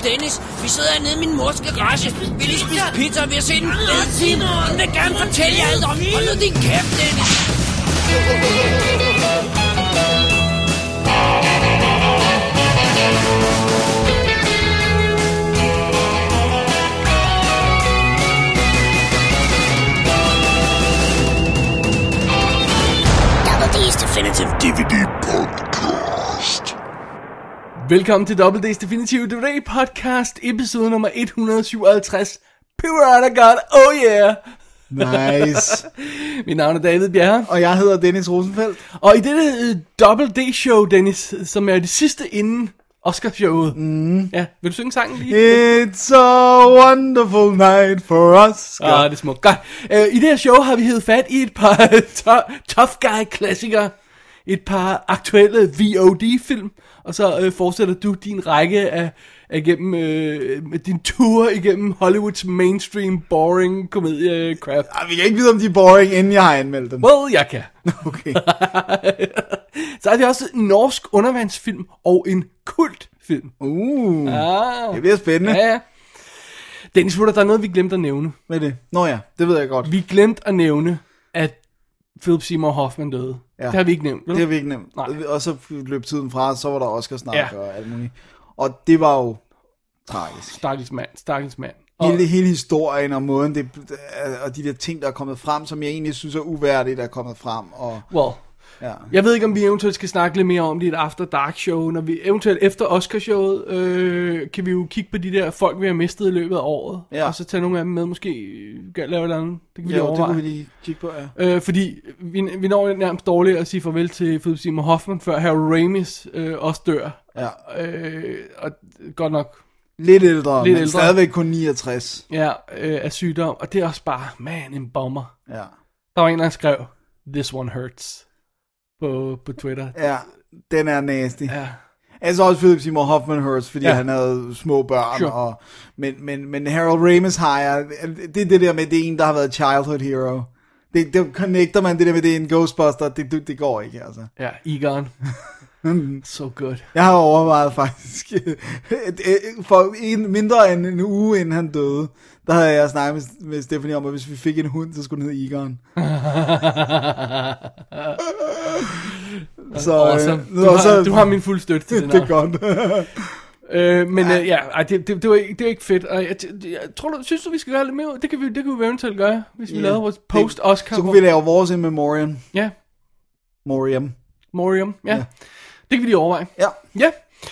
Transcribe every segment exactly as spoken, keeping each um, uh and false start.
Dennis. Vi sidder hernede i min mors garage. Vi lige spise pizza, og vi har set en fed film. Hun vil gerne fortælle jer alt om. Hold nu din kæft, Dennis. Double D's Definitive D V D Podcast. Velkommen til Double D's Definitive D V D Podcast, episode nummer et hundrede syvoghalvtreds. Piranha God, oh yeah! Nice. Mit navn er David Bjerre. Og jeg hedder Dennis Rosenfeldt. Og i dette uh, Double D show, Dennis, som er det sidste inden Oscar-showet. Mm. Ja, vil du synge sangen lige? It's a wonderful night for us. Ah, det er smukt. Godt. Uh, I det her show har vi hævet fat i et par to- tough guy-klassikere. Et par aktuelle V O D-film. Og så øh, fortsætter du din række af, af gennem, øh, din tur igennem Hollywoods mainstream boring komedie-crap. Ah, vi kan ikke vide, om de er boring, inden jeg har anmeldt dem. Well, jeg kan. Okay. Så er det også en norsk undervandsfilm og en kultfilm. Uh, Ah. det bliver spændende. Ja, ja. Dennis, der er noget, vi glemte at nævne. Hvad er det? Nå ja, det ved jeg godt. Vi glemte at nævne, at Philip Seymour Hoffman døde. Ja. Det har vi ikke nævnt. Vel? Det har vi ikke nævnt. Nej. Og så løb tiden fra, så var der Oscar snak Ja. og alt muligt. Og det var jo tragisk. Stakkels mand, stakkels mand. Og, Hele, hele historien og måden, det, og de der ting, der er kommet frem, som jeg egentlig synes er uværdigt, der er kommet frem. Og, well, ja. jeg ved ikke, om vi eventuelt skal snakke lidt mere om det i et After Dark show. Når vi eventuelt efter Oscar-showet, øh, kan vi jo kigge på de der folk, vi har mistet i løbet af året. Ja. Og så tage nogle af dem med, måske lave et eller andet. Det kan vi Ja, lige det overveje. kunne vi lige kigge på, ja. Øh, fordi vi, vi når nærmest dårligt at sige farvel til Philip Seymour Hoffman, før Harold Ramis øh, også dør. Ja. Øh, og godt nok, Lidt ældre, Lidt men ældre. stadigvæk kun niogtres. ja, øh, af sygdom. Og det er også bare, man, en bomber. Ja. Der var en, der skrev, this one hurts, på, på Twitter. Ja, den er nasty. Ja. Altså også Philip Seymour Hoffman hurts, fordi Ja. ja. han havde små børn. Sure. Og, men, men, men Harold Ramis har jeg, det er det der med, det er en, der har været childhood hero. Det, det connecter man det der med, det er en Ghostbuster, det, det, det går ikke, altså. Ja, Egon. So good. Jeg har overvejet faktisk, for en, mindre end en uge inden han døde, der havde jeg snakket med, med Stephanie om, at hvis vi fik en hund, så skulle den hedde Egon. Så, Awesome. øh, Du, og så- har, du har min fuld støtte til det. Det er godt. Øh, men ja, øh, ja ej, det, det, det, var ikke, det var ikke fedt. Og jeg, jeg, jeg tror du, synes du, vi skal gøre lidt mere? Det kan vi, det kan vi eventuelt gøre, hvis vi Ja. lavede vores post-Oscar. Så kunne vi lave vores in memoriam. Ja, Moriam. Morium. Ja. Ja. Det kan vi lige overveje. Ja, Ja.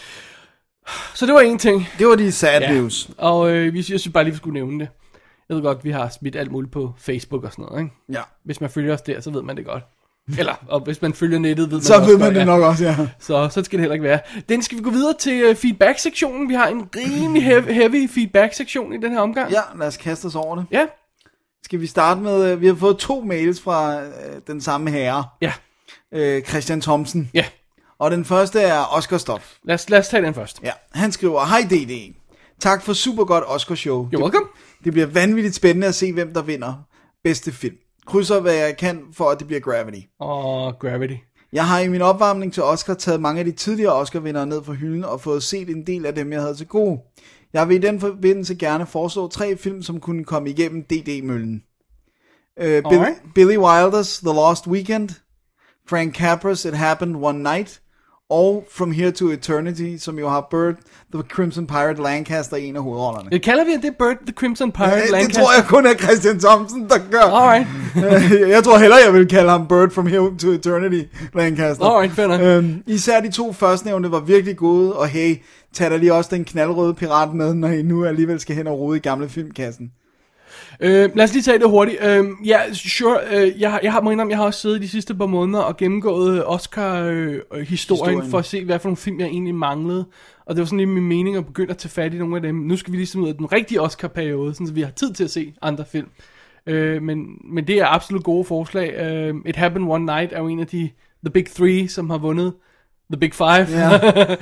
Så det var en ting. det var de sad Ja. news. Og øh, vi- jeg synes bare lige, vi skulle nævne det. Jeg ved godt, vi har smidt alt muligt på Facebook og sådan noget, ikke? Ja. Hvis man følger os der, så ved man det godt. Eller, og hvis man følger nettet, ved man Så også ved godt, man det ja. nok også, ja. Så, så skal det heller ikke være. Den skal vi gå videre til uh, feedback-sektionen. Vi har en rimelig heavy, heavy feedback-sektion i den her omgang. Ja, lad os kaste os over det. Ja. Skal vi starte med, øh, vi har fået to mails fra øh, den samme herre, Ja. øh, Christian Thomsen. Ja. Og den første er Oscar Stof. Lad os, lad os tage den først. Ja, han skriver, hej D D. Tak for super godt Oscar show. You're welcome. Det, det bliver vanvittigt spændende at se, hvem der vinder bedste film. Krydser, hvad jeg kan, for at det bliver Gravity. Og Gravity. Jeg har i min opvarmning til Oscar taget mange af de tidligere Oscar-vindere ned fra hylden og fået set en del af dem, jeg havde til gode. Jeg vil i den forbindelse gerne foreslå tre film, som kunne komme igennem D D-møllen. Uh, Bill, Alright. Billy Wilders The Lost Weekend, Frank Capra's It Happened One Night, og From Here to Eternity, som jo har Burt the Crimson Pirate Lancaster i en af hovedrollerne. Jeg kalder vi det Burt the Crimson Pirate Det Lancaster? tror jeg kun er Christian Thomsen, der gør. Alright. Jeg tror hellere, jeg vil kalde ham Bird From Here to Eternity Lancaster. Alright, fair nok. øhm, Især de to førstnævnte var virkelig gode, og hey, tag da lige også den knaldrøde pirat med, når I nu alligevel skal hen og rode i gamle filmkassen. Øh, lad os lige tage det hurtigt. Øh, ja, sure. Øh, jeg, har- jeg har må indrømme, jeg har også siddet de sidste par måneder og gennemgået Oscar-historien Historien. for at se, hvad for nogle film jeg egentlig manglede. Og det var sådan lige min mening at begynde at tage fat i nogle af dem. Nu skal vi ligesom ud af den rigtige Oscar-periode, så vi har tid til at se andre film. Øh, men, men det er absolut gode forslag. Øh, It Happened One Night er jo en af de The Big Three, som har vundet The Big Five. Ja.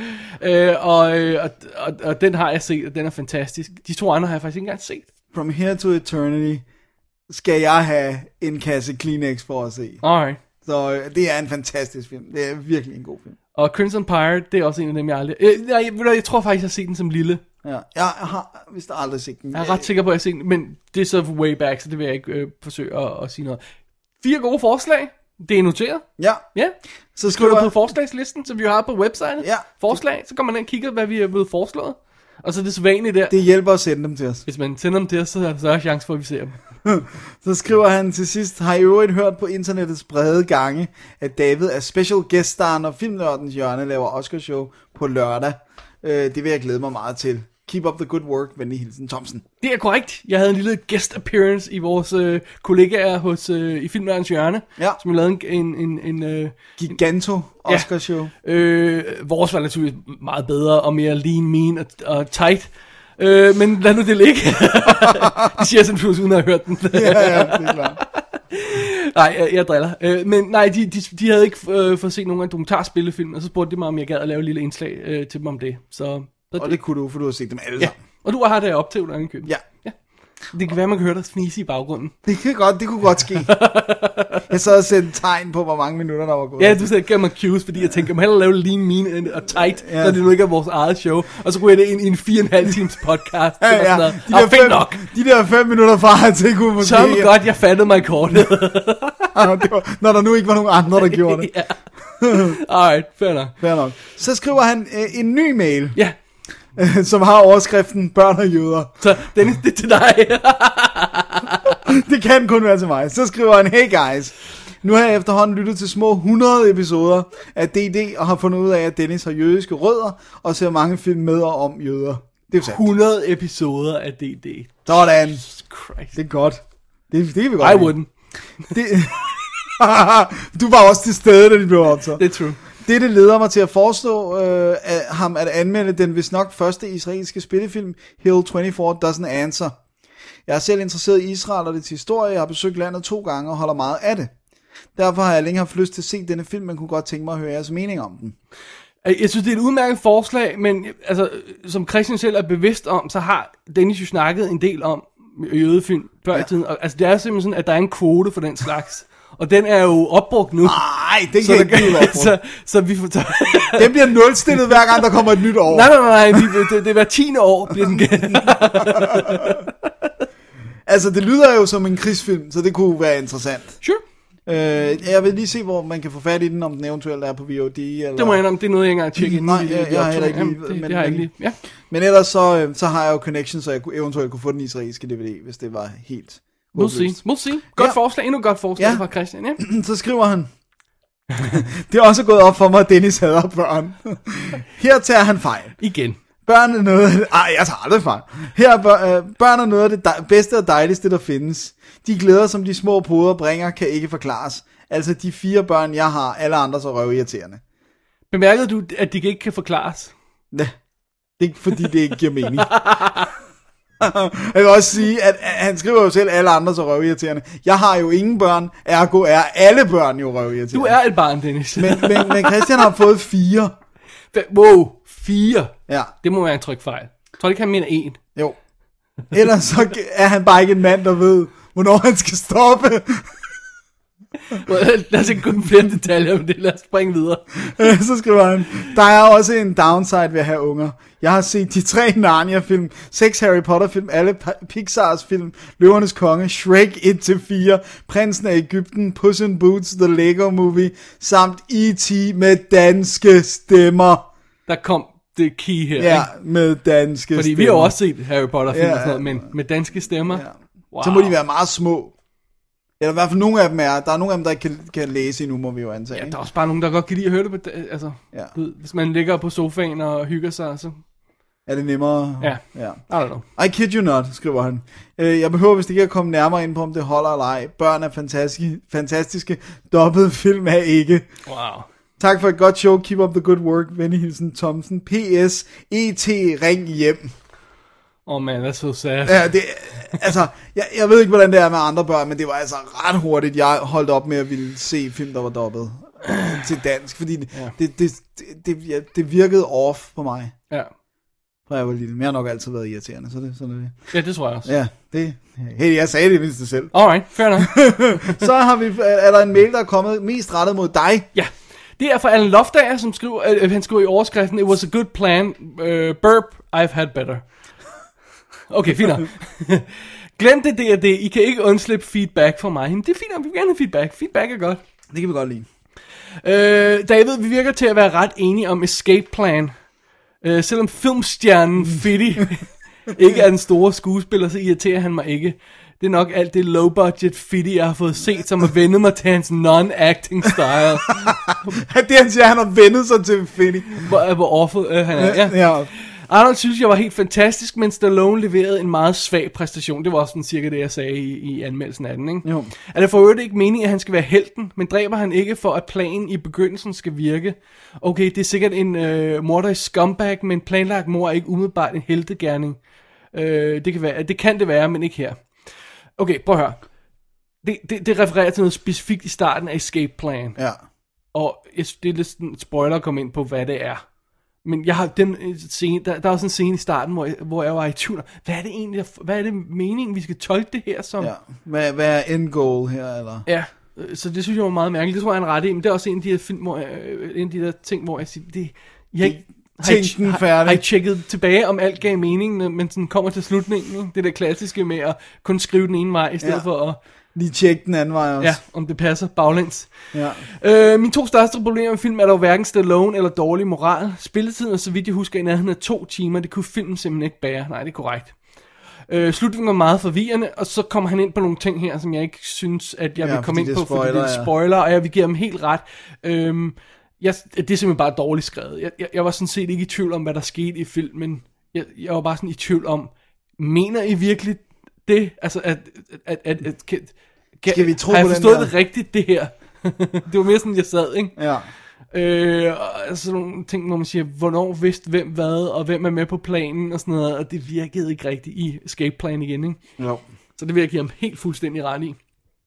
øh, og, øh, og, og, og den har jeg set, og den er fantastisk. De to andre har jeg faktisk ikke engang set. From Here to Eternity skal jeg have en kasse Kleenex for at se. Alright. Så øh, det er en fantastisk film. Det er virkelig en god film. Og Crimson Pirate, det er også en af dem, jeg aldrig... Øh, nej, ved du, jeg tror faktisk, jeg har set den som lille. Ja, jeg har vist aldrig set den. Jeg er ret sikker på, at jeg har set den, men det er så way back, så det vil jeg ikke øh, forsøge at, at sige noget. Fire gode forslag. Det er noteret. Ja. Ja. Så skriver du skriver på forslagslisten, som vi har på website. Ja. Forslag, så går man ind og kigger, hvad vi er blevet foreslået. Og så er det sædvanligt der. Det hjælper at sende dem til os. Hvis man sender dem til os, så er der større chance for, at vi ser dem. Så skriver han til sidst, har I øvrigt hørt på internettets brede gange, at David er special guest star, når Filmnørdens Hjørne laver Oscarshow på lørdag. Øh, det vil jeg glæde mig meget til. Keep up the good work, venlig hilsen Thomsen. Det er korrekt. Jeg havde en lille guest appearance i vores øh, kollegaer hos øh, i Filmnørdens Hjørne, Ja. som vi lavede en... en, en øh, Giganto Oscarshow. Ja. Øh, vores var naturligvis meget bedre og mere lean, mean og, og tight. Øh, men lad nu det ligge. Det siger jeg sådan uden at have hørt den. Ja, ja, det er klart. Nej, jeg, jeg driller. Øh, men nej, de, de, de havde ikke øh, fået set nogen af dokumentarspillefilm, og så spurgte de mig, om jeg gad at lave et lille indslag øh, til dem om det. Så, så Og det, det kunne du, for du har set dem alle ja. sammen. Og du har det op til, hvordan køben. Ja. Ja. Det kan være, man kan høre dig fnise i baggrunden. Det kan godt, det kunne godt ske. Jeg sad og sendte tegn på, hvor mange minutter der var gået. Ja, du sagde, gav mig cues, fordi jeg tænkte, jeg må hellere lave lean, mean og tight, Ja. når det nu ikke er vores eget show. Og så ryger det ind i en fire og en halv times podcast. Ja, ja. De De, der fedt fem, nok. de der fem minutter fra, at det kunne måske... Så er det godt, jeg fattede mig i kortet. det var, når der nu ikke var nogen andre, der gjorde det. Ja. Alright, fair nok. Fair nok. Så skriver han øh, en ny mail, Ja, øh, som har overskriften Børn og jøder. så Dennis, det er til dig. Det kan kun være til mig. Så skriver han, hey guys, nu har jeg efterhånden lyttet til små hundrede episoder af D D, og har fundet ud af, at Dennis har jødiske rødder, og ser mange film med og om jøder. Det er jo sandt. hundrede episoder af D D. Sådan. Jesus Christ. Det er godt. Det, det kan vi godt I lide. wouldn't. Det... Du var også til stede, da de blev optaget. Det er true. Dette leder mig til at foreslå øh, at ham at anmelde den vist nok første israelske spillefilm, Hill toogtyve Doesn't Answer. Jeg er selv interesseret i Israel og dets historie. Jeg har besøgt landet to gange og holder meget af det. Derfor har jeg længe haft lyst til at se denne film, men kunne godt tænke mig at høre jeres mening om den. Jeg synes, det er et udmærket forslag, men altså, som Christian selv er bevidst om, så har Dennis jo snakket en del om jødefilm før i tiden. Og, altså, det er simpelthen sådan, at der er en kvote for den slags. Og den er jo opbrugt nu. Nej, den Så, kan ikke blive opbrugt. så, så vi får tage... Den bliver nulstillet hver gang, der kommer et nyt år. Nej, nej, nej, nej. Det, det, det er hver tiende år, bliver den gen. Altså, det lyder jo som en krigsfilm, så det kunne være interessant. Sure. Øh, jeg vil lige se, hvor man kan få fat i den, om den eventuelt er på V O D. Eller... Det må jeg indrømme, det er noget, jeg ikke engang tjekke ind. Nej, i- i- jeg- i jeg har heller ikke Jamen, lige- det, men- det har jeg ikke men- lige. Ja. Men ellers så, øh, så har jeg jo connection, så jeg kunne, eventuelt kunne få den israelske D V D, hvis det var helt We'll håbløst. see. We'll see. Godt Ja. forslag. Endnu et godt forslag Ja. fra Christian, ja. Så skriver han, det er også gået op for mig, at Dennis hader børn. Her tager han fejl. Igen. Børn er noget af det... Ej, jeg tager aldrig fejl. Her er bør, øh, børn er noget af det dej, bedste og dejligste, der findes. De glæder, som de små poder bringer, kan ikke forklares. Altså, de fire børn, jeg har, alle andre så røvirriterende. Bemærkede du, at de ikke kan forklares? Ja, det er ikke fordi, det ikke giver mening. Jeg vil også sige, at han skriver jo selv, alle andre så røvirriterende. Jeg har jo ingen børn, ergo er alle børn jo røvirriterende. Du er et barn, Dennis. Men, men, men Christian har fået fire. Wow, fire. Ja, Det må være en trykfejl. Jeg tror ikke, han mener en. jo. Ellers så er han bare ikke en mand, der ved, hvornår han skal stoppe. Lad os ikke gå i flere detaljer om det. Lad os springe videre. Så skriver han, der er også en downside ved at have unger. Jeg har set de tre Narnia-film, seks Harry Potter-film, alle Pa- Pixars film, Løvernes Konge, Shrek et til fire, Prinsen af Egypten, Puss in Boots, The Lego Movie, samt E T med danske stemmer. Der kom det key her. Ja, Ikke? med danske Fordi stemmer. vi har jo også set Harry Potter-film Ja, og sådan noget, men med danske stemmer. Ja. Wow. Så må de være meget små. Eller i hvert fald nogle af dem er. Der er nogle af dem, der ikke kan, kan læse endnu, må vi jo antage. Ja, ikke? der er også bare nogen, der godt kan lide at høre det på, altså, Ja. du ved, hvis man ligger på sofaen og hygger sig, så, Er det nemmere? ja, Ja. I don't know. I kid you not, skriver han. Øh, Jeg behøver vist ikke at komme nærmere ind på, om det holder eller ej. Børn er fantastiske. fantastiske. Dobbelt film er ikke. Wow. Tak for et godt show. Keep up the good work. Venlig hilsen Thomsen. P S. E T ring hjem. Oh man, that's so sad. Ja, det, altså, jeg, jeg ved ikke, hvordan det er med andre børn, men det var altså ret hurtigt, jeg holdt op med at ville se film, der var dobbelt til dansk, fordi det, Ja. det, det, det, ja, det virkede off på mig, Ja. fra jeg var lille. Men jeg har nok altid været irriterende, så det sådan er det. Ja, det tror jeg også. Ja, det, hey, jeg sagde det mindst det selv. Alright, fair enough. Så har vi, er der en mail, der er kommet mest rettet mod dig. Ja, Det er fra Alan Loftager, som skriver, øh, han skriver i overskriften, it was a good plan, uh, burp, I've had better. Okay, fint nok. Glem det, det er det. I kan ikke undslippe feedback fra mig. Men det er fint, vi vil gerne have feedback. Feedback er godt. Det kan vi godt lide. Øh, David, vi virker til at være ret enige om Escape Plan. Øh, selvom filmstjernen Fiddy ikke er den store skuespiller, så irriterer han mig ikke. Det er nok alt det low-budget Fiddy, jeg har fået set, som har vendet mig til hans non-acting style. Det han siger, han har vendet sig til Fiddy. Hvor, hvor awful øh, han er. Ja. Ja. Arnold synes, jeg var helt fantastisk, men Stallone leverede en meget svag præstation. Det var også sådan cirka det, jeg sagde i, i anmeldelsen af den, ikke? Jo. Er det for øvrigt ikke meningen, at han skal være helten, men dræber han ikke for, at planen i begyndelsen skal virke? Okay, det er sikkert en øh, morderisk scumbag, men planlagt mor er ikke umiddelbart en heltegerning. Øh, det, kan være, det kan det være, men ikke her. Okay, prøv at høre. Det, det, det refererer til noget specifikt i starten af Escape Plan. Ja. Og det er lidt sådan en spoiler at komme ind på, hvad det er. Men jeg har den scene, der, der er også en scene i starten, hvor jeg, hvor jeg var i tvivl. Hvad er det egentlig, hvad er det meningen, vi skal tolke det her som? Ja. Hvad, hvad er end goal her, eller? Ja, så det synes jeg var meget mærkeligt. Det tror jeg er en ret i, men det er også en af de her film, hvor jeg, en af de der ting, hvor jeg siger, det, jeg ikke, Tænk den færdig. Har, har I tjekket tilbage, om alt gav mening, men sådan kommer til slutningen, ikke? Det der klassiske med at kun skrive den ene vej, i stedet ja. for at lige tjekke den anden vej også. Ja, om det passer baglæns. Ja. Øh, mine to største problemer med film er dog hverken Stallone eller dårlig moral. Spilletiden er, så vidt jeg husker, i nærheden af to timer. Det kunne filmen simpelthen ikke bære. Nej, det er korrekt. Øh, slutningen var meget forvirrende, og så kommer han ind på nogle ting her, som jeg ikke synes, at jeg ja, vil komme ind på, spoiler, fordi det er spoiler, ja. Og jeg vil give ham helt ret. Øhm, jeg, det er simpelthen bare dårligt skrevet. Jeg, jeg, jeg var sådan set ikke i tvivl om, hvad der skete i filmen. Jeg, jeg var bare sådan i tvivl om, mener I virkelig det? Altså, at... at, at, at, at Kan, Skal vi tro har jeg på forstået den det rigtigt, det her? Det var mere sådan, jeg sad, ikke? Ja. Øh, og sådan nogle ting, hvor man siger, hvornår vidste hvem hvad, og hvem er med på planen, og sådan noget, og det virkede ikke rigtigt i Escape Plan igen, ikke? Jo. Så det vil jeg give ham helt fuldstændig ret i.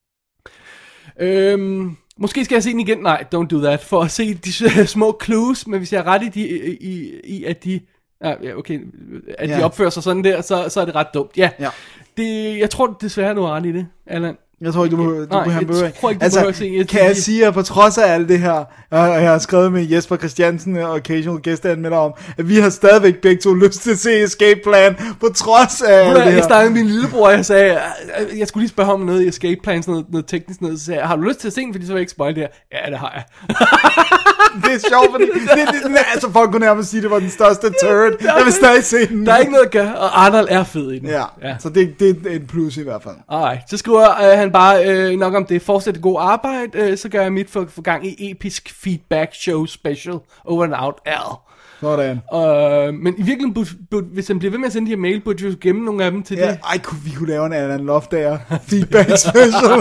Øhm, måske skal jeg se den igen, nej, don't do that, for at se de små clues, men hvis jeg er ret i, de, i, i at de, ja, okay, at ja. de opfører sig sådan der, så, så er det ret dumt, ja. ja. Det, jeg tror desværre, du har ret i det, Allan. Jeg tror ikke, du, du, Nej, du han behøver. tror ikke, du altså, behøver at se. Jeg kan jeg sige, at på trods af alt det her, og jeg har skrevet med Jesper Christiansen og occasional gæsteanmelder om, at vi har stadigvæk begge to lyst til at se Escape Plan, på trods af alt det her. Jeg snakkede med min lillebror, og jeg sagde, jeg skulle lige spørge ham noget i Escape Plan, sådan noget, noget teknisk noget, så sagde jeg, har du lyst til at se den, fordi så vil jeg ikke spoil det her? Ja, det har jeg. Det er sjovt, fordi det, det, det, altså folk kunne nærmest sige, at det var den største turd. Jeg vil stadig se den. Der er ikke noget at gøre, og Arnold er fed i den. Ja, ja. Så det, det er en plus i hvert fald. Alright, så skriver øh, han bare øh, nok om det. Fortsæt god arbejde, øh, så gør jeg mit for, for gang i episk feedback show special. Over and out, Al. Sådan. Øh, men i virkeligheden, burde, burde, hvis han bliver ved med at sende de her mail, burde vi jo gemme nogle af dem til ja, det. Ej, kunne, vi kunne lave en Alan Loftager feedback special.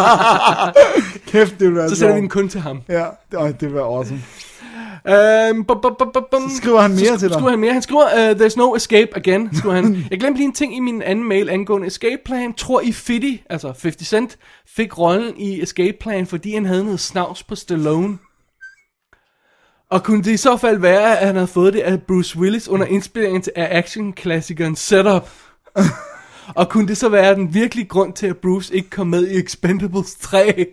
Kæft, det ville være så sender vi den kun til ham. Ja, det, øj, det ville være awesome. Um, bum, bum, bum, bum. Så skriver han mere så til dig. Skriver han mere. Han skriver, uh, there's no escape again, skriver han. Jeg glemte lige en ting i min anden mail angående Escape Plan. Tror I Fiddy, altså halvtreds Cent, fik rollen i Escape Plan, fordi han havde noget snavs på Stallone? Og kunne det i så fald være, at han havde fået det af Bruce Willis under indspillingen af actionklassikeren Setup? Og kunne det så være den virkelige grund til, at Bruce ikke kom med i Expendables tre?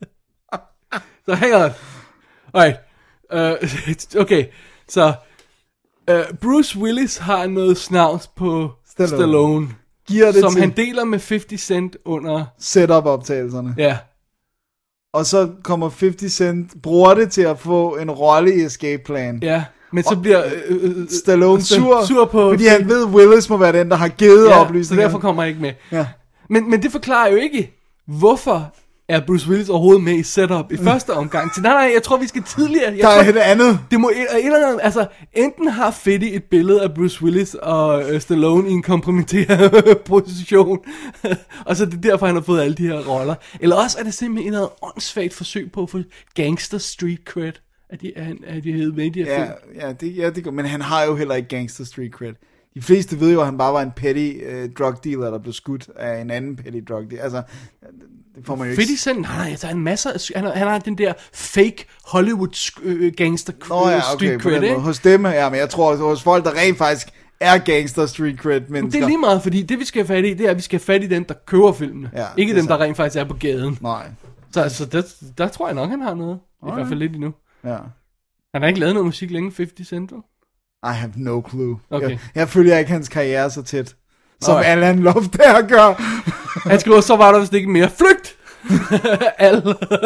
Så hang on. Alright. Uh, okay, så uh, Bruce Willis har noget snavs på Stallone, Stallone Giver det som til han deler med halvtreds Cent under setup-optagelserne. Ja. Og så kommer halvtreds Cent, bruger det til at få en rolle i Escape Plan. Ja, men så bliver uh, uh, Stallone sur, sur på, fordi han ved, Willis må være den, der har givet ja, oplysninger. så derfor kommer han ikke med. Ja. Men, men det forklarer jo ikke, hvorfor er Bruce Willis overhovedet med i Setup i første omgang. Så nej, nej, jeg tror, vi skal tidligere. Jeg der er tror, det andet. Det må et eller andet, altså, enten har Fiddy et billede af Bruce Willis og øh, Stallone i en kompromitterende position, og så er det derfor, han har fået alle de her roller. Eller også er det simpelthen noget åndssvagt forsøg på at få gangster street cred, at de er, er de hedder med i de her ja, film. ja, det, ja, det går. Men han har jo heller ikke gangster street cred. De fleste ved jo, at han bare var en petty uh, drug dealer, der blev skudt af en anden petty drug dealer. Altså, det får man jo ikke. Fiddy Cent, nej, der er en masse, han har, han har den der fake Hollywood uh, gangster Nå, ja, okay, street cred, ikke? Hos dem, ja, men jeg tror, hos folk, der rent faktisk er gangster street cred mennesker. Det er lige meget, fordi det vi skal have fat i, det er, at vi skal have fat i dem, der køber filmene. Ja, ikke dem, så. der rent faktisk er på gaden. Nej. Så altså, der, der tror jeg nok, han har noget. I hvert fald lidt endnu. Ja. Han har ikke lavet noget musik længe, halvtreds Cent? I have no clue. Okay. Jeg, jeg følger ikke hans karriere så tæt, som Alright. Alan Loftager gør. Han skriver, så var der vist ikke mere. Flygt! Al.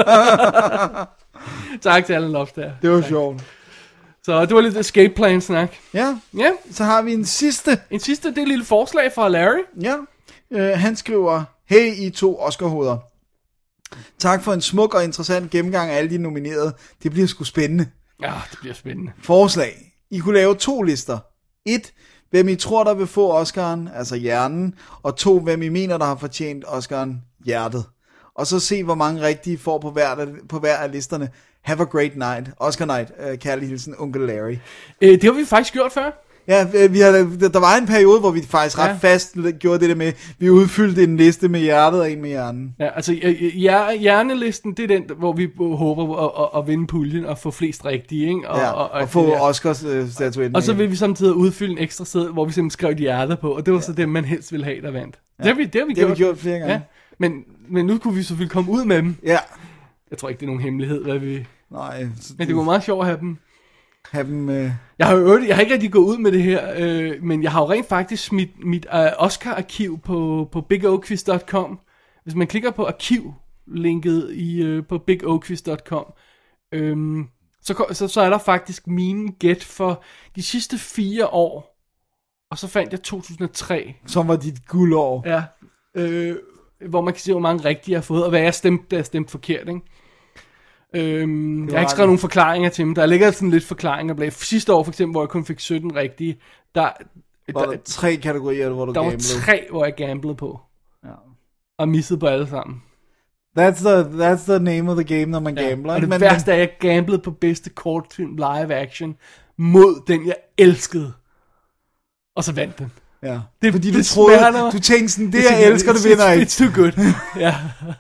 Tak til Alan Loftager. Det var sjovt. Så det var lidt escape plan snak. Ja, Ja, så har vi en sidste. en sidste, det er et lille forslag fra Larry. Ja, øh, han skriver, hey I to Oscar-hoveder. Tak for en smuk og interessant gennemgang af alle de nominerede. Det bliver sgu spændende. Ja, det bliver spændende. Forslag. I kunne lave to lister. Et, hvem I tror, der vil få Oscaren, altså hjernen. Og to, hvem I mener, der har fortjent Oscaren, hjertet. Og så se, hvor mange rigtige får på hver, på hver af listerne. Have a great night. Oscar night. Uh, kærlig hilsen, onkel Larry. Øh, det har vi faktisk gjort før. Ja, vi havde, der var en periode, hvor vi faktisk ret Ja. fast gjorde det der med, vi udfyldte en liste med hjertet og en med hjernen. Ja, altså hjer- hjernelisten, det er den, hvor vi håber at, at, at vinde puljen og få flest rigtige, ikke? Og, Ja, og, og, og få Oscars-statuetten. Og så vil vi samtidig udfylde en ekstra sted, hvor vi simpelthen skrev et hjerte på, og det var ja. så det, man helst ville have, der vandt. Ja. Det har vi, det har vi det gjort. har vi gjort flere gange. Ja. Men, men nu kunne vi selvfølgelig komme ud med dem. Ja. Jeg tror ikke, det er nogen hemmelighed, hvad vi... Nej. Men det var meget sjovt at have dem. Have dem øh... Jeg har jo jeg har ikke rigtig gået ud med det her, øh, men jeg har jo rent faktisk smidt mit øh, Oscar-arkiv på, på big o quiz punktum com. Hvis man klikker på arkiv-linket i, øh, på big o quiz punktum com, øh, så, så, så er der faktisk mine gæt for de sidste fire år. Og så fandt jeg to tusind og tre. Som var dit guldår. Ja, øh, hvor man kan se, hvor mange rigtige jeg har fået, og hvad jeg stemte, da jeg stemte forkert, ikke? Øhm, jeg har ikke skrevet nogen forklaringer til dem. Der ligger sådan lidt forklaringer bag. Sidste år for eksempel, hvor jeg kun fik sytten rigtige, der, Var der, der, tre kategorier, hvor du der var gamblede? tre, hvor jeg gamblede på. Ja. Og missede på alle sammen. That's the, that's the name of the game, når man Ja. gambler. Og det men, værste er, at jeg gamblede på bedste kortfilm live action mod den, jeg elskede. Og så vandt den. Ja. Det, Fordi det du troede, smerter mig. du tænkte sådan, det Det er jeg elsker, det vinder it's, ikke. It's too good. Ja.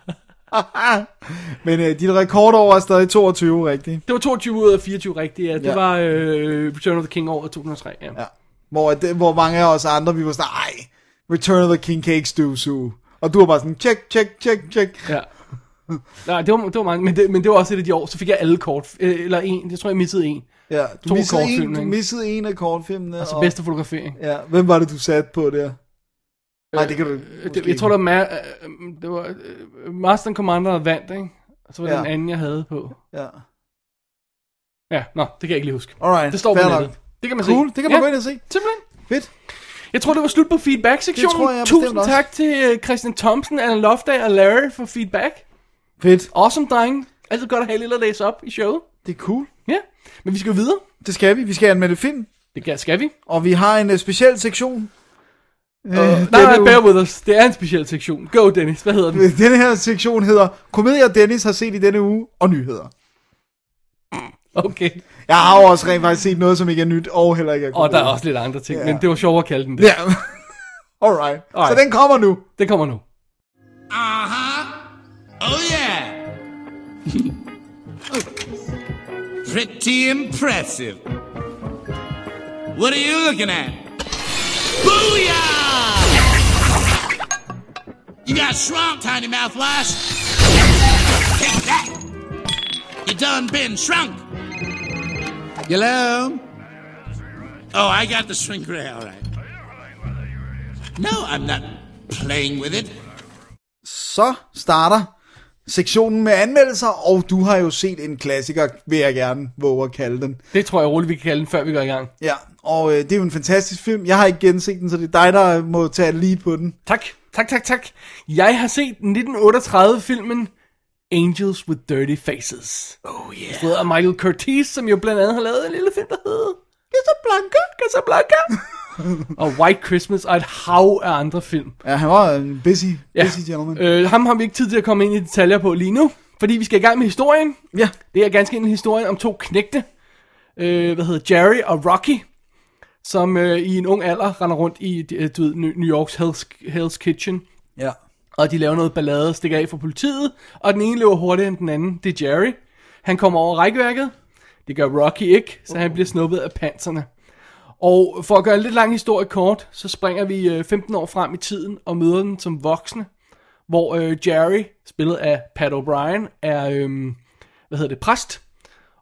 Men øh, dit rekordår er stadig toogtyve, rigtigt? Det var toogtyve ud af fireogtyve rigtige, ja. Det Ja. var øh, Return of the King året to tusind og tre, ja. Ja. Hvor, det, hvor mange af os andre, vi var sådan, ej, Return of the King Cake Stew Zoo. Og du var bare sådan, check, check, check, check. Ja. Nej, det var, det var mange, men det, men det var også et af de år, så fik jeg alle kort, øh, eller en, jeg tror jeg missede en. Ja, du To missede, en, kortfilm, du ikke? missede en af kortfilmene. Altså og, bedste fotografering. Ja, hvem var det, du satte på der? Nej, det kan du Øh, måske det, jeg tror, det var, ma- øh, det var øh, Master and Commander, der vandt, ikke? Og så var det Ja. den anden, jeg havde på. Ja. Ja, nå, det kan jeg ikke lige huske. Alright, Det står på fair nettet. nok. Det kan man Cool, se. det kan man gå ind og se. Simpelthen. Fedt. Jeg tror, det var slut på feedback-sektionen. Det tror jeg bestemt Tusind også. tak til uh, Christian Thompson, Alan Loftager og Larry for feedback. Fedt. Awesome, drenge. Altid godt at have lidt at læse op i showet. Det er cool. Ja, men vi skal jo videre. Det skal vi. Vi skal anmelde film. Det kan, skal vi. Og vi har en uh, speciel sektion. Uh, nej, nej, bear with us. Det er en speciel sektion. Go, Dennis. Hvad hedder den? Denne her sektion hedder Komedier Dennis har set i denne uge og nyheder. Okay. Jeg har jo også rent faktisk set noget, som ikke er nyt og heller ikke er Og der er komedie. også lidt andre ting, Ja. men det var sjovere at kalde den det. Ja. Alright. Alright. Så den kommer nu. Det kommer nu. Uh-huh. Oh, yeah. Pretty impressive. What are you looking at? Booyah! You got shrunk, tiny mouth lass. Take that. You done been shrunk. Hello? Oh, I got the shrink ray, all right. No, I'm not playing with it. Så starter sektionen med anmeldelser, og du har jo set en klassiker, vil jeg gerne våge at kalde den. Det tror jeg roligt, vi kan kalde den, før vi går i gang. Ja, og øh, det er jo en fantastisk film. Jeg har ikke genset den, så det er dig, der må tage lead på den. Tak, tak, tak, tak. Jeg har set nitten otteogtredive-filmen Angels with Dirty Faces. Oh yeah. Det hedder Michael Curtiz, som jo blandt andet har lavet en lille film, der hedder Casablanca, Casablanca. Og White Christmas og et hav af andre film. Ja, han var en busy, Ja. busy gentleman. Øh, ham har vi ikke tid til at komme ind i detaljer på lige nu, fordi vi skal i gang med historien. Ja. Det er ganske en historie om to knægte, øh, hvad hedder Jerry og Rocky, som øh, i en ung alder render rundt i øh, du ved, New Yorks Hell's, Hell's Kitchen. Ja. Og de laver noget ballade, stikker af fra politiet, og den ene løber hurtigere end den anden. Det er Jerry. Han kommer over rækværket. Det gør Rocky ikke, så han bliver snuppet af panserne. Og for at gøre en lidt lang historie kort, så springer vi femten år frem i tiden og møder den som voksne, hvor øh, Jerry, spillet af Pat O'Brien, er, øh, hvad hedder det, præst.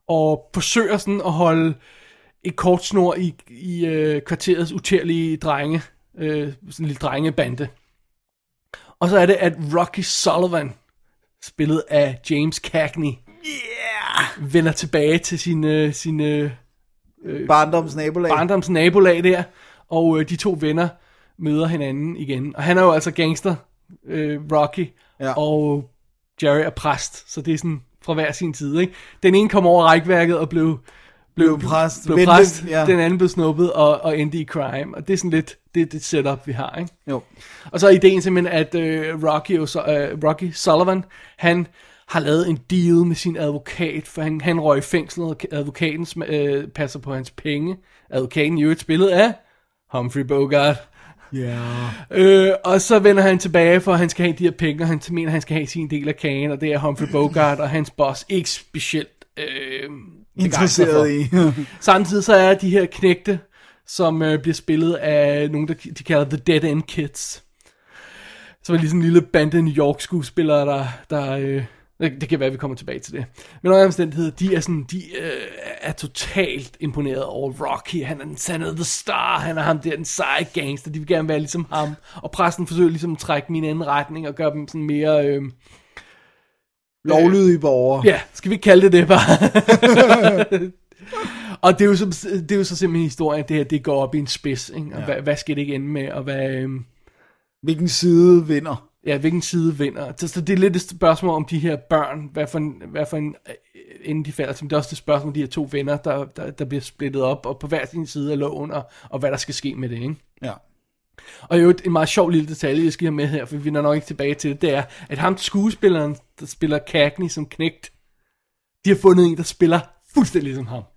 og forsøger sådan at holde et kort snor i, i øh, kvarterets utærlige drenge, øh, sådan en lille drengebande. Og så er det, at Rocky Sullivan, spillet af James Cagney, yeah! vender tilbage til sin, øh, sin øh, barndoms nabolag. barndoms nabolag der, og øh, de to venner møder hinanden igen. Og han er jo altså gangster, øh, Rocky, ja. Og Jerry er præst, så det er sådan fra hver sin side, ikke? Den ene kom over rækværket og blev blev, blev præst, blev præst. Ja. Den anden blev snuppet og, og endte i crime, og det er sådan lidt det, det setup vi har, ikke? Jo. Og så er ideen simpelthen, at øh, Rocky, øh, Rocky Sullivan, han har lavet en deal med sin advokat, for han, han røg i fængsel, og advokaten øh, passer på hans penge. Advokaten i øvrigt spillet af Humphrey Bogart. Ja. Yeah. Øh, og så vender han tilbage, for han skal have de her penge, og han mener, han skal have sin del af kagen, og det er Humphrey Bogart og hans boss ikke specielt øh, interesseret i. Samtidig så er de her knægte, som øh, bliver spillet af nogen, der de kalder The Dead End Kids. Så var lige sådan en lille bande New York skuespillere, der... der øh, det kan være, at vi kommer tilbage til det. Men under omstændigheder, de er sådan, de øh, er totalt imponeret over Rocky. Han er den sande the star, han er ham der, den seje gangster. De vil gerne være ligesom ham. Og præsten forsøger ligesom at trække min anden retning og gøre dem sådan mere... Øh, lovlydige borgere. Ja, skal vi kalde det det bare. Og det er, jo så, det er jo så simpelthen historien, at det her det går op i en spids. Ikke? Og ja. hvad, hvad skal det ikke ende med? Og hvad, øh, hvilken side vinder? Ja, hvilken side vinder. Så, så det er lidt et spørgsmål om de her børn, hvad for en, hvad for en inden de falder. Det er også det spørgsmål om de her to venner, der, der, der bliver splittet op, og på hver sin side af loven, og, og hvad der skal ske med det, ikke? Ja. Og jo en meget sjov lille detalje, jeg skal have med her, for vi når nok ikke tilbage til det, det er, at ham skuespilleren, der spiller Cagney som knægt, de har fundet en, der spiller fuldstændig som ham.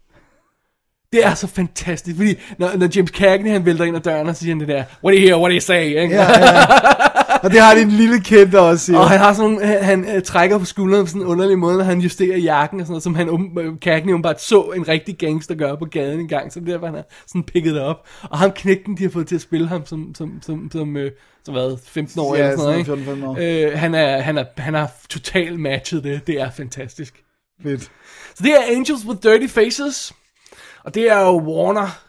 Det er så fantastisk, fordi når, når James Cagney, han vælter ind ad døren, og siger han det der, what do you hear, what do you say, ikke? Ja, ja. Og det har de en lille kendt også, siger. Og han har sådan han, han, han trækker på skulderen på sådan en underlig måde, når han justerer jakken og sådan noget, som han um, Cagney umiddelbart så en rigtig gangster gøre på gaden en gang, så derfor han har sådan picket det op. Og ham knægten, de har fået til at spille ham som, som, som, som, øh, som hvad, femten år ja, eller sådan noget, fjorten femten år. Øh, han, er, han, er, han har totalt matchet det, det er fantastisk. Fedt. Så det er Angels with Dirty Faces. Og det er jo Warner,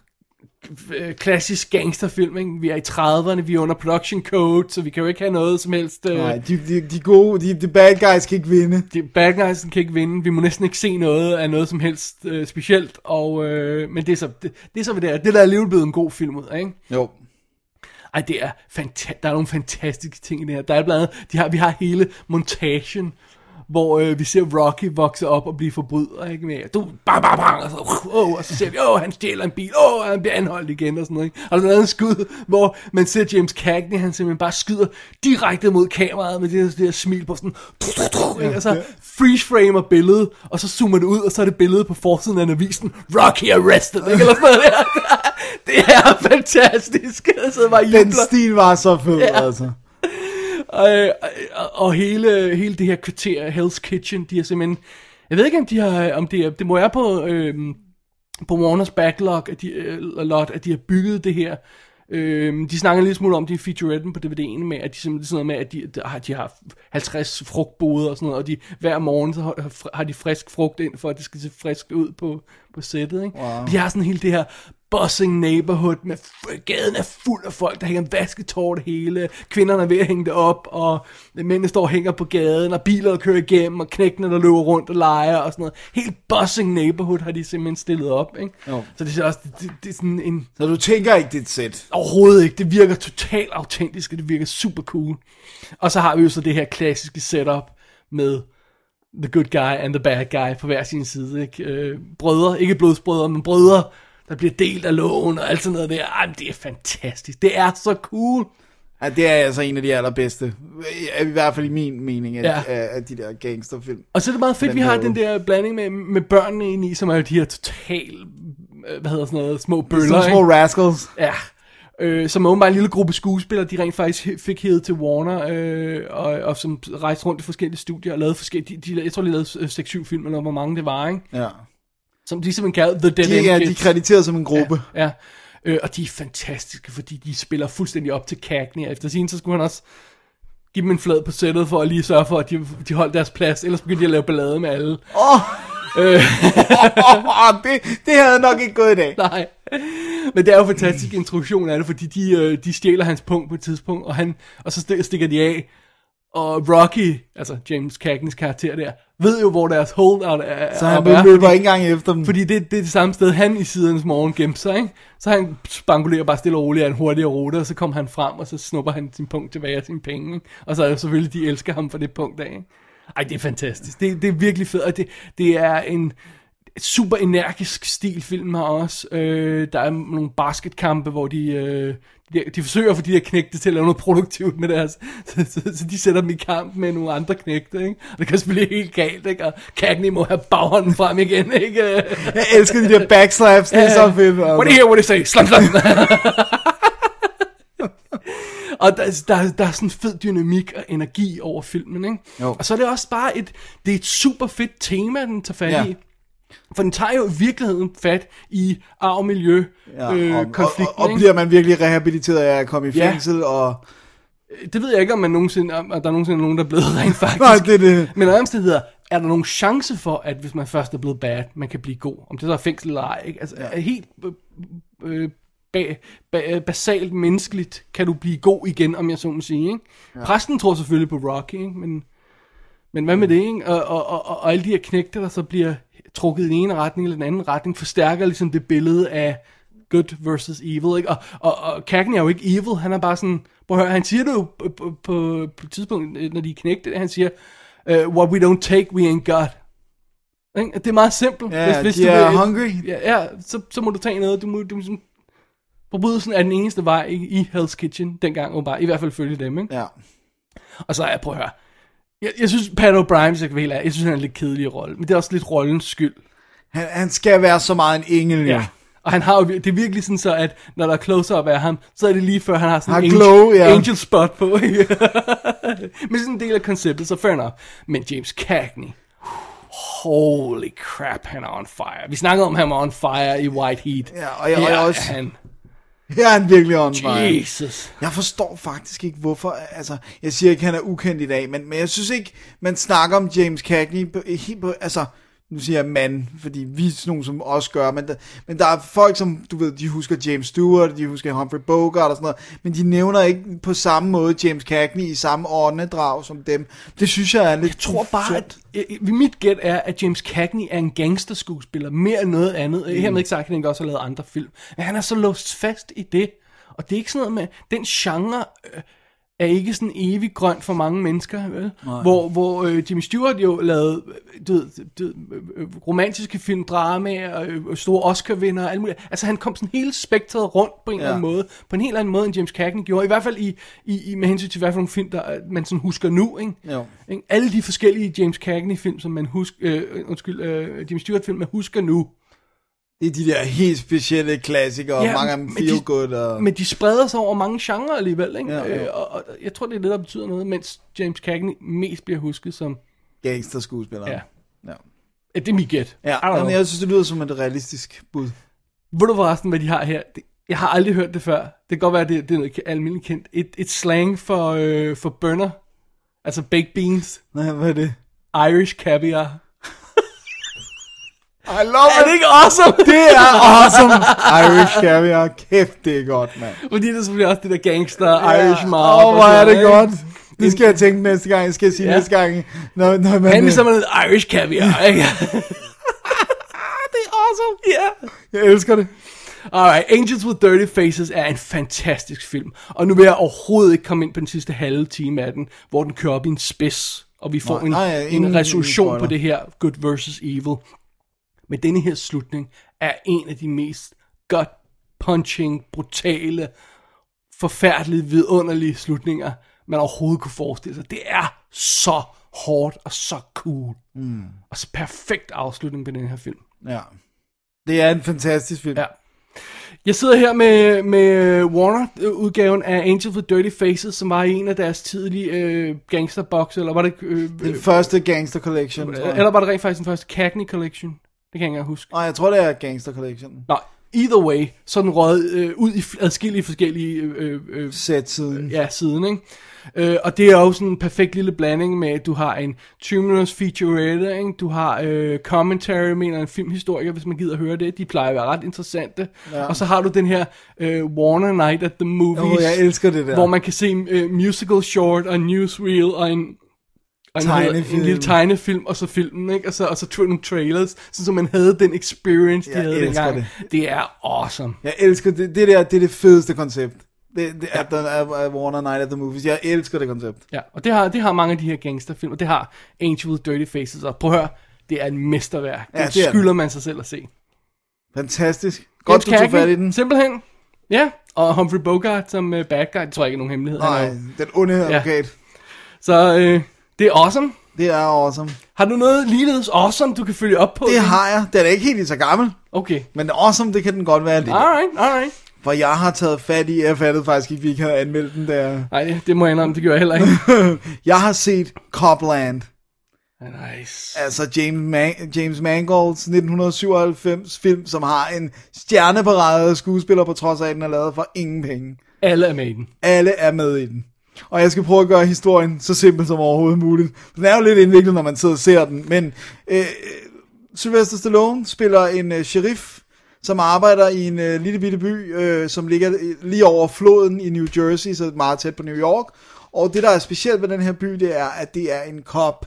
klassisk gangsterfilm, ikke? Vi er i trediverne, vi er under production code, så vi kan jo ikke have noget som helst... Øh... Nej, de, de, de gode, de, de bad guys kan ikke vinde. De bad guys kan ikke vinde, vi må næsten ikke se noget af noget som helst øh, specielt, og, øh, men det er så, det, det er så, hvad det er. Det der er alligevel blevet en god film ud af, ikke? Jo. Ej, det er fanta- der er nogle fantastiske ting i det her. Der er blandt andet, de har, vi har hele montagen, hvor øh, vi ser Rocky vokse op og blive forbryder, ikke mere. Du, bang, bang, bang, og så, oh, og så ser vi, åh, oh, han stjæler en bil, åh, oh, han bliver anholdt igen, og sådan noget, ikke? Og der er noget skud, hvor man ser James Cagney, han simpelthen bare skyder direkte mod kameraet med det der, det der smil på sådan, ja, og så ja. freeze-framer billedet, og så zoomer det ud, og så er det billedet på forsiden af avisen, Rocky arrested, ikke? Eller sådan noget der. Det er fantastisk. Så var den stil var så fed, ja. Altså. Og, og, og hele, hele det her kvarter, Hell's Kitchen, de har simpelthen, jeg ved ikke om de har, om det er, det må være på, øhm, på Warners backlog, at de, øh, lot, at de har bygget det her. Øhm, de snakker lidt smule om det i featuretten på D V D'en med, at de simpelthen sådan noget med, at de, de, har, de har halvtreds frugtboder og sådan noget, og de hver morgen så har, har de frisk frugt ind, for at det skal se frisk ud på, på sættet, ikke? Wow. De har sådan hele det her buzzing neighborhood, med gaden er fuld af folk, der hænger vasketår det hele, kvinderne er ved at hænge det op, og mændene står og hænger på gaden, og biler der kører igennem, og knægtene der løber rundt og leger, og sådan noget. Helt buzzing neighborhood har de simpelthen stillet op, ikke? Jo. Så det er også, det, det, det er sådan en... Så du tænker ikke, det er et sæt? Overhovedet ikke, det virker totalt autentisk, og det virker super cool. Og så har vi jo så det her klassiske setup med the good guy and the bad guy på hver sin side, ikke? Øh, brødre, ikke blodsbrødre, men brødre, der bliver delt af loven og alt sådan noget der. Ej, det er fantastisk. Det er så cool. Ja, det er altså en af de allerbedste. I hvert fald i min mening af, ja. af, af de der gangsterfilm. Og så er det meget fedt, vi har den der blanding med, med børnene inde i, som er jo de her total, hvad hedder sådan noget, små bøller. Sådan små rascals. Ja. Øh, som er åbenbart en lille gruppe skuespillere, de rent faktisk fik hævet til Warner, øh, og, og som rejste rundt i forskellige studier og lavede forskellige, de, de, jeg tror, de lavede seks syv film, eller hvor mange det var, ikke? Ja. Som de simpelthen kalder The Dead de, End ja, Kids. de er krediteret som en gruppe. Ja, ja. Øh, og de er fantastiske, fordi de spiller fuldstændig op til Cagney. Efter sin, så skulle han også give dem en flad på sættet, for at lige sørge for, at de, de holdt deres plads. Ellers begyndte de at lave ballade med alle. Åh! Oh. det, det havde nok ikke gået i dag. Nej. Men det er jo en fantastisk introduktion af det, fordi de, øh, de stjæler hans punkt på et tidspunkt, og, han, og så stikker de af. Og Rocky, altså James Cagney's karakter der, ved jo, hvor deres holdout er. Så han løber fordi, ikke engang efter dem. Fordi det, det er det samme sted, han i sidernes morgen gemte sig, ikke? Så han spangulerer bare stille og roligt af en hurtigere rute, og så kommer han frem, og så snupper han sin punkt tilbage af sine penge, ikke? Og så er det selvfølgelig, de elsker ham for det punkt af, ikke? Ej, det er fantastisk. Det, det er virkelig fedt, og det, det er en super energisk stilfilm her også. Øh, der er nogle basketkampe, hvor de... Øh, De, de forsøger at få de der knægte til at lave noget produktivt med deres, så, så, så de sætter dem i kamp med nogle andre knægte, ikke? Og det kan selvfølgelig helt galt, ikke? Og Cagney må have baghånden frem igen, ikke? Jeg elsker de der backslaps, det er så fedt. What do you hear, what do you say? Slam, slam. Og der, der, der er sådan en fed dynamik og energi over filmen, ikke? Jo. Og så er det også bare et, det er et super fedt tema, den tager fat ja. i. For den tager jo i virkeligheden fat i arv, miljø, ja, øh, og, konflikten. Og, og, og bliver man virkelig rehabiliteret af at komme i fængsel, ja. og... Det ved jeg ikke, om, man nogensinde, om der er nogensinde nogen, der er blevet rent faktisk. Nej, det er det. Men andre steder, er der nogen chance for, at hvis man først er blevet bad, man kan blive god? Om det så er fængsel eller ej, ikke? Altså, ja. helt øh, ba, ba, basalt menneskeligt kan du blive god igen, om jeg så må sige, ikke? Ja. Præsten tror selvfølgelig på Rocky, ikke? Men, men hvad med det, ikke? Og, og, og, og, og alle de her knægte, der så bliver trukket i den ene retning eller den anden retning, forstærker ligesom det billede af good versus evil, ikke? Og, og, og Cagney er jo ikke evil, han er bare sådan, prøv at høre, han siger det jo på, på, på, på et tidspunkt, når de er knægte, han siger, uh, what we don't take, we ain't got. Ikke? Det er meget simpelt. Ja, hvis, hvis de du er vil, hungry. Ja, ja så, så må du tage noget, du må, du må sådan, forbrydelsen er den eneste vej i, i Hell's Kitchen, dengang, og bare, i hvert fald følge dem, ikke? Ja. Og så er jeg, prøv at høre, Jeg, jeg synes, Pat O'Brien, så kan vi helt af, jeg synes, han er en lidt kedelig rolle, men det er også lidt rollens skyld. Han, han skal være så meget en engel, ja. Og han har jo, det er virkelig sådan så, at når der er close-up af ham, så er det lige før, han har sådan en angel, angel, ja. angel spot på. Men sådan en del af konceptet, så fair enough. Men James Cagney, holy crap, han er on fire. Vi snakkede om, han var on fire i White Heat. Ja, og jeg, og jeg også... Han, Her er han virkelig on fire. Jesus. Jeg forstår faktisk ikke, hvorfor... Altså, jeg siger ikke, han er ukendt i dag, men, men jeg synes ikke, man snakker om James Cagney på, helt på... Altså, nu siger jeg mand, fordi vi er sådan nogen, som også gør, men der, men der er folk, som, du ved, de husker James Stewart, de husker Humphrey Bogart og sådan noget, men de nævner ikke på samme måde James Cagney i samme åndedrag som dem. Det synes jeg er lidt... Jeg tror bare, at mit gæt er, at James Cagney er en gangsterskuespiller, mere end noget andet. Mm. Hermed ikke sagt, at han ikke også har lavet andre film. Men han er så låst fast i det, og det er ikke sådan noget med, den genre... Øh, er ikke sådan evig grøn for mange mennesker, vel? Hvor, hvor øh, Jimmy Stewart jo lavede du ved, du ved, øh, romantiske film, dramaer, øh, store Oscar-vinder og alt muligt. Altså han kom sådan hele spektret rundt på en ja. eller anden måde, på en helt anden måde end James Cagney gjorde, i hvert fald i, i, i med hensyn til hvad for nogle film, der man sådan husker nu, ikke? Jo. Ikke? Alle de forskellige James Cagney-film, som man husker, øh, undskyld, øh, Jimmy Stewart-film, man husker nu. Det er de der helt specielle klassikere, ja, og mange af dem feel de, good. Og... Men de spreder sig over mange genrer alligevel, ikke? Ja, ja. Øh, og, og jeg tror, det er det, der betyder noget, mens James Cagney mest bliver husket som... gangsterskuespiller. Ja. Ja. Det er mit gæt. Ja, men jeg synes, det lyder som et realistisk bud. Ved du forresten, hvad de har her? Jeg har aldrig hørt det før. Det kan godt være, det, det er noget almindeligt kendt. Et, et slang for, øh, for bønner. Altså baked beans. Nej, hvad er det? Irish caviar. I love it. Er det ikke awesome? Det er awesome. Irish caviar. Kæft, det er godt, mand. Fordi det er selvfølgelig også det der gangster, yeah. Irish mob. Åh, oh, hvor er det ikke? Godt. Det skal jeg tænke næste gang. Jeg skal sige yeah. næste gang. Når, når man... Han er som en Irish caviar, ikke? Det er awesome. Ja. Yeah. Jeg elsker det. Alright, Angels with Dirty Faces er en fantastisk film. Og nu vil jeg overhovedet ikke komme ind på den sidste halve time af den, hvor den kører op i en spids, og vi får nej, en, nej, en resolution på det her good versus evil. Men denne her slutning er en af de mest gut-punching, brutale, forfærdelige, vidunderlige slutninger, man overhovedet kunne forestille sig. Det er så hårdt og så cool. Mm. Og så perfekt afslutning på den her film. Ja, det er en fantastisk film. Ja. Jeg sidder her med, med Warner-udgaven af Angels with Dirty Faces, som var en af deres tidlige øh, gangsterbox, eller var det... Øh, den første gangster collection, tror jeg. Eller var det rent faktisk den første Cagney collection? Det kan jeg ikke engang huske. Nej, jeg tror, det er Gangster Collection. Nej, either way, så er den røget øh, ud i adskillige forskellige øh, øh, Sæt-siden. Ja, siden, ikke? Øh, og det er jo sådan en perfekt lille blanding med, at du har en tyve minutters featurette, ikke? Du har øh, commentary, mener en filmhistoriker, hvis man gider høre det. De plejer at være ret interessante. Ja. Og så har du den her øh, Warner Night at the Movies. Oh, jeg elsker det der. Hvor man kan se øh, musical short og newsreel og en... Og en, en lille tegnefilm, og så filmen, ikke? Og så, og så nogle trailers, sådan så man havde den experience, de jeg havde dengang. Det. det er awesome. Jeg elsker det. Det der, det er det fedeste koncept. Det, det er, ja. er Warner Night at the Movies. Jeg elsker det koncept. Ja, og det har, det har mange af de her gangsterfilm, og det har Angel with Dirty Faces. Og prøv at høre, det er en mesterværk. Ja, det, det skylder man sig selv at se. Fantastisk. Godt, du tog fat i den. Simpelthen. Ja, og Humphrey Bogart som uh, bad guy, det tror jeg ikke er nogen hemmelighed. Nej, den onde advokat. Ja. Så øh, det er awesome. Det er awesome. Har du noget ligeledes awesome, du kan følge op på? Det har jeg. Den er ikke helt så gammel. Okay. Men awesome, det kan den godt være lidt. Alright, alright. For jeg har taget fat i, jeg fattede faktisk ikke, vi ikke havde anmeldt den der. Nej, det, det må jeg indrømme, det gør jeg heller ikke. Jeg har set Copland. Nice. Altså James, Man- James Mangolds nitten syvoghalvfems film, som har en stjerneparade skuespiller, på trods af, at den er lavet for ingen penge. Alle er med i den. Alle er med i den. Og jeg skal prøve at gøre historien så simpel som overhovedet muligt. Den er jo lidt indviklet, når man sidder og ser den. Men øh, Sylvester Stallone spiller en øh, sheriff, som arbejder i en øh, lille bitte by, øh, som ligger lige over floden i New Jersey, så meget tæt på New York. Og det, der er specielt ved den her by, det er, at det er en cop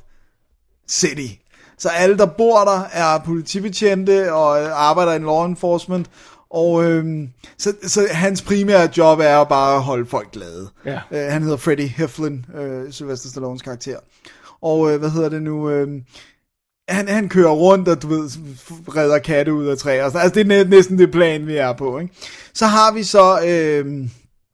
city. Så alle, der bor der, er politibetjente og øh, arbejder i law enforcement. Og øhm, så, så hans primære job er bare at holde folk glade. Ja. Øh, han hedder Freddie Heflin, øh, Sylvester Stallones karakter. Og øh, hvad hedder det nu? Øh, han, han kører rundt og, du ved, redder katte ud af træer. Altså, det er næ- næsten det plan, vi er på. Ikke? Så har vi så øh,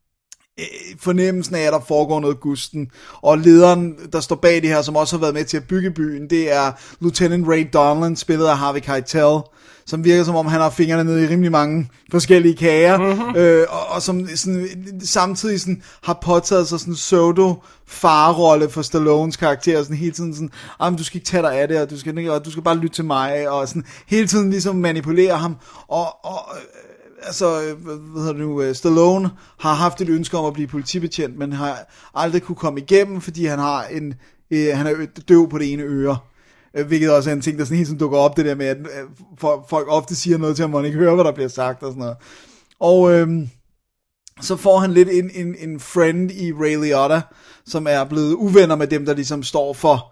fornemmelsen af, at der foregår noget gusten. Og lederen, der står bag det her, som også har været med til at bygge byen, det er Lieutenant Ray Donlan, spillet af Harvey Keitel, som virker som om han har fingrene nede i rimelig mange forskellige kager, mm-hmm. øh, og, og som sådan, samtidig sådan, har påtaget sig sådan en pseudo-farrolle for Stallones karakter, sådan hele tiden sådan, ah, du skal ikke tage dig af det, og du skal, og du skal bare lytte til mig, og sådan hele tiden ligesom manipulere ham, og, og altså, hvad hedder det nu, Stallone har haft et ønske om at blive politibetjent, men har aldrig kunne komme igennem, fordi han har en, øh, han er døv på det ene øre. Hvilket også er en ting, der sådan helt sådan dukker op, det der med, at folk ofte siger noget til ham, hvor man ikke hører, hvad der bliver sagt og sådan noget. Og øhm, så får han lidt en, en, en friend i Ray Liotta, som er blevet uvenner med dem, der ligesom står for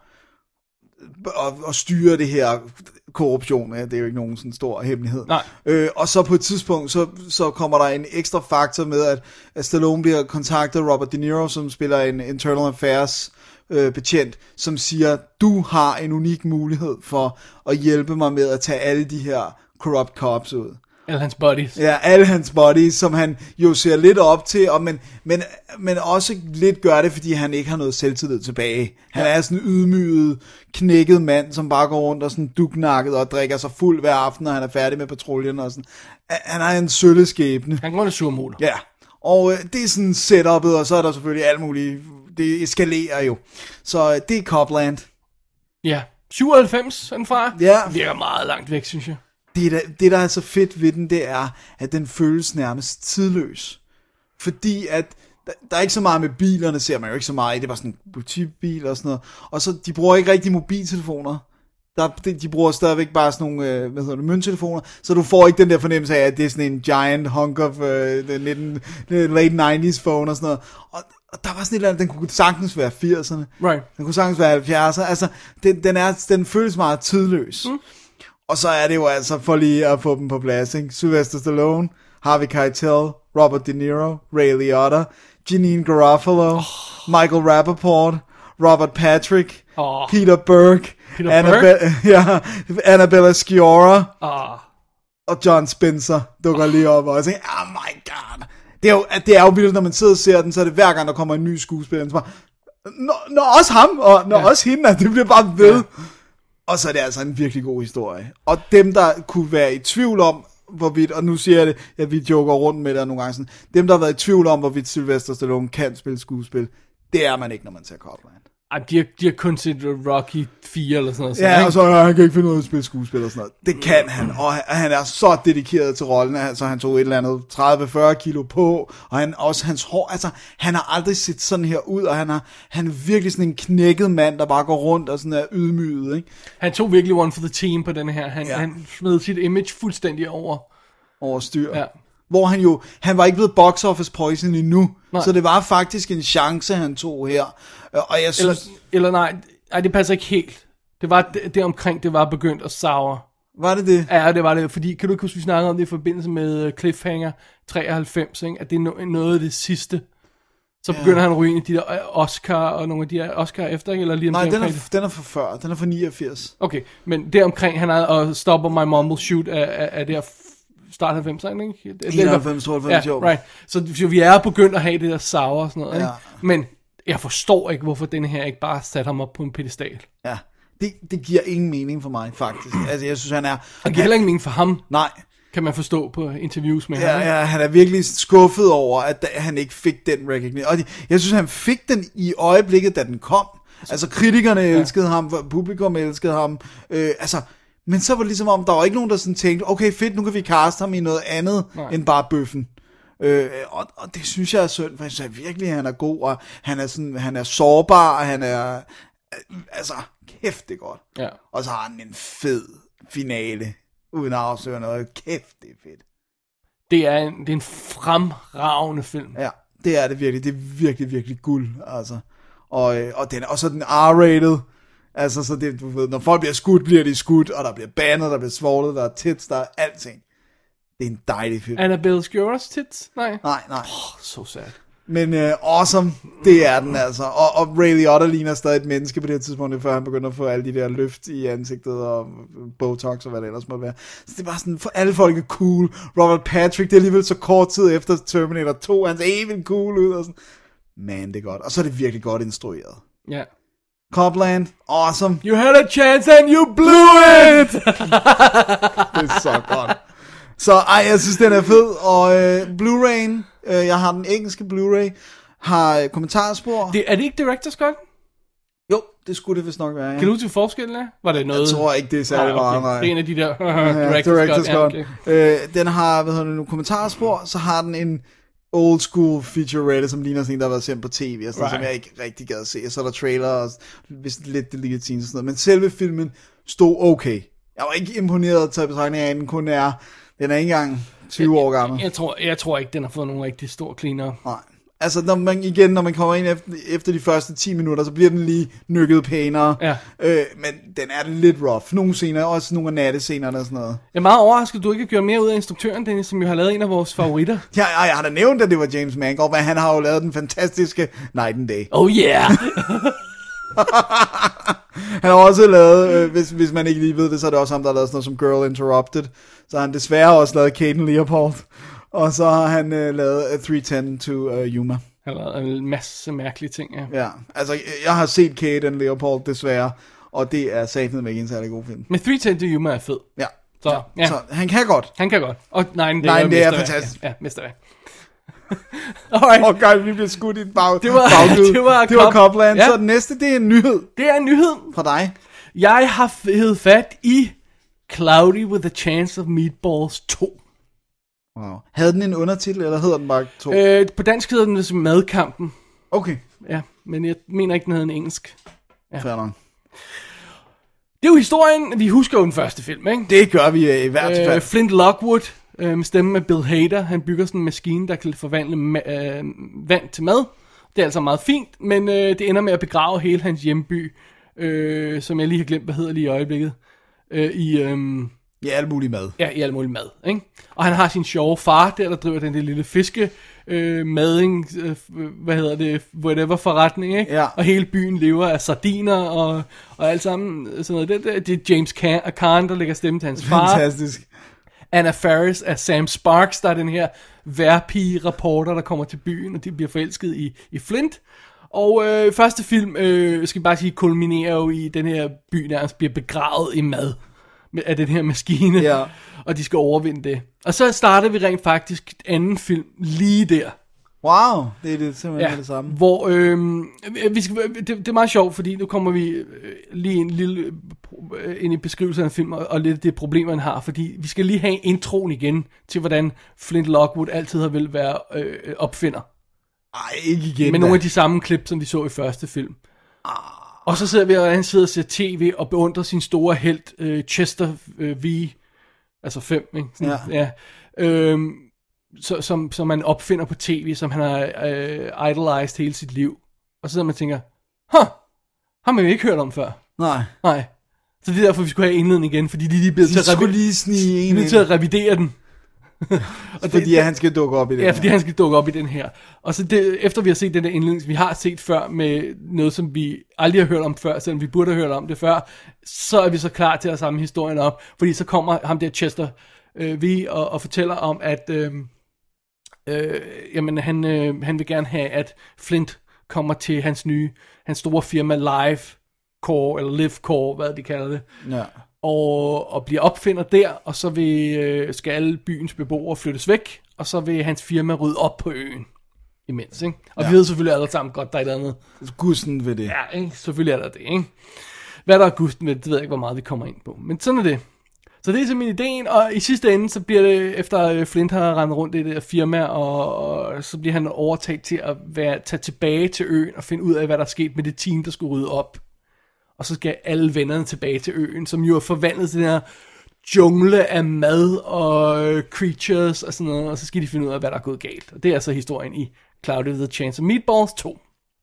at, at styre det her korruption. Ja, det er jo ikke nogen sådan stor hemmelighed. Øh, og så på et tidspunkt, så, så kommer der en ekstra faktor med, at, at Stallone bliver kontaktet af Robert De Niro, som spiller en Internal Affairs Øh, betjent, som siger, du har en unik mulighed for at hjælpe mig med at tage alle de her corrupt cops ud. Alle hans buddies. Ja, alle hans buddies, som han jo ser lidt op til, og men, men, men også lidt gør det, fordi han ikke har noget selvtillid tilbage. Han ja. er sådan en ydmyget, knækket mand, som bare går rundt og sådan duknakket og drikker sig fuld hver aften, når han er færdig med patruljen og sådan. Han er en sølle skæbne. Han går under surmål. Ja, og øh, det er sådan setupet, og så er der selvfølgelig alt muligt. Det eskalerer jo. Så øh, det er Copland. Ja, syvoghalvfems er den fra. Ja. Det virker meget langt væk, synes jeg. Det, der, det, der er så fedt ved den, det er, at den føles nærmest tidløs. Fordi at, der, der er ikke så meget med bilerne, ser man jo ikke så meget i. Det er bare sådan en politibil og sådan noget. Og så, de bruger ikke rigtig mobiltelefoner. Der, de, de bruger stadigvæk bare sådan nogle, øh, hvad hedder det, mønttelefoner, så du får ikke den der fornemmelse af, at det er sådan en giant hunk of uh, nitten, late nineties phone og sådan noget. Og, og der var sådan et eller andet, den kunne sagtens være firserne. Right. Den kunne sagtens være halvfjerdserne. Altså, den, den, er, den føles meget tidløs. Mm. Og så er det jo altså, for lige at få dem på plads, ikke? Sylvester Stallone, Harvey Keitel, Robert De Niro, Ray Liotta, Janine Garofalo, oh. Michael Rappaport, Robert Patrick, oh. Peter Berg, Peter Annabelle, ja, Annabella Sciorra oh. og John Spencer dukker oh. lige op og jeg tænker, oh my god. Det er, jo, det er jo vildt, når man sidder og ser den, så er det hver gang, der kommer en ny skuespiller, så bare, når, når også ham, og når ja. også hende, det bliver bare ved. Ja. Og så er det altså en virkelig god historie. Og dem, der kunne være i tvivl om, hvorvidt, og nu siger jeg det, at vi joker rundt med det nogle gange sådan, dem, der har været i tvivl om, hvorvidt Sylvester Stallone kan spille skuespil, det er man ikke, når man ser Copland. Ej, de har, de har kun set Rocky fire eller sådan noget. Ja, sådan, og så ja, han kan ikke finde ud af at spille skuespil og sådan noget. Det kan han, og han, han er så dedikeret til rollen, altså han tog et eller andet tredive til fyrre kilo på, og han, også hans hår, altså han har aldrig set sådan her ud, og han, har, han er virkelig sådan en knækket mand, der bare går rundt og sådan er ydmyget, ikke? Han tog virkelig one for the team på den her. Han, Ja. han smed sit image fuldstændig over. Over styr. Ja. Hvor han jo, han var ikke blevet box office poison endnu, Nej. så det var faktisk en chance, han tog her. Og jeg synes... Eller, eller nej, nej, det passer ikke helt. Det var det, det omkring, det var begyndt at sour. Var det det? Ja, det var det, fordi, kan du ikke huske, vi snakkede om det i forbindelse med Cliffhanger treoghalvfems, ikke? At det er no- noget af det sidste. Så begynder ja. han at ryge ind i de der Oscar, og nogle af de der Oscar efter, ikke? Eller lige Nej, den er, omkring. den er for før, den er for niogfirs. Okay, men det omkring, han havde og Stop or My Mom Will Shoot af, af, af det her start halvfemserne, ikke? enoghalvfems, tooghalvfems, ja, jo. right. Så, så vi er begyndt at have det der sour og sådan noget, ikke? Ja. Men jeg forstår ikke, hvorfor den her ikke bare satte ham op på en pedestal. Ja, det, det giver ingen mening for mig, faktisk. Altså, jeg synes, han er... Det giver heller ikke mening for ham, Nej. kan man forstå på interviews med Ja, ham. ikke? ja, han er virkelig skuffet over, at da- han ikke fik den recognition. Og de, jeg synes, han fik den i øjeblikket, da den kom. Altså, kritikerne elskede ja. ham, publikum elskede ham. Øh, altså, men så var det ligesom om, der var ikke nogen, der sådan tænkte, okay, fedt, nu kan vi kaste ham i noget andet, Nej. end bare bøffen. Øh, og, og det synes jeg er synd, for jeg synes virkelig, at han er god, og han er, sådan, han er sårbar, og han er... Øh, altså, kæft, det er godt. Ja. Og så har han en fed finale, uden at afsløre noget. Kæft, det er fedt. Det er en, det er en fremragende film. Ja, det er det virkelig. Det er virkelig, virkelig guld, altså. Og, øh, og, den, og så den R-rated. Altså, så det, du ved, når folk bliver skudt, bliver de skudt, og der bliver bandet, der bliver svoglet, der er tits, der er alting. Det er en dejlig film. Annabelle Sciorras tits? Nej. Nej, nej. Oh, so sad. Men øh, awesome, det er den altså. Og, og Ray Liotta ligner stadig et menneske på det her tidspunkt, før han begynder at få alle de der løft i ansigtet og Botox og hvad det ellers må være. Så det er bare sådan, for alle folk er cool. Robert Patrick, det er alligevel så kort tid efter Terminator to, han ser helt cool ud og sådan. Man, det er godt. Og så er det virkelig godt instrueret. Ja. Copland, awesome. You had a chance and you blew it! Det er så godt. Så ej, jeg synes, den er fed. Og øh, Blu-ray'en, øh, jeg har den engelske Blu-ray, har øh, kommentarspor. Det, er det ikke Director's Cut? Jo, det skulle det vist nok være, ja. Kan du til forskellen af? Var det noget? Jeg tror ikke, det er særlig ah, okay. meget, nej. Det er en af de der Ja, Director's, Director's Cut. Ja, Cut. okay. øh, den har, hvad hedder det nu, kommentarspor, så har den en old school featurette, som ligner sådan en, der har været sendt på tv, og sådan, right. som jeg ikke rigtig gad at se. Og så er der trailer og vist lidt deleted scenes og sådan noget. Men selve filmen stod okay. Jeg var ikke imponeret til at betragtning af, at den kun er, den er ikke engang tyve år gammel. Jeg, jeg, tror, jeg tror ikke, den har fået nogen rigtig stor cleaner. Nej. Altså, når man, igen, når man kommer ind efter, efter de første ti minutter, så bliver den lige nykket pænere. Ja. Øh, men den er lidt rough. Nogle scener, også nogle af nattescenerne og sådan noget. Jeg er meget overrasket, at du ikke har gjort mere ud af instruktøren, Dennis, som jo har lavet en af vores favoritter. Ja, jeg har da nævnt, at det var James Mangold, men han har jo lavet den fantastiske Night and Day. Oh yeah! Han har også lavet, øh, hvis, hvis man ikke lige ved det, så er det også ham, der har lavet sådan noget som Girl Interrupted. Så har han desværre også lavet Kate and Leopold. Og så har han øh, lavet uh, tre ti to uh, Yuma. Han har lavet en masse mærkelige ting, ja. Ja, altså jeg har set Kate and Leopold desværre, og det er satme med ikke en særlig god film. Men tre ti to Yuma er fed. Ja. Så, ja. Så han kan godt. Han kan godt. Og nej, det Nej, er, det er mesterværk. fantastisk. Ja, ja mesterværk. Alright. Åh, oh, god, vi bliver skudt i en bag, Det var- baglyd. det var det var Cop- Copland. Ja. Så den næste, det er en nyhed Det er en nyhed. fra dig. Jeg har heddet fat i Cloudy with a Chance of Meatballs to. Wow. Havde den en undertitel, eller hedder den bare to? Øh, på dansk hedder den det som Madkampen. Okay, Ja, men jeg mener ikke, den hedder en engelsk. Ja. fair nok. Det er jo historien, vi husker jo den første film, ikke? Det gør vi øh, i hvert fald. Øh, Flint Lockwood, øh, med stemme med Bill Hader, han bygger sådan en maskine, der kan forvandle ma- øh, vand til mad. Det er altså meget fint, men øh, det ender med at begrave hele hans hjemby, øh, som jeg lige har glemt, hvad hedder lige i øjeblikket, øh, i, øh, Ja, alt muligt mad. ja, i alt muligt mad, ikke? Og han har sin sjove far der, der driver den der lille fiske, øh, mading, øh, hvad hedder det, whatever forretning, ikke? Ja. Og hele byen lever af sardiner og, og alt sammen sådan noget. Det, det, det er James Caan, der lægger stemme til hans far. Fantastisk. Anna Faris er Sam Sparks, der er den her vejrpige-reporter, der kommer til byen, og de bliver forelsket i, i Flint. Og øh, første film, øh, skal jeg bare sige, kulminerer jo i, den her by nærmest bliver begravet i mad med, af den her maskine, Ja. og de skal overvinde det. Og så starter vi rent faktisk anden film lige der. Wow, det er det simpelthen Ja, det samme. hvor øh, vi skal, det, det er meget sjovt, fordi nu kommer vi øh, lige en lille øh, ind i beskrivelsen af film, og, og lidt det problem, man har, fordi vi skal lige have introen igen til, hvordan Flint Lockwood altid har vil være øh, opfinder. Ej, ikke igen. Med nogle af de samme klip, som vi så i første film. Ah. Og så sidder vi, og han sidder og ser tv og beundrer sin store helt, øh, Chester øh, V, altså fem, ikke? Sådan, ja. ja. Øhm, så, som, som man opfinder på tv, som han har øh, idolized hele sit liv. Og så sidder man og tænker, huh, har man jo ikke hørt om før. Nej. Nej. Så det er derfor, vi skulle have indledning igen, fordi de lige bliver til at, revi- lige snige en til at revidere den. og fordi det, han skal dukke op i den Ja, her. fordi han skal dukke op i den her. Og så det, efter vi har set den der indledning, vi har set før med noget, som vi aldrig har hørt om før, selvom vi burde have hørt om det før, så er vi så klar til at samle historien op. Fordi så kommer ham der Chester øh, V og, og fortæller om, at øh, øh, jamen, han, øh, han vil gerne have, at Flint kommer til hans nye, hans store firma Live Core, eller Live Core, hvad de kalder det. Ja. Og, og bliver opfinder der, og så vil, øh, skal alle byens beboere flyttes væk, og så vil hans firma rydde op på øen imens, ikke? Og ja. Vi ved selvfølgelig alle sammen godt, der er et andet. Gusten ved det. Ja, ikke? Selvfølgelig er der det, ikke? Hvad der er gusten ved det, det ved jeg ikke, hvor meget vi kommer ind på. Men sådan er det. Så det er simpelthen ideen, og i sidste ende, så bliver det, efter Flint har rendt rundt i det der firma, og, og så bliver han overtaget til at være, tage tilbage til øen, og finde ud af, hvad der er sket med det team, der skulle rydde op. Og så skal alle vennerne tilbage til øen, som jo er forvandlet til den her jungle af mad og creatures og sådan noget, og så skal de finde ud af, hvad der er gået galt. Og det er altså historien i Cloudy with a Chance of Meatballs to.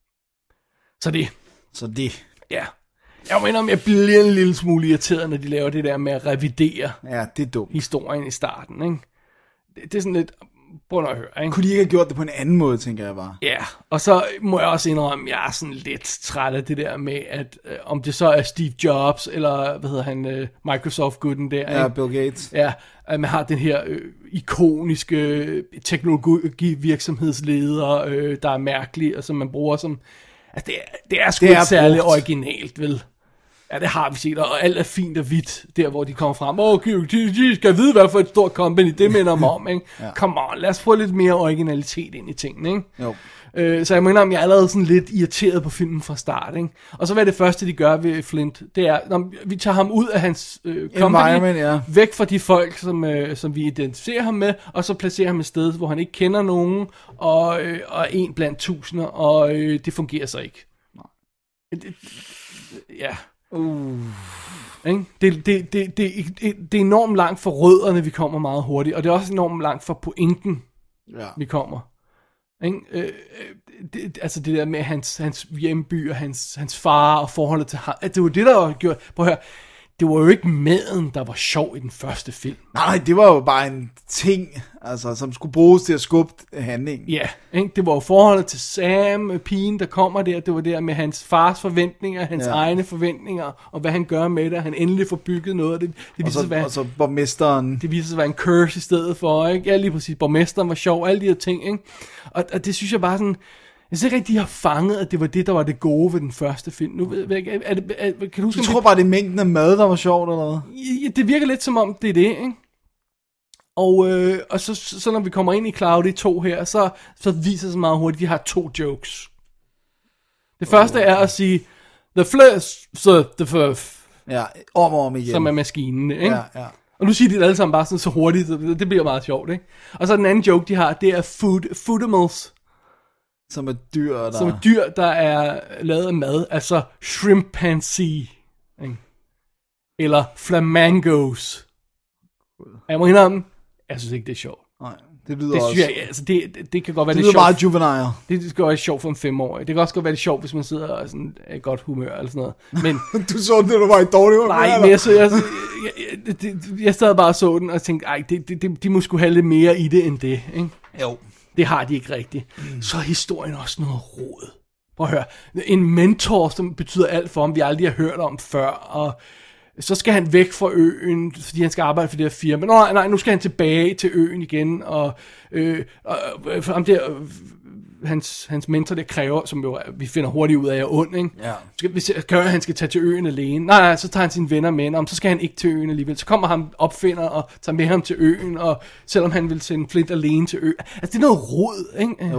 Så det. Så det. Ja. Jeg mener, om jeg bliver en lille smule irriteret, når de laver det der med at revidere ja, det er dumt. Historien i starten, ikke? Det, det er sådan lidt... Prøv at høre, ikke? Kunne de ikke have gjort det på en anden måde, tænker jeg bare. Ja, og så må jeg også indrømme, at jeg er sådan lidt træt af det der med, at øh, om det så er Steve Jobs, eller hvad hedder han, øh, Microsoft-gutten der. Ja, ikke? Bill Gates. Ja, at man har den her øh, ikoniske øh, teknologivirksomhedsleder, øh, der er mærkelig, og som man bruger som... Altså, det er, det er sgu det er ikke særlig brugt. Originalt, vel? Ja, det har vi set, og alt er fint og hvidt, der hvor de kommer frem. Åh, okay, de, de skal vide, hvad for et stort company, det minder mig om, ikke? Ja. Come on, lad os få lidt mere originalitet ind i tingene, ikke? Jo. Øh, så jeg mener, om jeg er allerede sådan lidt irriteret på filmen fra start, ikke? Og så hvad er det første, de gør ved Flint? Det er, når vi tager ham ud af hans øh, company, ja. væk fra de folk, som, øh, som vi identificerer ham med, og så placerer ham et sted, hvor han ikke kender nogen, og, øh, og en blandt tusinder, og øh, det fungerer så ikke. Nej. Det, ja. Uh. Det, det, det, det, det, det er enormt langt for rødderne, vi kommer meget hurtigt, og det er også enormt langt for pointen, ja. Vi kommer. Ikke? Øh, det, altså det der med hans, hans hjemby og hans, hans far og forholdet til ham, det var det, der var gjort. Prøv at høre, det var jo ikke maden, der var sjov i den første film. Nej, det var jo bare en ting, altså, som skulle bruges til at skubbe handlingen. Ja, ikke? Det var jo forholdet til Sam, pigen, der kommer der. Det var der med hans fars forventninger, hans ja. egne forventninger, og hvad han gør med det. Han endelig får bygget noget af det. det og, så, være, og så borgmesteren. Det viser sig at være en curse i stedet for, ikke? Ja, lige præcis. Borgmesteren var sjov, alle de her ting, ikke? Og, og det synes jeg bare sådan... Jeg synes ikke rigtig, de har fanget, at det var det, der var det gode ved den første film. Nu, er, er, er, er, kan du huske, jeg tror bare, det er mængden af mad, der var sjovt, eller hvad? Ja, det virker lidt som om, det er det, ikke? Og, øh, og så, så når vi kommer ind i Cloudy to her, så, så viser det sig meget hurtigt, at de har to jokes. Det første oh. er at sige, the flesh, so the first. Ja, om og om igen. Som er maskinen, ikke? Ja, ja. Og nu siger de det alle sammen bare sådan så hurtigt, så det, det bliver meget sjovt, ikke? Og så den anden joke, de har, det er food, foodimals. Som er dyr, der... Som er dyr, der er lavet af mad. Altså shrimpanzee. Ikke? Eller flamingos. Jeg må indrømme, jeg synes ikke, det er sjovt. Nej, det lyder det også... Jeg, altså det, det, det kan godt være det lidt sjovt. Det lyder meget juvenile. Det, det skal godt være sjovt for en femårig. Det kan også godt være lidt sjovt, hvis man sidder og sådan er i godt humør eller sådan noget. Men... du så den, da du var i dårlig humør? Nej, men jeg, så, jeg, jeg, jeg, jeg, jeg sad bare og så den og tænkte, ej, det, det, det, de må sgu have lidt mere i det end det, ikke? Jo. Det har de ikke rigtigt. Mm. Så er historien også noget rod. Prøv at høre. En mentor, som betyder alt for ham, vi aldrig har hørt om før, og så skal han væk fra øen, fordi han skal arbejde for det her firma. Nej, nej, nu skal han tilbage til øen igen, og, øh, og øh, der, øh, hans, hans mentor, det kræver, som jo vi finder hurtigt ud af, er ond, ikke? Ja. Skal, hvis gør, at han skal tage til øen alene. Nej, nej, så tager han sine venner med, og så skal han ikke til øen alligevel. Så kommer han opfinder og tager med ham til øen, og selvom han vil sende Flint alene til øen. Altså, det er noget rod, ikke? Jo.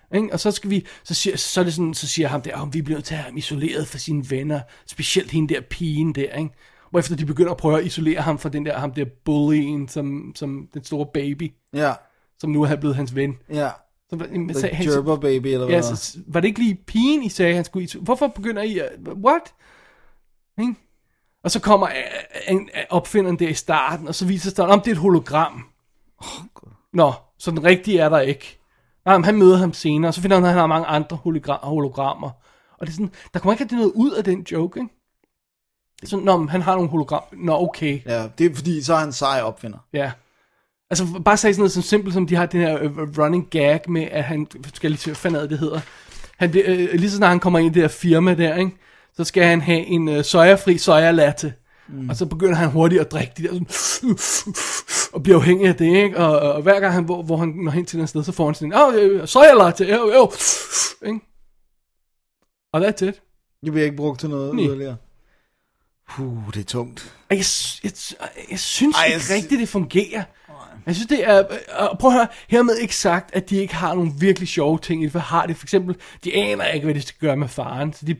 Ikke? Og så skal vi, så siger, så er det sådan, så siger ham der, om vi bliver nødt til at have ham isoleret fra sine venner, specielt hende der pigen der, ikke? Hvorefter de begynder at prøve at isolere ham fra den der, ham der bullyen, som, som den store baby, ja. Som nu er blevet hans ven. Ja. Så, The sagde, han, Gerber baby, eller hvad? Ja, så, var det ikke lige pigen, I sagde, han skulle isolere? Hvorfor begynder I at, what? Ikke? Og så kommer en opfinderen der i starten, og så viser sig, om det er et hologram. Oh, God. Nå, så den rigtige er der ikke. Nej, men han møder ham senere, og så finder han, at han har mange andre hologra- hologrammer. Og det er sådan, der kommer ikke rigtig noget ud af den joke, ikke? Så, nå, men han har nogle hologrammer. Nå, okay. Ja, det er fordi, så er han sej opfinder. Ja. Altså, bare sige sådan noget så simpelt, som de har den her uh, running gag med, at han, skal lige finde ud af, det hedder. Han bliver, uh, lige så snart han kommer ind i det der firma der, ikke? Så skal han have en uh, sojafri soja latte. Mm. Og så begynder han hurtigt at drikke de der sådan, og bliver afhængig af det, ikke? Og, og hver gang han, hvor, hvor han når hen til den sted, så får han sådan en, åh, oh, soja latte, jo, jo, ikke? Og that's it. Det bliver ikke brugt til noget Nej. yderligere. Puh, det er tungt. Jeg, jeg, jeg, jeg synes Ej, ikke jeg sy- rigtigt, det fungerer. Jeg synes, det er... Og prøv at høre, hermed ikke sagt, at de ikke har nogle virkelig sjove ting i det. For har det for eksempel... De aner ikke, hvad de skal gøre med faren. Så de...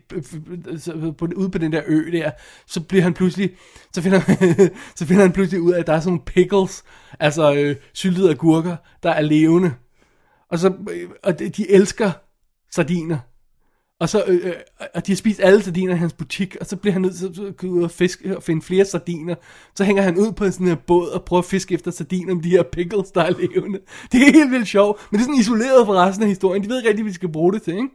Så på, ude på den der ø der, så bliver han pludselig... Så finder, så finder han pludselig ud af, at der er sådan nogle pickles. Altså øh, syltede agurker, der er levende. Og så... Øh, og de, de elsker sardiner. Og så, øh, og de har spist alle sardiner i hans butik, og så bliver han nødt til at gå ud og fiske og finde flere sardiner. Så hænger han ud på sådan en båd og prøver at fiske efter sardiner med de her pickles, der er levende. Det er helt vildt sjovt, men det er sådan isoleret fra resten af historien. De ved ikke rigtig, hvad de skal bruge det til, ikke?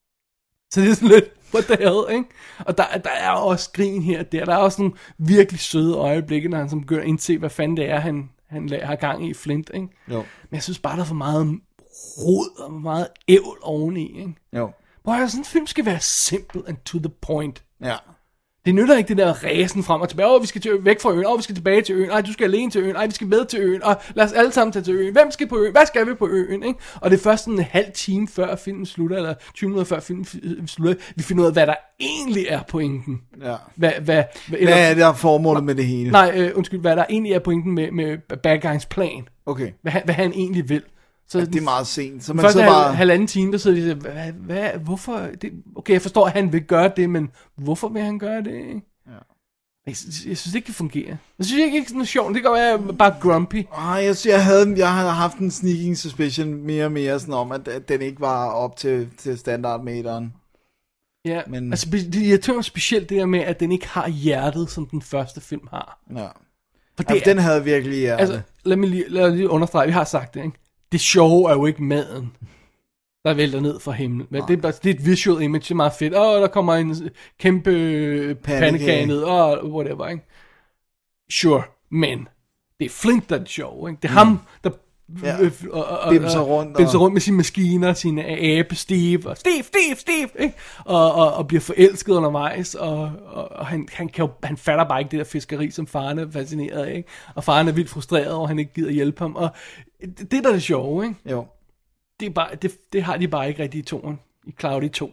Så det er sådan lidt, what the hell, ikke? Og der, der er også grin her og der. Der er også nogle virkelig søde øjeblikke, når han så begynder at indse, hvad fanden det er, han, han har gang i Flint, ikke? Jo. Men jeg synes bare, der er for meget rod og meget ævl oveni, ikke? Jo. Hvor sådan en film skal være simple and to the point. Ja. Det nytter ikke det der ræsen frem og tilbage. Åh, vi skal til, væk fra øen. Åh, vi skal tilbage til øen. Ej, du skal alene til øen. Ej, vi skal med til øen. Og lad os alle sammen tage til øen. Hvem skal på øen? Hvad skal vi på øen? Ikke? Og det er først sådan en halv time før filmen slutter, eller tyve minutter før filmen slutter, vi finder ud af, hvad der egentlig er pointen. Ja. Hvad, hvad, hvad, Hvad er det, der er formålet med det hele? Nej, øh, undskyld, hvad der egentlig er pointen med, med bad guys plan. Okay. Hvad, han- hvad han egentlig vil. Så Ja, det er meget sent. Så man første så bare... bare... halvanden time, der sidder de og siger, hvad, hvad, hvorfor, det, okay, jeg forstår, at han vil gøre det, men hvorfor vil han gøre det, ikke? Ja. Jeg, synes- jeg synes ikke, det fungerer. Jeg synes ikke, det er sådan noget sjovt, det kan være, jeg er bare grumpy. Ej, jeg, synes, jeg, havde, jeg har haft en sneaking suspicion mere og mere sådan om, at, at den ikke var op til, til standardmeteren. Ja, Men- men... altså det irriterer mig specielt det der med, at den ikke har hjertet, som den første film har. Ja. For det Altså, er, den havde virkelig hjertet. altså, lad mig lige, lad mig lige understrege, vi har sagt det, ikke? Det sjove er jo ikke maden, der vælter ned fra himlen. Men det, er bare, det er et visual image, det er meget fedt. Åh, der kommer en kæmpe pandekage ned, og whatever, ikke? Sure, men det er Flint, der er det sjove, ikke? Det er ham, der Ja. øh, og, og, Bimser rundt, bimser og- rundt med sine maskiner, sine abe, Steve, og Steve, Steve, Steve, ikke? Og, og, og bliver forelsket undervejs, og, og, og han, han, kan jo, han fatter bare ikke det der fiskeri, som faren er fascineret af, ikke? Og faren er vildt frustreret over, at han ikke gider hjælpe ham, og det, det der er det sjove, ikke? Jo. Det, er bare, det, det har de bare ikke rigtig i toren, i Cloudy to.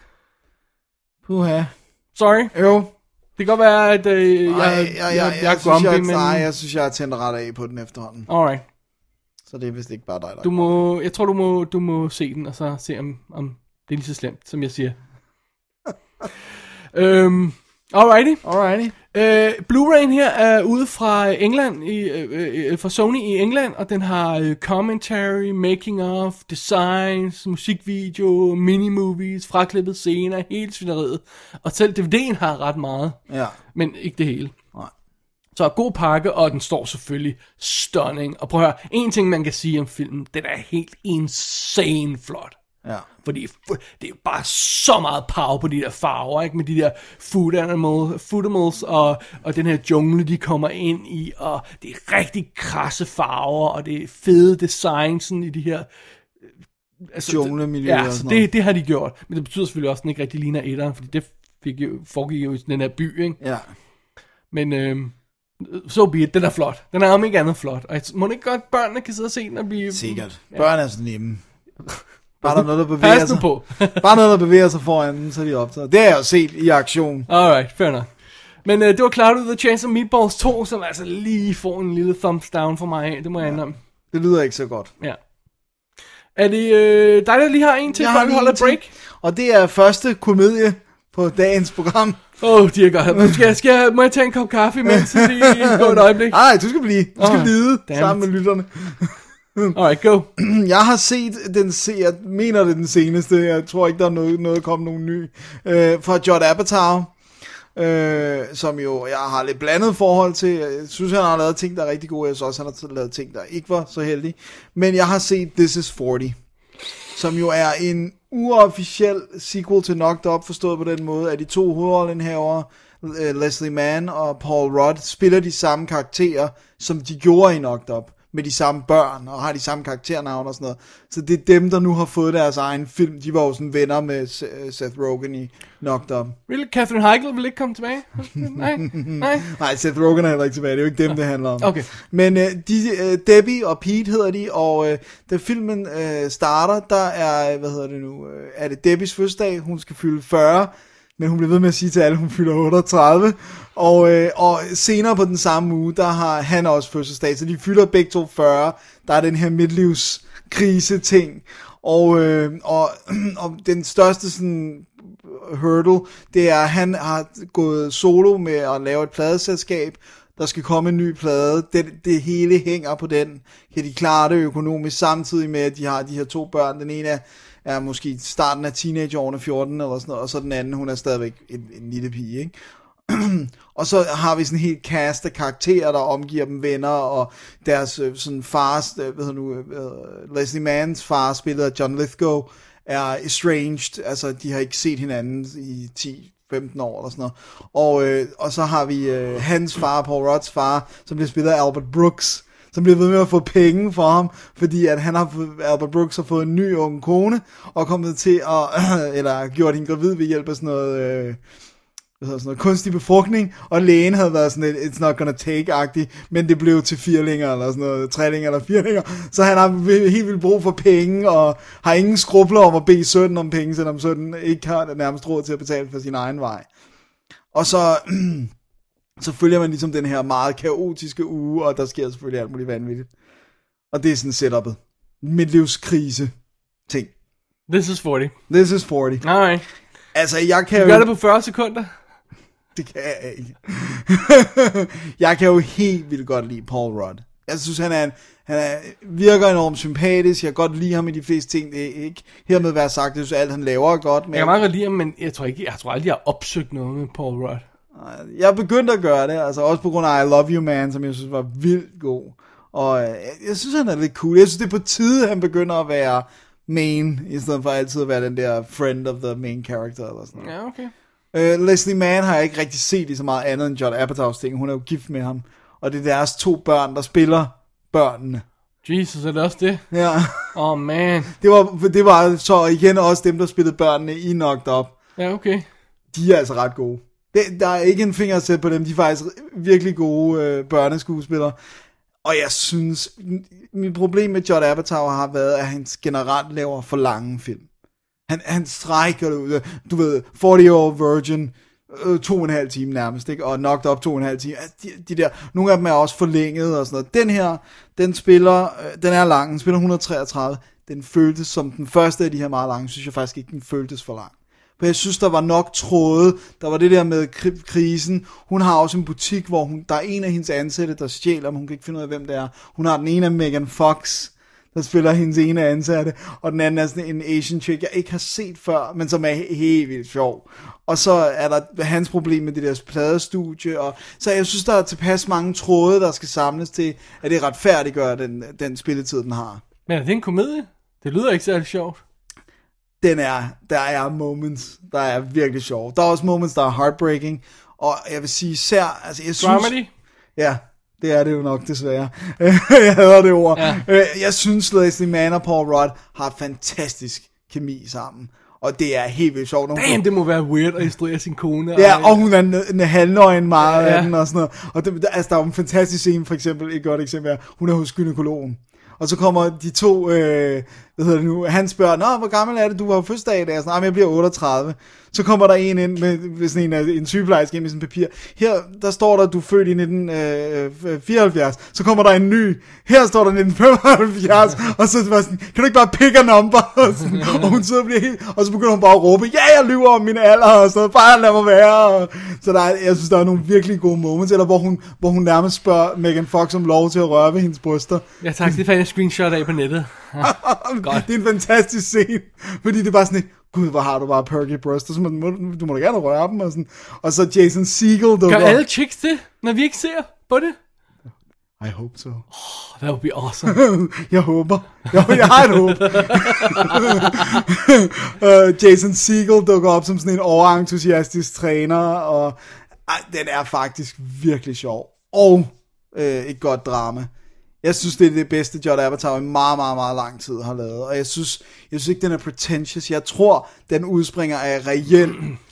Puha. Sorry, Jo. det kan godt være, at øh, jeg, Ej, jeg, jeg, jeg, jeg, jeg, jeg er synes, grumpy, jeg, men... nej, jeg synes, jeg har tændt ret af på den efterhånden. Alright. Så det er vist ikke bare dig, der Du må, jeg tror, du må, du må se den, og så se, om, om det er lige så slemt, som jeg siger. øhm, alrighty. Alrighty. Øh, Blu-ray'en her er ude fra England, i, øh, øh, fra Sony i England, og den har øh, commentary, making of, designs, musikvideo, mini-movies, fraklippet scener, hele svineriet. Og selv D V D'en har ret meget, Ja. men ikke det hele. Nej. Så god pakke, og den står selvfølgelig stunning. Og prøv at høre, en ting man kan sige om filmen, den er helt insane flot. Ja. Fordi det er jo bare så meget power på de der farver, ikke? Med de der food, animal, food animals og, og den her jungle, de kommer ind i. Og det er rigtig krasse farver, og det er fede design sådan i de her... Altså, Junglemiljøer ja, og så sådan det, noget. det har de gjort. Men det betyder selvfølgelig også, at den ikke rigtig ligner etteren, fordi det fik jo, foregik jo i den her by, ikke? Ja. Men øh, so be it, den er flot. Den er om ikke andet flot. Og jeg må ikke godt, børnene kan sidde og se den og blive... Sikkert. Børn er så nemme. Bare der er noget, der bevæger Pas nu sig. på. Bare noget, der bevæger sig foran den, så er de optaget. Det har jeg jo set i aktion. Alright, fair enough. Men øh, det var Cloudy with a Chance of Meatballs to, som altså lige får en lille thumbs down for mig. Det må jeg indrømme. Det lyder ikke så godt. Ja. Er det øh, dig, der lige har en til, før vi holder et break? Og det er første komedie på dagens program. Åh, oh, dear God. Skal, skal jeg, må jeg tage en kop kaffe imens? Så lige gå et øjeblik? Nej, du skal blive. Du skal oh, lide sammen med lytterne. Alright, go. Jeg har set den, se, jeg mener det er den seneste, jeg tror ikke, der er noget, noget kommet nogen ny, øh, fra Judd Apatow, øh, som jo jeg har lidt blandet forhold til. Jeg synes, han har lavet ting, der er rigtig gode, jeg synes også, han har lavet ting, der ikke var så heldige. Men jeg har set This is forty, som jo er en uofficiel sequel til Knocked Up, forstået på den måde, at de to hovedrollenhavere, Leslie Mann og Paul Rudd, spiller de samme karakterer, som de gjorde i Knocked Up, med de samme børn, og har de samme karakternavne og sådan noget. Så det er dem, der nu har fået deres egen film. De var jo sådan venner med Seth Rogen i Knocked Up. Really? Catherine Heigl vil ikke komme tilbage? Nej, nej. Nej, Seth Rogen er heller ikke tilbage. Det er jo ikke dem, det handler om. Okay. Men uh, de, uh, Debbie og Pete hedder de, og uh, da filmen uh, starter, der er, hvad hedder det nu, uh, er det Debbies fødselsdag. Hun skal fylde fyrre, men hun bliver ved med at sige til alle, at hun fylder otteogtredive. Og, øh, og senere på den samme uge, der har han også fødselsdag, så de fylder begge to fyrre. Der er den her midtlivskrise-ting. Og, øh, og, og den største sådan hurdle, det er, at han har gået solo med at lave et pladeselskab. Der skal komme en ny plade. Det, det hele hænger på den. Kan de klare det økonomisk, samtidig med, at de har de her to børn. Den ene er er måske starten af teenageårene, fjorten eller sådan noget, og så den anden, hun er stadigvæk en, en lille pige, ikke? Og så har vi sådan en helt cast af karakterer, der omgiver dem venner, og deres sådan fars, hvad hedder nu, uh, Leslie Manns far, spillet af John Lithgow, er estranged, altså de har ikke set hinanden i ti femten år eller sådan noget. Og, øh, og så har vi øh, hans far, Paul Rudds far, som bliver spillet af Albert Brooks, som bliver ved med at få penge for ham, fordi at han har fået, Albert Brooks har fået en ny ung kone, og kommet til at, eller gjort hende gravid ved hjælp af sådan noget, øh, hvad hedder sådan noget, kunstig befrugtning, og lægen havde været sådan et, it's not gonna take-agtig, men det blev til firlinger, eller sådan noget, trælinger eller firlinger, så han har helt vildt brug for penge, og har ingen skrubler om at bede sønnen om penge, selvom sønnen ikke har nærmest råd til at betale for sin egen vej. Og så så følger man ligesom den her meget kaotiske uge, og der sker selvfølgelig alt muligt vanvittigt. Og det er sådan setupet. Midtlivskrise ting. This is forty. This is forty. Alright. Altså, jeg kan du jo... gør det på fyrre sekunder? Det kan jeg ikke. Jeg kan jo helt vildt godt lide Paul Rudd. Jeg synes, han er en, han er, virker enormt sympatisk. Jeg kan godt lide ham i de fleste ting. Det er ikke hermed være sagt, jeg synes, alt han laver er godt. Men... Jeg kan meget godt lide ham, men jeg tror, ikke, jeg tror aldrig, jeg har opsøgt noget med Paul Rudd. Jeg begyndte at gøre det, altså også på grund af I Love You Man, som jeg synes var vildt god. Og jeg, jeg synes, han er lidt cool. Jeg synes, det er på tide, han begynder at være main, i stedet for altid at være den der friend of the main character, eller sådan noget. Ja, okay. Uh, Leslie Mann har jeg ikke rigtig set i så meget andet end Judd Apatows ting. Hun er jo gift med ham. Og det er deres to børn, der spiller børnene. Jesus, er det også det? Ja. Oh man. Det var, det var så igen også dem, der spillede børnene i Knocked Up. Ja, okay. De er altså ret gode. Det, der er ikke en finger at sætte på dem. De er faktisk virkelig gode øh, børneskuespillere. Og jeg synes, mit problem med Judd Apatow har været, at han generelt laver for lange film. Han, han strækker det ud. Du ved, forty Year Old Virgin, øh, to og en halv time nærmest, ikke? Og Knocked Up to og en halv time. Altså, de, de der, nogle af dem er også forlænget og sådan noget. Den her, den spiller, øh, den er lang, den spiller one hundrede treogtredive. Den føltes som den første af de her meget lange, synes jeg faktisk ikke, den føltes for lang. For jeg synes, der var nok tråde. Der var det der med kri- krisen. Hun har også en butik, hvor hun, der er en af hendes ansatte, der stjæler, men hun kan ikke finde ud af, hvem det er. Hun har den ene af Megan Fox, der spiller hendes ene ansatte, og den anden er sådan en Asian chick, jeg ikke har set før, men som er helt vildt sjov. Og så er der hans problem med det der pladestudie, og så jeg synes, der er tilpas mange tråde, der skal samles til, at det retfærdiggør den, den spilletid, den har. Men er det en komedie? Det lyder ikke særlig sjovt. Den er, der er moments, der er virkelig sjov. Der er også moments, der er heartbreaking, og jeg vil sige især, altså jeg synes... Dramedy? Ja, det er det jo nok desværre. Jeg hader det ord. Ja. Jeg synes, Leslie Mann og Paul Rudd har fantastisk kemi sammen. Og det er helt vildt sjovt. Damn, det må være weird at instruere sin kone. Ja, og hun er en, en halvnøgen meget ja, ja. af den og sådan noget. Og det, altså, der er jo en fantastisk scene, for eksempel, et godt eksempel er, hun er hos gynækologen. Og så kommer de to, øh, hvad hedder det nu, han spørger, nå, hvor gammel er det, du har fødselsdag i dag? Nej, men jeg bliver otteogtredive. Så kommer der en ind med, med sådan en, en sygeplejerske med sådan en papir. Her, der står der, du er født i nitten fireoghalvfjerds. Så kommer der en ny. Her står der nitten femoghalvfjerds. Og så var sådan, kan du ikke bare pick a number? Og, sådan, og hun sidder og bliver helt, og så begynder hun bare at råbe, ja, jeg lyver om min alder, og så bare lad mig være. Så der er, jeg synes, der er nogle virkelig gode moments, eller hvor hun, hvor hun nærmest spørger Megan Fox om lov til at røre ved hendes bryster. Ja tak, det fandt jeg en screenshot af på nettet. Det er en fantastisk scene, fordi det er bare sådan et, gud, hvor har du bare perky bryster, så må, du må da gerne røre dem, og sådan. Og så Jason Segel dukker. Gør alle chicks det, når vi ikke ser på det? I hope so. Oh, that would be awesome. Jeg håber. Jeg, jeg har et håb. uh, Jason Segel dukker op som sådan en overentusiastisk træner, og ej, den er faktisk virkelig sjov. Og øh, et godt drama. Jeg synes, det er det bedste Judd Apatow i meget, meget, meget lang tid har lavet. Og jeg synes, jeg synes ikke, den er pretentious. Jeg tror, den udspringer af reel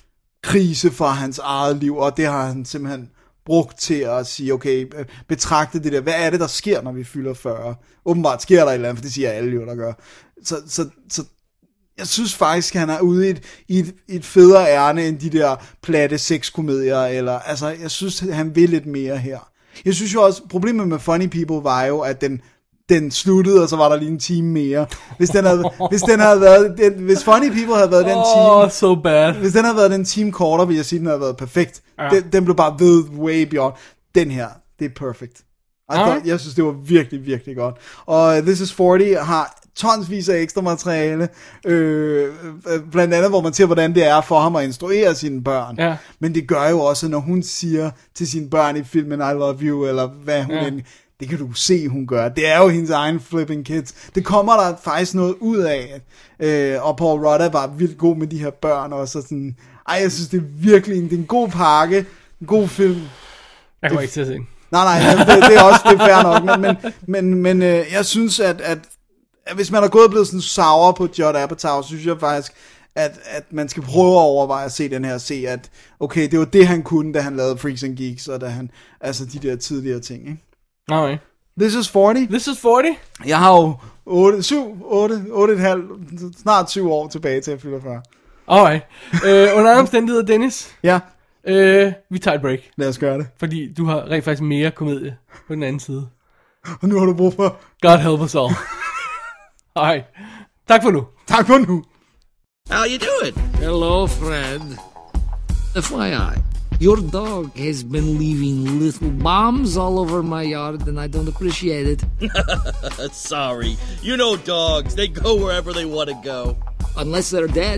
krise for hans eget liv, og det har han simpelthen brugt til at sige, okay, betragte det der. Hvad er det, der sker, når vi fylder fyrre? Åbenbart sker der et eller andet, for det siger alle jo, der gør. Så, så, så jeg synes faktisk, han er ude i et, i et, i et federe ærne, end de der platte sexkomedier, eller, altså, jeg synes, han vil lidt mere her. Jeg synes jo også, problemet med Funny People var jo, at den, den sluttede, og så var der lige en time mere. Hvis den havde, hvis den havde været, den, hvis Funny People havde været den time, oh, so bad. Hvis den havde været den time kortere, ville jeg sige, den havde været perfekt. Ja. Den, den blev bare ved way beyond. Den her, det er perfect. Thought, jeg synes, det var virkelig, virkelig godt. Og This is fyrre har tonsvis af ekstra materiale, øh, blandt andet, hvor man ser, hvordan det er for ham at instruere sine børn. Ja. Men det gør jo også, når hun siger til sine børn i filmen, I love you, eller hvad hun ja. end, det kan du se, hun gør. Det er jo hendes egen flipping kids. Det kommer der faktisk noget ud af. Øh, og Paul Rudd er bare vildt god med de her børn også. Sådan, ej, jeg synes, det er virkelig en, det er en god pakke, en god film. Jeg kommer ikke til at se den. Nej, nej, det, det er også det er fair nok, men, men, men, men øh, jeg synes, at, at, at hvis man er gået og blevet sådan sour på Judd Apatow, synes jeg faktisk, at, at man skal prøve at overveje at se den her, og se, at okay, det var det, han kunne, da han lavede Freaks and Geeks, og da han, altså de der tidligere ting, ikke? Okay. This is fyrre. This is fyrre? Jeg har jo otte, syv, otte, otte og et halvt, snart syv år tilbage til at fylde fyrre. Alright. øh, under andre omstændigheder, Dennis. Ja. Øh, vi tager et break. Lad os gøre det. Fordi du har rent faktisk mere komedie på den anden side. Og nu har du brug for... God help us all. Alright. Tak for nu. Tak for nu. How you doing? Hello, Fred. F Y I, your dog has been leaving little bombs all over my yard and I don't appreciate it. Sorry. You know dogs. They go wherever they want to go. Unless they're dead.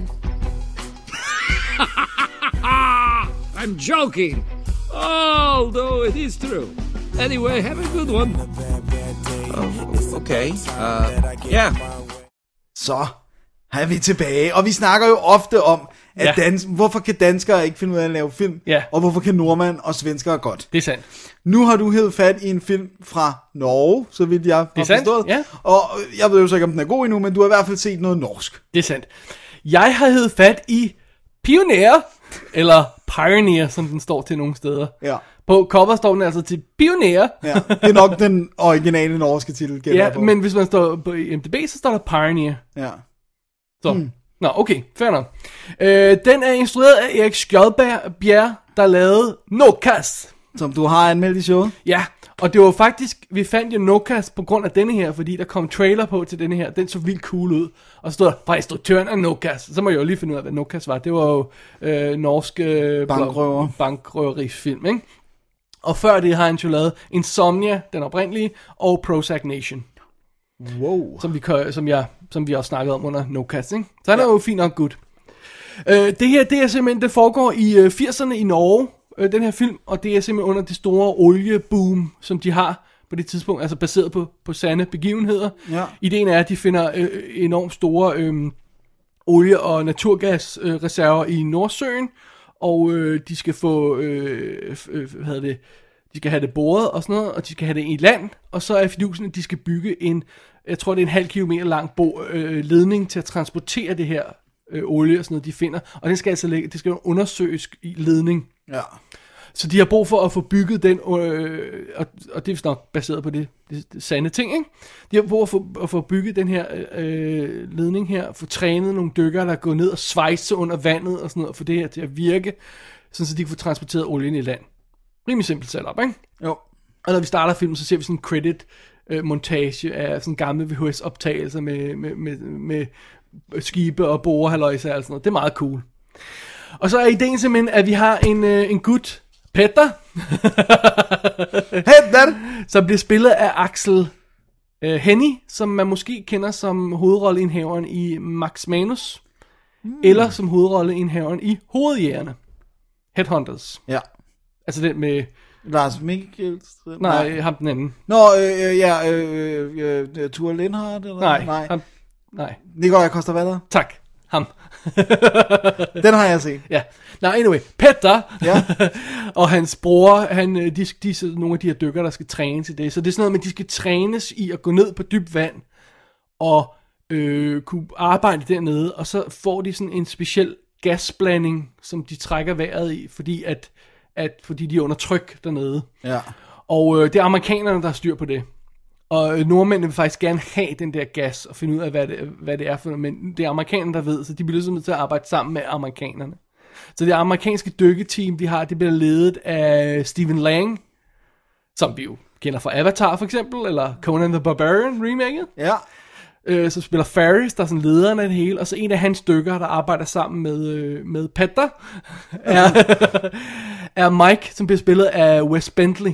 I'm joking. Although it is true. Anyway, have a good one. Oh, okay. Uh, yeah. Så er vi tilbage. Og vi snakker jo ofte om, at ja. dans, hvorfor kan danskere ikke finde ud af at lave film, ja. og hvorfor kan nordmænd og svenskere godt. Det er sandt. Nu har du hævet fat i en film fra Norge, så vidt jeg har forstået. Ja. Og jeg ved jo så ikke, om den er god endnu, men du har i hvert fald set noget norsk. Det er sandt. Jeg har hævet fat i Pioneer, eller Pioneer, som den står til nogle steder. Ja. På cover står den altså til Pioneer. Ja, det er nok den originale norske titel. Ja, på. men hvis man står på I M D B, så står der Pioneer. Ja. Så, hmm. Nå, okay, fair nok. Øh, den er instrueret af Erik Skjoldbjerg, der lavede Nokas. Som du har anmeldt i showet. Ja, og det var faktisk, vi fandt jo Nokas på grund af denne her, fordi der kom trailer på til denne her. Den så vildt cool ud. Og så stod der, fra instruktøren af Nokas. Så må jeg jo lige finde ud af, hvad Nokas var. Det var jo øh, norske øh, bankrøver. bankrøverifilm, ikke? Og før det har han jo lavet Insomnia, den oprindelige, og Prozac Nation. Wow. Som vi, som jeg, som vi også snakkede om under Nokas, ikke? Så han ja. er jo fint nok godt. Øh, det her, det er simpelthen, det foregår i øh, firserne i Norge, øh, den her film, og det er simpelthen under det store olieboom, som de har på det tidspunkt, altså baseret på, på sande begivenheder. Ja. Ideen er, at de finder øh, enormt store øh, olie- og naturgasreserver øh, i Nordsøen, og øh, de skal få, øh, øh, hvad hedder det, de skal have det boret og sådan noget, og de skal have det i land, og så er fidusen, at de skal bygge en, jeg tror det er en halv kilometer lang bo, øh, ledning til at transportere det her øh, olie og sådan noget, de finder, og det skal altså ligge, det skal undersøges i ledning. Ja. så de har brug for at få bygget den, øh, og, og det er nok baseret på det, det, det sande ting, ikke? De har brug for at få bygget den her øh, ledning her, få trænet nogle dykkere, der går ned og svejser under vandet og sådan noget, for det her til at virke, sådan så de kan få transporteret olien i land. Rimelig simpelt setup, ikke? Jo. Og når vi starter filmen, så ser vi sådan en credit øh, montage af sådan gamle V H S-optagelser med, med, med, med skibe og borehaløjser og sådan noget. Det er meget cool. Og så er ideen simpelthen, at vi har en, øh, en gut, Petter, Petter, som bliver spillet af Axel øh, Hennie, som man måske kender som hovedrolleindhaveren i Max Manus, mm. eller som hovedrolleindhaveren i Hovedjægerne, Headhunters. Ja. Altså den med... Lars Mikkelsen? Nej, nej, ham den anden. Nå, øh, ja, øh, øh, øh, Ture Lindhardt? Eller? Nej, nej. Ham, nej. Nikolaj Coster-Waldau? Tak, ham. Den har jeg set. Ja, nå, anyway, Petter ja. og hans bror, han, de, de, de er nogle af de her dykkere, der skal træne til det. Så det er sådan noget med, at de skal trænes i at gå ned på dybt vand og øh, kunne arbejde dernede, og så får de sådan en speciel gasblanding, som de trækker vejret i, fordi at, at fordi de er under tryk dernede. Ja. Og øh, det er amerikanerne, der har styr på det. Og øh, nordmændene vil faktisk gerne have den der gas, og finde ud af, hvad det, hvad det er for noget, men det er amerikanerne, der ved, så de bliver simpelthen til at arbejde sammen med amerikanerne. Så det amerikanske dykketeam, de har, det bliver ledet af Stephen Lang, som vi jo kender fra Avatar for eksempel, eller Conan the Barbarian remaket. Ja. Øh, så spiller Ferris, der er sådan lederen af det hele, og så en af hans dykkere, der arbejder sammen med, øh, med Petter, er, er Mike, som bliver spillet af Wes Bentley,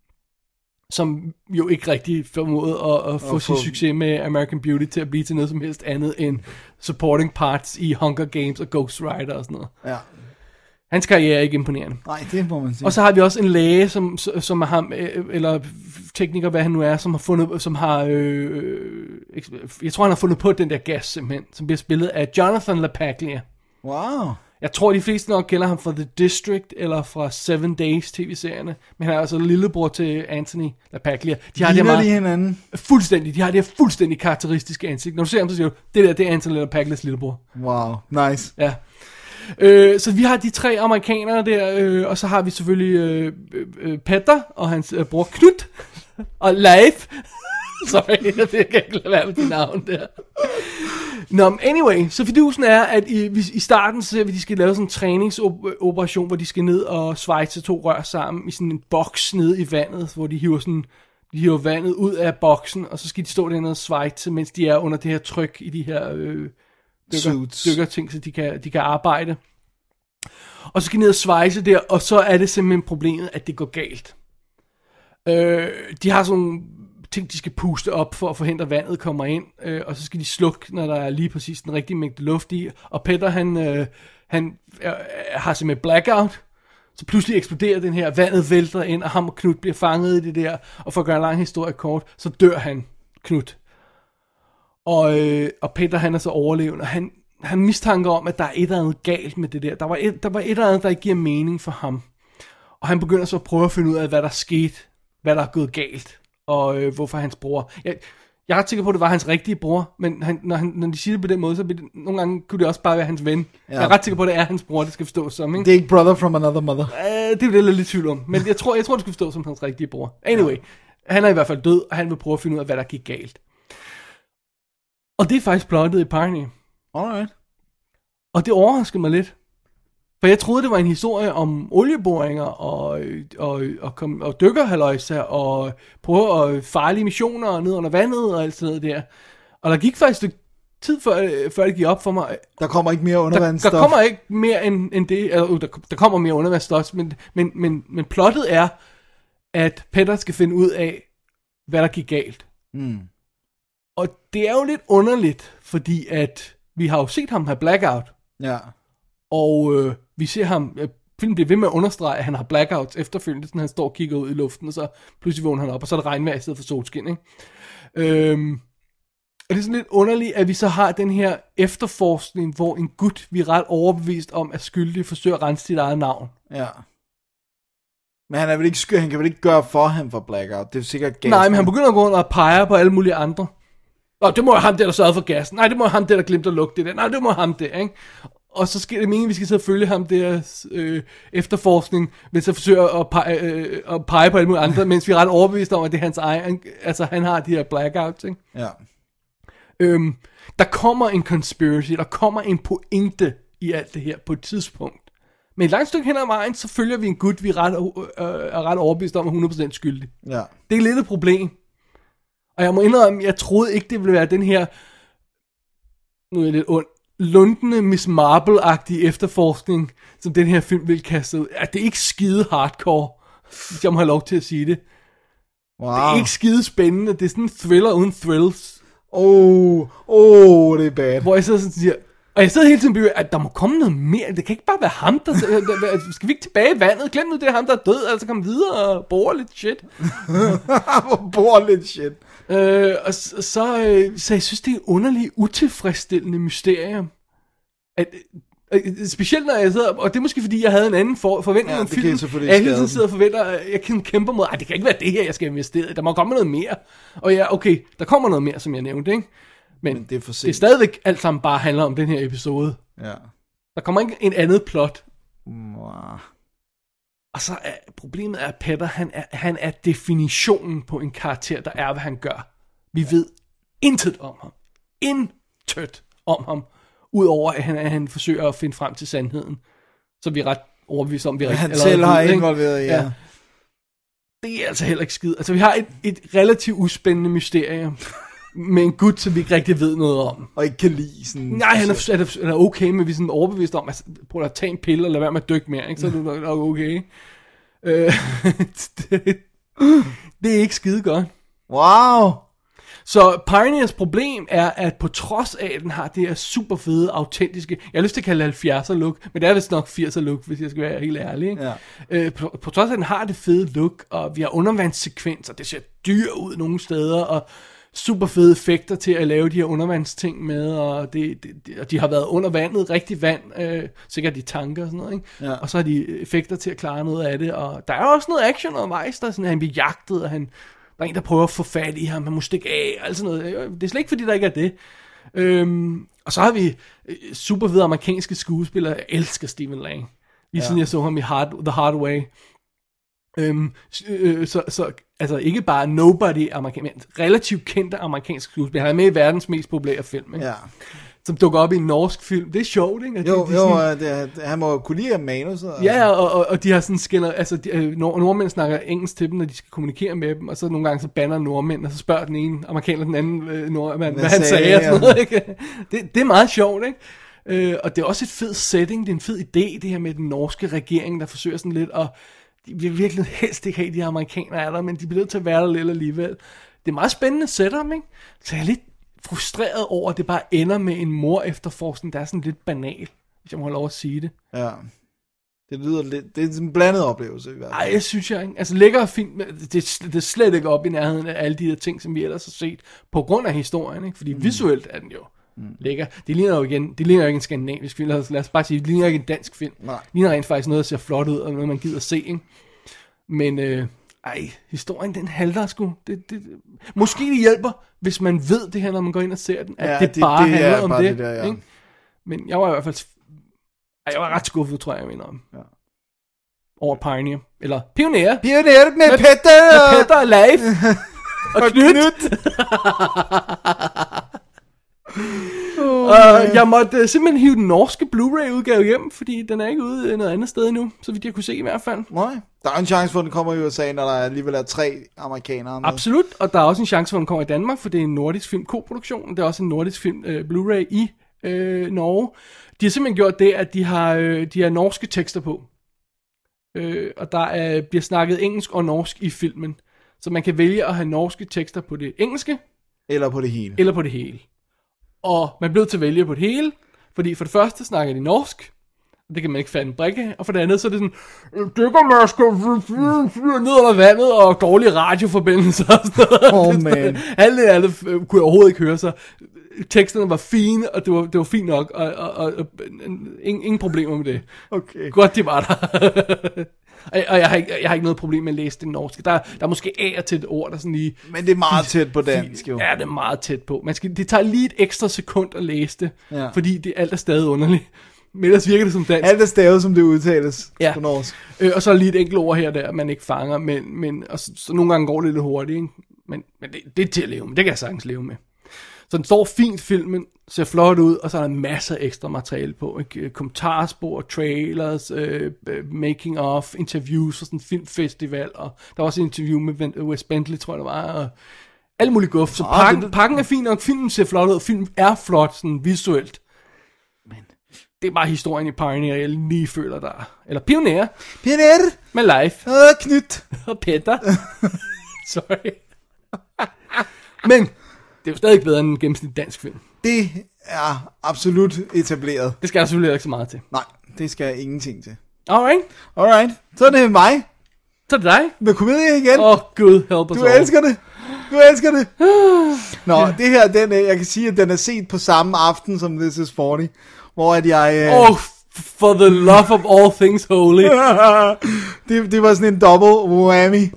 som jo ikke rigtig formåede at, at få sin succes med American Beauty til at blive til noget som helst andet end supporting parts i Hunger Games og Ghost Rider og sådan noget. Ja. Hans karriere er ikke imponerende. Nej, det må man sige. Og så har vi også en læge, som, som er ham, eller tekniker, hvad han nu er, som har fundet, som har, øh, jeg tror han har fundet på den der gas simpelthen, som bliver spillet af Jonathan LaPaglia. Wow. Jeg tror, de fleste nok kender ham fra The District, eller fra Seven Days tv-serierne. Men han er altså lillebror til Anthony LaPaglia. De har Ligner det meget, de hinanden? Fuldstændig. De har det her fuldstændig karakteristiske ansigt. Når du ser ham, så siger du, det der, det er Anthony LaPaglias lillebror. Wow, nice. Ja. Øh, så vi har de tre amerikanere der, øh, og så har vi selvfølgelig øh, øh, Petter og hans øh, bror Knut, og Leif. Sorry, det kan ikke lade være med de navn der. Nå, no, anyway, så fidusen er, at i, i starten så ser vi, at de skal lave sådan en træningsoperation, hvor de skal ned og svejse to rør sammen i sådan en boks nede i vandet, hvor de hiver, sådan, de hiver vandet ud af boksen, og så skal de stå dernede og svejse, mens de er under det her tryk i de her øh, dykker, dykkerting, så de kan, de kan arbejde. Og så skal de ned og svejse der, og så er det simpelthen problemet, at det går galt. Øh, de har sådan ting, de skal puste op for at forhindre, at vandet kommer ind, øh, og så skal de slukke, når der er lige præcis den rigtige mængde luft i. Og Petter, han, øh, han øh, har simpelthen blackout, så pludselig eksploderer den her, vandet vælter ind, og ham og Knut bliver fanget i det der, og for at gøre en lang historie kort, så dør han, Knut. Og, øh, og Petter, han er så overlevende, og han, han mistanker om, at der er et eller andet galt med det der. Der var et, der var et eller andet, der ikke giver mening for ham. Og han begynder så at prøve at finde ud af, hvad der er sket, hvad der er gået galt, og øh, hvorfor hans bror... Jeg, jeg er ret sikker på, at det var hans rigtige bror, men han, når, han, når de siger det på den måde, så det, nogle gange kunne det også bare være hans ven. Ja. Jeg er ret sikker på, at det er hans bror, det skal forstås som, ikke? Det er ikke brother from another mother. Uh, det er det lidt tvivl om, men jeg tror, jeg tror, det skal forstås som hans rigtige bror. Anyway, ja. Han er i hvert fald død, og han vil prøve at finde ud af, hvad der gik galt. Og det er faktisk plottet i Parney. Alright. Og det overraskede mig lidt. For jeg troede, det var en historie om olieboringer og, og, og, og, og dykkerhaløjser og prøve at farlige missioner ned under vandet og alt sådan noget der. Og der gik faktisk et tid før, før det gik op for mig. Der kommer ikke mere undervandsstof. Der, der kommer ikke mere end, end det. Eller, der, der kommer mere undervandsstof, men, men, men, men plottet er, at Petter skal finde ud af, hvad der gik galt. Mm. Og det er jo lidt underligt, fordi at vi har jo set ham have blackout. Ja. Og øh, vi ser ham, øh, filmen bliver ved med at understrege, at han har blackouts efterfølgende, sådan han står og kigger ud i luften, og så pludselig vågner han op, og så er det regnvejr i stedet for solskin, ikke? Øhm, og det er sådan lidt underligt, at vi så har den her efterforskning, hvor en gut, vi er ret overbevist om, er skyldig, forsøger at rense sit eget navn. Ja. Men han er vel ikke skyld, han kan vel ikke gøre for ham for blackout, det er sikkert gas. Nej, men han begynder at gå rundt og pege på alle mulige andre. Og det må jo ham der, der sørgede for gassen. Nej, det må jo ham der, der glemte at lukke det der. Nej, det må ham der, ikke? og så skal det meningen, at vi skal sidde og følge ham der øh, efterforskning, mens jeg forsøger at pege, øh, at pege på alle mulige andre, mens vi er ret overbevist om, at det er hans egen, altså han har de her blackouts, ikke? Ja. Øhm, der kommer en conspiracy, der kommer en pointe i alt det her på et tidspunkt. Men et langt stykke hen ad vejen, så følger vi en gut, vi er ret, øh, er ret overbevist om, at hundrede procent skyldig. Ja. Det er lidt et problem. Og jeg må indrømme, jeg troede ikke, det ville være den her, nu er jeg lidt ond, lundende Miss Marple-agtige efterforskning, som den her film vil kaste ud. Ja, det er ikke skide hardcore, hvis jeg må have lov til at sige det. Wow. Det er ikke skide spændende, det er sådan en thriller uden thrills. Oh, oh, det er bad. Hvor jeg sidder sådan og siger, og jeg sidder hele tiden og bygger, at der må komme noget mere. Det kan ikke bare være ham, der... Skal vi ikke tilbage i vandet? Glem nu, det er ham, der er død. Altså kom videre og bore lidt shit. Bore lidt shit. Øh, og så, så, øh, så jeg synes, det er en underlig, utilfredsstillende mysterium. At, øh, specielt når jeg sidder... Og det er måske fordi, jeg havde en anden for, forventning Ja, om det kan filmen. selvfølgelig Jeg hele skade tiden sidder og forventer, at jeg kan kæmpe mod... Ej, det kan ikke være det her, jeg skal investere i. Der må komme noget mere. Og ja, okay, der kommer noget mere, som jeg nævnte, ikke? Men, Men det er for sent. det er stadigvæk alt sammen bare handler om den her episode. Ja. Der kommer ikke en andet plot. Wow. Og så er problemet er, at Petter, han er, han er definitionen på en karakter, der er, hvad han gør. Vi ved intet om ham. Intet om ham. Udover at han, at han forsøger at finde frem til sandheden. Så vi er ret overbevist om, vi er Han rigtig, selv har ved, involveret, ja. ja. Det er altså heller ikke skid. Altså vi har et, et relativt uspændende mysterium. Med en gut, som vi ikke rigtig ved noget om. Og ikke kan lide sådan... Nej, han er, er, er okay, men vi er sådan overbevist om, at prøv at tage en pille og lade være med at dykke mere, ikke? Så er du nok okay. Øh, det, det er ikke skide godt. Wow! Så Pioneers problem er, at på trods af, at den har det her super fede, autentiske, jeg har lyst til at kalde det halvfjerdser look, men det er vist nok firser look, hvis jeg skal være helt ærlig. Ikke? Ja. Øh, på, på trods af, at den har det fede look, og vi har undervandssekvenser, det ser dyr ud nogle steder, og super fede effekter til at lave de her undervandsting med, og, det, det, og de har været under vandet, rigtig vand, øh, sikkert i tanker og sådan noget, ikke? Ja. Og så har de effekter til at klare noget af det, og der er også noget action undervejs, der er sådan, at han bliver jagtet, og han, der er en, der prøver at få fat i ham, han må stikke af, og alt sådan noget. Det er slet ikke, fordi der ikke er det. Øhm, og så har vi super fede amerikanske skuespillere, jeg elsker Stephen Lang, lige siden ja. jeg så ham i Hard, The Hard Way. Øhm, øh, så, så altså ikke bare nobody amerikansk, relativt kendte amerikanske skuespillere. Han er med i verdens mest populære film, ikke? Ja. Som dukker op i en norsk film. Det er sjovt, ikke? At Jo, de, de jo, sådan, det, er- han må kunne lide manuset. ja, og, og, og de har sådan skiller, altså de, øh, nord, nordmænd snakker engelsk til dem, når de skal kommunikere med dem, og så nogle gange så banner nordmænd, og så spørger den ene amerikaner den anden øh, nordmand, hvad, hvad han sagde, sagde og sådan noget, ikke? Det, det er meget sjovt, ikke? Øh, og det er også et fed setting, det er en fed idé, det her med den norske regering, der forsøger sådan lidt at de vil virkelig helst ikke have de her amerikanere er der, men de bliver nødt til at være der lidt alligevel. Det er meget spændende setup, ikke? Så jeg er lidt frustreret over, at det bare ender med en mor efterforskning, der er sådan lidt banal, hvis jeg må have lov at sige det. Ja. Det lyder lidt, det er en blandet oplevelse i hvert fald. Ej, jeg synes jeg ikke. Altså lækker film, det, det er slet ikke op i nærheden af alle de der ting, som vi ellers har set, på grund af historien, ikke? Fordi mm. visuelt er den jo mm. lækker. Det ligner jo igen, det ligner jo ikke en skandinavisk film, lad os, lad os bare sige, det ligner ikke en dansk film. Nej. Det ligner rent faktisk noget, der ser flot ud, og noget man gider se, ikke? Men, øh, ej, historien den halter sgu. Det, det, måske det hjælper, hvis man ved det her, når man går ind og ser den, at Ja, det, det- bare det er handler om bare det. det der, ja. Ikke? Men jeg var i hvert fald, ej, jeg var ret skuffet, tror jeg, jeg mener om. Ja. Over Pioneer. Eller Pioneer. Pioner med, med Petter! Med Petter og Leif. og og Knyt. Knyt. Og jeg måtte uh, simpelthen hive den norske Blu-ray udgave hjem, fordi den er ikke ude i noget andet sted endnu, så vidt jeg kunne se i hvert fald. Nej, der er en chance for, at den kommer i U S A, når der alligevel er tre amerikanere med. Absolut, og der er også en chance for, at den kommer i Danmark, for det er en nordisk film koproduktion. Det er også en nordisk film uh, Blu-ray i uh, Norge. De har simpelthen gjort det, at de har, uh, de har norske tekster på. Uh, og der uh, bliver snakket engelsk og norsk i filmen. Så man kan vælge at have norske tekster på det engelske, Eller på det hele. eller på det hele. Og man bliver til at vælge på det hele, fordi for det første snakker de norsk, og det kan man ikke fatte en brik af, og for det andet så er det sådan, dykkermasker, ned under vandet, og dårlige radioforbindelser og sådan noget. Oh, man. Alle af det kunne jeg overhovedet ikke høre, så teksterne var fine, og det var, det var fint nok, og, og, og, og ingen, ingen problemer med det. Okay. Godt, de var der. Og, og jeg, har ikke, jeg har ikke noget problem med at læse det norske. Der, der er måske af og til et ord, der sådan lige... Men det er meget tæt på dansk, jo. Ja, det er meget tæt på. Man skal, det tager lige et ekstra sekund at læse det, Ja. fordi det alt er stadig underligt. Men ellers virker det som dansk. Alt er stavet, som det udtales Ja. på norsk. Øh, og så lige et enkelt ord her der, man ikke fanger, men, men og så, så nogle gange går det lidt hurtigt, ikke? Men, men det, det er til at leve med, det kan jeg sagtens leve med. Så den står fint, filmen ser flot ud, og så er der masser af ekstra materiale på, ikke? Kommentarspor, trailers, øh, making of, interviews og sådan en filmfestival, og der var også et interview med Wes Bentley, tror jeg det var, og alt muligt guf. Så Ah, pakken, det- pakken er fin nok, filmen ser flot ud, og filmen er flot sådan visuelt. Men det er bare historien i Pioneer, jeg lige føler der. Eller Pioneer, Pioner! med Leif Øh, Knyt! og Peter. Sorry. Men det er jo stadig bedre end en gennemsnit dansk film. Det er absolut etableret. Det skal jeg selvfølgelig ikke så meget til. Nej, det skal jeg ingenting til. Alright, Alright, så er det mig så er det dig. med komedie igen. Åh, oh, Gud, help us Du all. elsker det. Du elsker det. Nå, det her, den, er- jeg kan sige, at den er set på samme aften som This is fyrre. Hvor at jeg... Øh, Oh, for the love of all things holy. det, det var sådan en double whammy.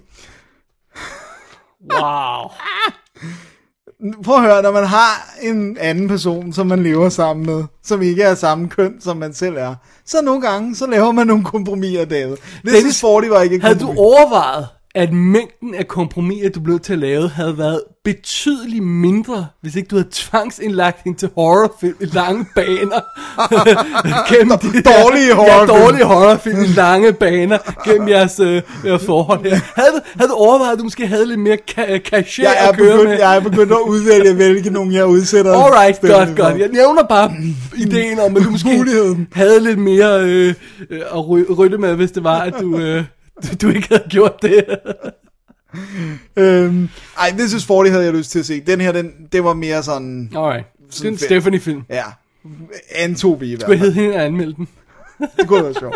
Wow. Prøv at høre, når man har en anden person, som man lever sammen med, som ikke er samme køn, som man selv er, så nogle gange, så laver man nogle kompromiser, David. This Dennis, is fyrre var ikke et Havde du kompromis. overvejet, at mængden af kompromiser, du blev til at lave, havde været betydeligt mindre, hvis ikke du havde tvangsindlagt hende til horrorfilm i lange baner. gennem de Dårlige horrorfilm. Ja, dårlige horrorfilm i lange baner gennem jeres øh, øh, forhold her. Havde du, havde du overvejet, at du måske havde lidt mere ka- cachet Jeg er, at køre begyndt, med? jeg er begyndt at udvælge, hvilke nogen jeg udsætter. Alright, spændende godt, godt. for. Jeg nævner bare ideen om, at du måske Muligheden. havde lidt mere øh, øh, at ry- rytte med, hvis det var, at du, øh, du, du ikke havde gjort det. Øhm, ej, This is fyrre havde jeg lyst til at se. Den her, den, det var mere sådan... Alright, det er Sådan en fedt. Stephanie-film. Ja, antog vi i hvert Skulle jeg fald. hedde hende og anmelde den? Det kunne være sjovt.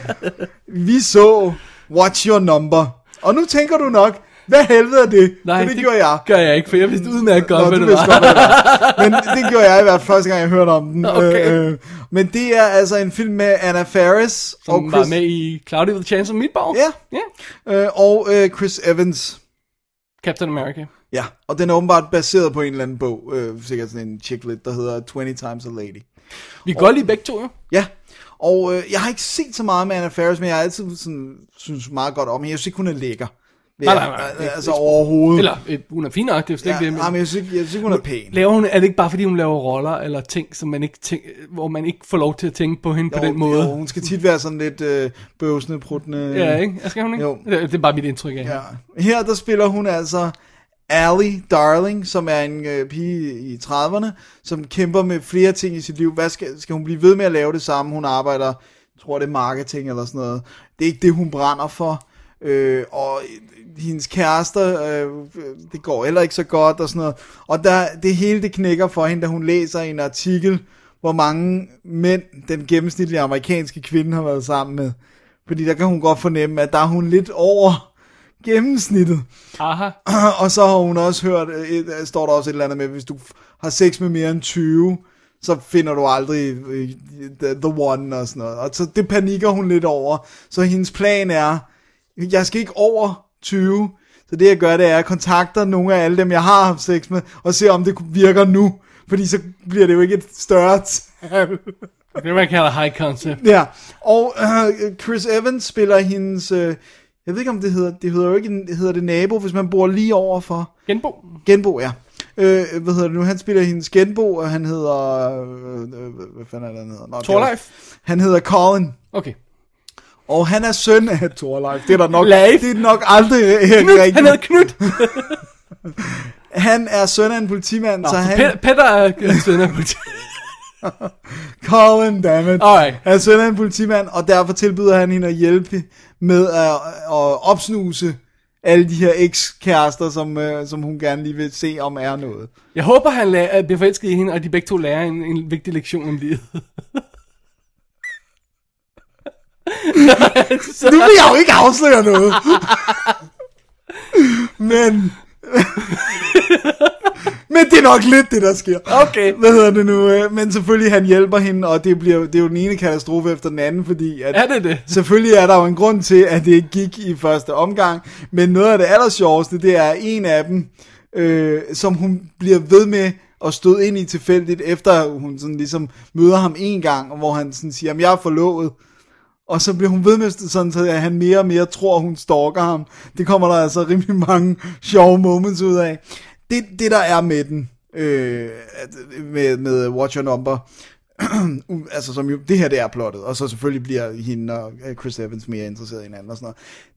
Vi så What's Your Number. Og nu tænker du nok, hvad helvede er det? Nej, for det, det gjorde jeg. gør jeg ikke, for jeg vidste udmærket godt, Nå, hvad du det vidste var. godt, hvad det var. Men det gjorde jeg i hvert fald første gang, jeg hørte om den. Okay. Øh, øh, men det er altså en film med Anna Faris og Som var Chris, med i Cloudy with a Chance of Meatballs. Ja. ja. øh, og øh, Chris Evans. Captain America. Ja, og den er åbenbart baseret på en eller anden bog, øh, sikkert sådan en chick lit, der hedder tyve Times a Lady. Vi kan godt lide begge to, jo. Ja, og øh, jeg har ikke set så meget med Anna Faris, men jeg har altid sådan, synes meget godt om hende. Jeg synes ikke, hun er lækker. Nej, nej, nej. Øh, Altså overhovedet. Eller, et, hun er fin nok, det er jo slet ja, ikke det. nej, men jeg synes, ikke, jeg synes ikke, hun er pæn. Laver hun, er det ikke bare fordi hun laver roller eller ting, som man ikke tænk, hvor man ikke får lov til at tænke på hende Jo, på den måde? Jo, hun skal tit være sådan lidt øh, bøvsende, pruttende. Ja, ikke? Skal hun ikke? Jo. Det, det er bare mit indtryk af hende. Ja. Her der spiller hun altså Allie Darling, som er en øh, pige i trediverne, som kæmper med flere ting i sit liv. Hvad skal, skal hun blive ved med at lave det samme? Hun arbejder, jeg tror det er marketing eller sådan noget. Det er ikke det, hun brænder for. Øh, og hendes kærester, øh, det går heller ikke så godt og sådan noget. Og der, det hele det knækker for hende, da hun læser en artikel, hvor mange mænd den gennemsnitlige amerikanske kvinde har været sammen med. Fordi der kan hun godt fornemme, at der er hun lidt over gennemsnittet. Aha. Og så har hun også hørt, et, står der også et eller andet med, hvis du har sex med mere end tyve, så finder du aldrig uh, the, the one og sådan noget. Og så det panikker hun lidt over. Så hendes plan er, jeg skal ikke over tyve, så det jeg gør, det er, at jeg kontakter nogle af alle dem, jeg har haft sex med, og ser om det virker nu. Fordi så bliver det jo ikke et større tal. Det er, man kalder high concept. Ja, og øh, Chris Evans spiller hendes, øh, jeg ved ikke om det hedder, det hedder jo ikke, det hedder det nabo, hvis man bor lige overfor. Genbo. Genbo, ja. Øh, hvad hedder det nu, han spiller hendes genbo, og han hedder, øh, øh, hvad fanden er det, han hedder? Nå, Thorleif? Han hedder Colin, Okay. og han er søn af Thorleif. Det er der nok, Leif. det er nok aldrig Knyt, rigtigt. han hedder Knyt. Han er søn af en politimand, Nå, så så han, Pe- Peter er søn af politi. Colin, dammit. Alright. Han er søn af en politimand, og derfor tilbyder han hende at hjælpe med at, at opsnuse alle de her ekskærester, som, øh, som hun gerne lige vil se, om er noget. Jeg håber, han lærer, bliver forelsket i hende, og de begge to lærer en, en vigtig lektion om livet. Så nu vil jeg jo ikke afsløre noget. Men... Men det er nok lidt det, der sker. Okay. Hvad hedder det nu? Men selvfølgelig, han hjælper hende, og det, bliver, det er jo den ene katastrofe efter den anden, fordi... At, Er det det? selvfølgelig er der jo en grund til, at det ikke gik i første omgang, men noget af det allersjoveste, det er en af dem, øh, som hun bliver ved med og stød ind i tilfældigt, efter hun sådan ligesom møder ham en gang, hvor han sådan siger, jeg er forlovet. Og så bliver hun ved med sådan, at han mere og mere tror, hun stalker ham. Det kommer der altså rimelig mange sjove moments ud af. Det, det der er med den, øh, med, med Watch Your Number, altså som jo, det her det er plottet, og så selvfølgelig bliver hende og Chris Evans mere interesseret i hinanden og sådan noget.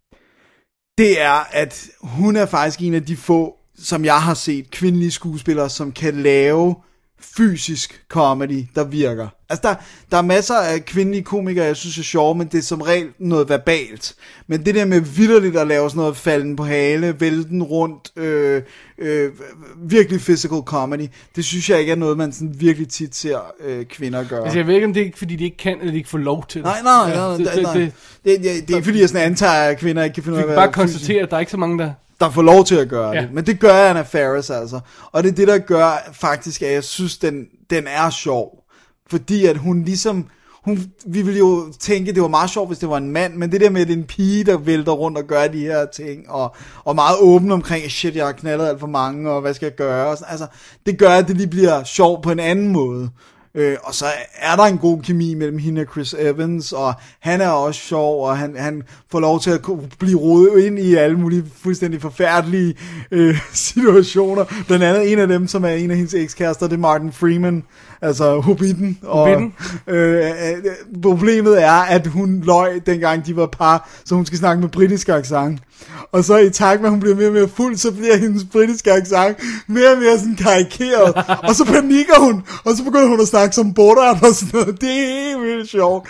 Det er, at hun er faktisk en af de få, som jeg har set, kvindelige skuespillere, som kan lave fysisk comedy, der virker. Altså, der, der er masser af kvindelige komikere, jeg synes er sjove, men det er som regel noget verbalt. Men det der med vitterligt at lave sådan noget falden på hale, vælten rundt, øh, øh, virkelig physical comedy, det synes jeg ikke er noget, man sådan virkelig tit ser øh, kvinder gøre. Altså, jeg ved ikke, om det er ikke, fordi de ikke kan, eller de ikke får lov til det. Nej, nej, ja, nej. det, det, det, nej. det, det, det, det er ikke, fordi jeg sådan antager, at kvinder ikke kan finde ud af at bare konstatere, at der er ikke så mange, der... der får lov til at gøre ja. det. Men det gør Anna Faris altså. Og det er det, der gør faktisk, at jeg synes, den, den er sjov. Fordi at hun ligesom... Hun, vi ville jo tænke, det var meget sjovt, hvis det var en mand, men det der med, at det er en pige, der vælter rundt og gør de her ting, og, og meget åben omkring, shit, jeg har knaldet alt for mange, og hvad skal jeg gøre? Og sådan, altså, det gør, at det lige bliver sjovt på en anden måde. Øh, og så er der en god kemi mellem hende og Chris Evans, og han er også sjov, og han, han får lov til at blive rodet ind i alle mulige fuldstændig forfærdelige øh, situationer. Blandt andet en af dem, som er en af hendes ekskærester, det er Martin Freeman, altså Hobbiten. Hobbiten. Og, øh, øh, problemet er, at hun løj, dengang de var par, så hun skal snakke med britisk accent. Og så i takt med, at hun bliver mere og mere fuld, så bliver hendes britiske accent mere og mere sådan karikeret. Og så panikker hun, og så begynder hun at snakke som Borat og sådan noget. Det er helt vildt sjovt.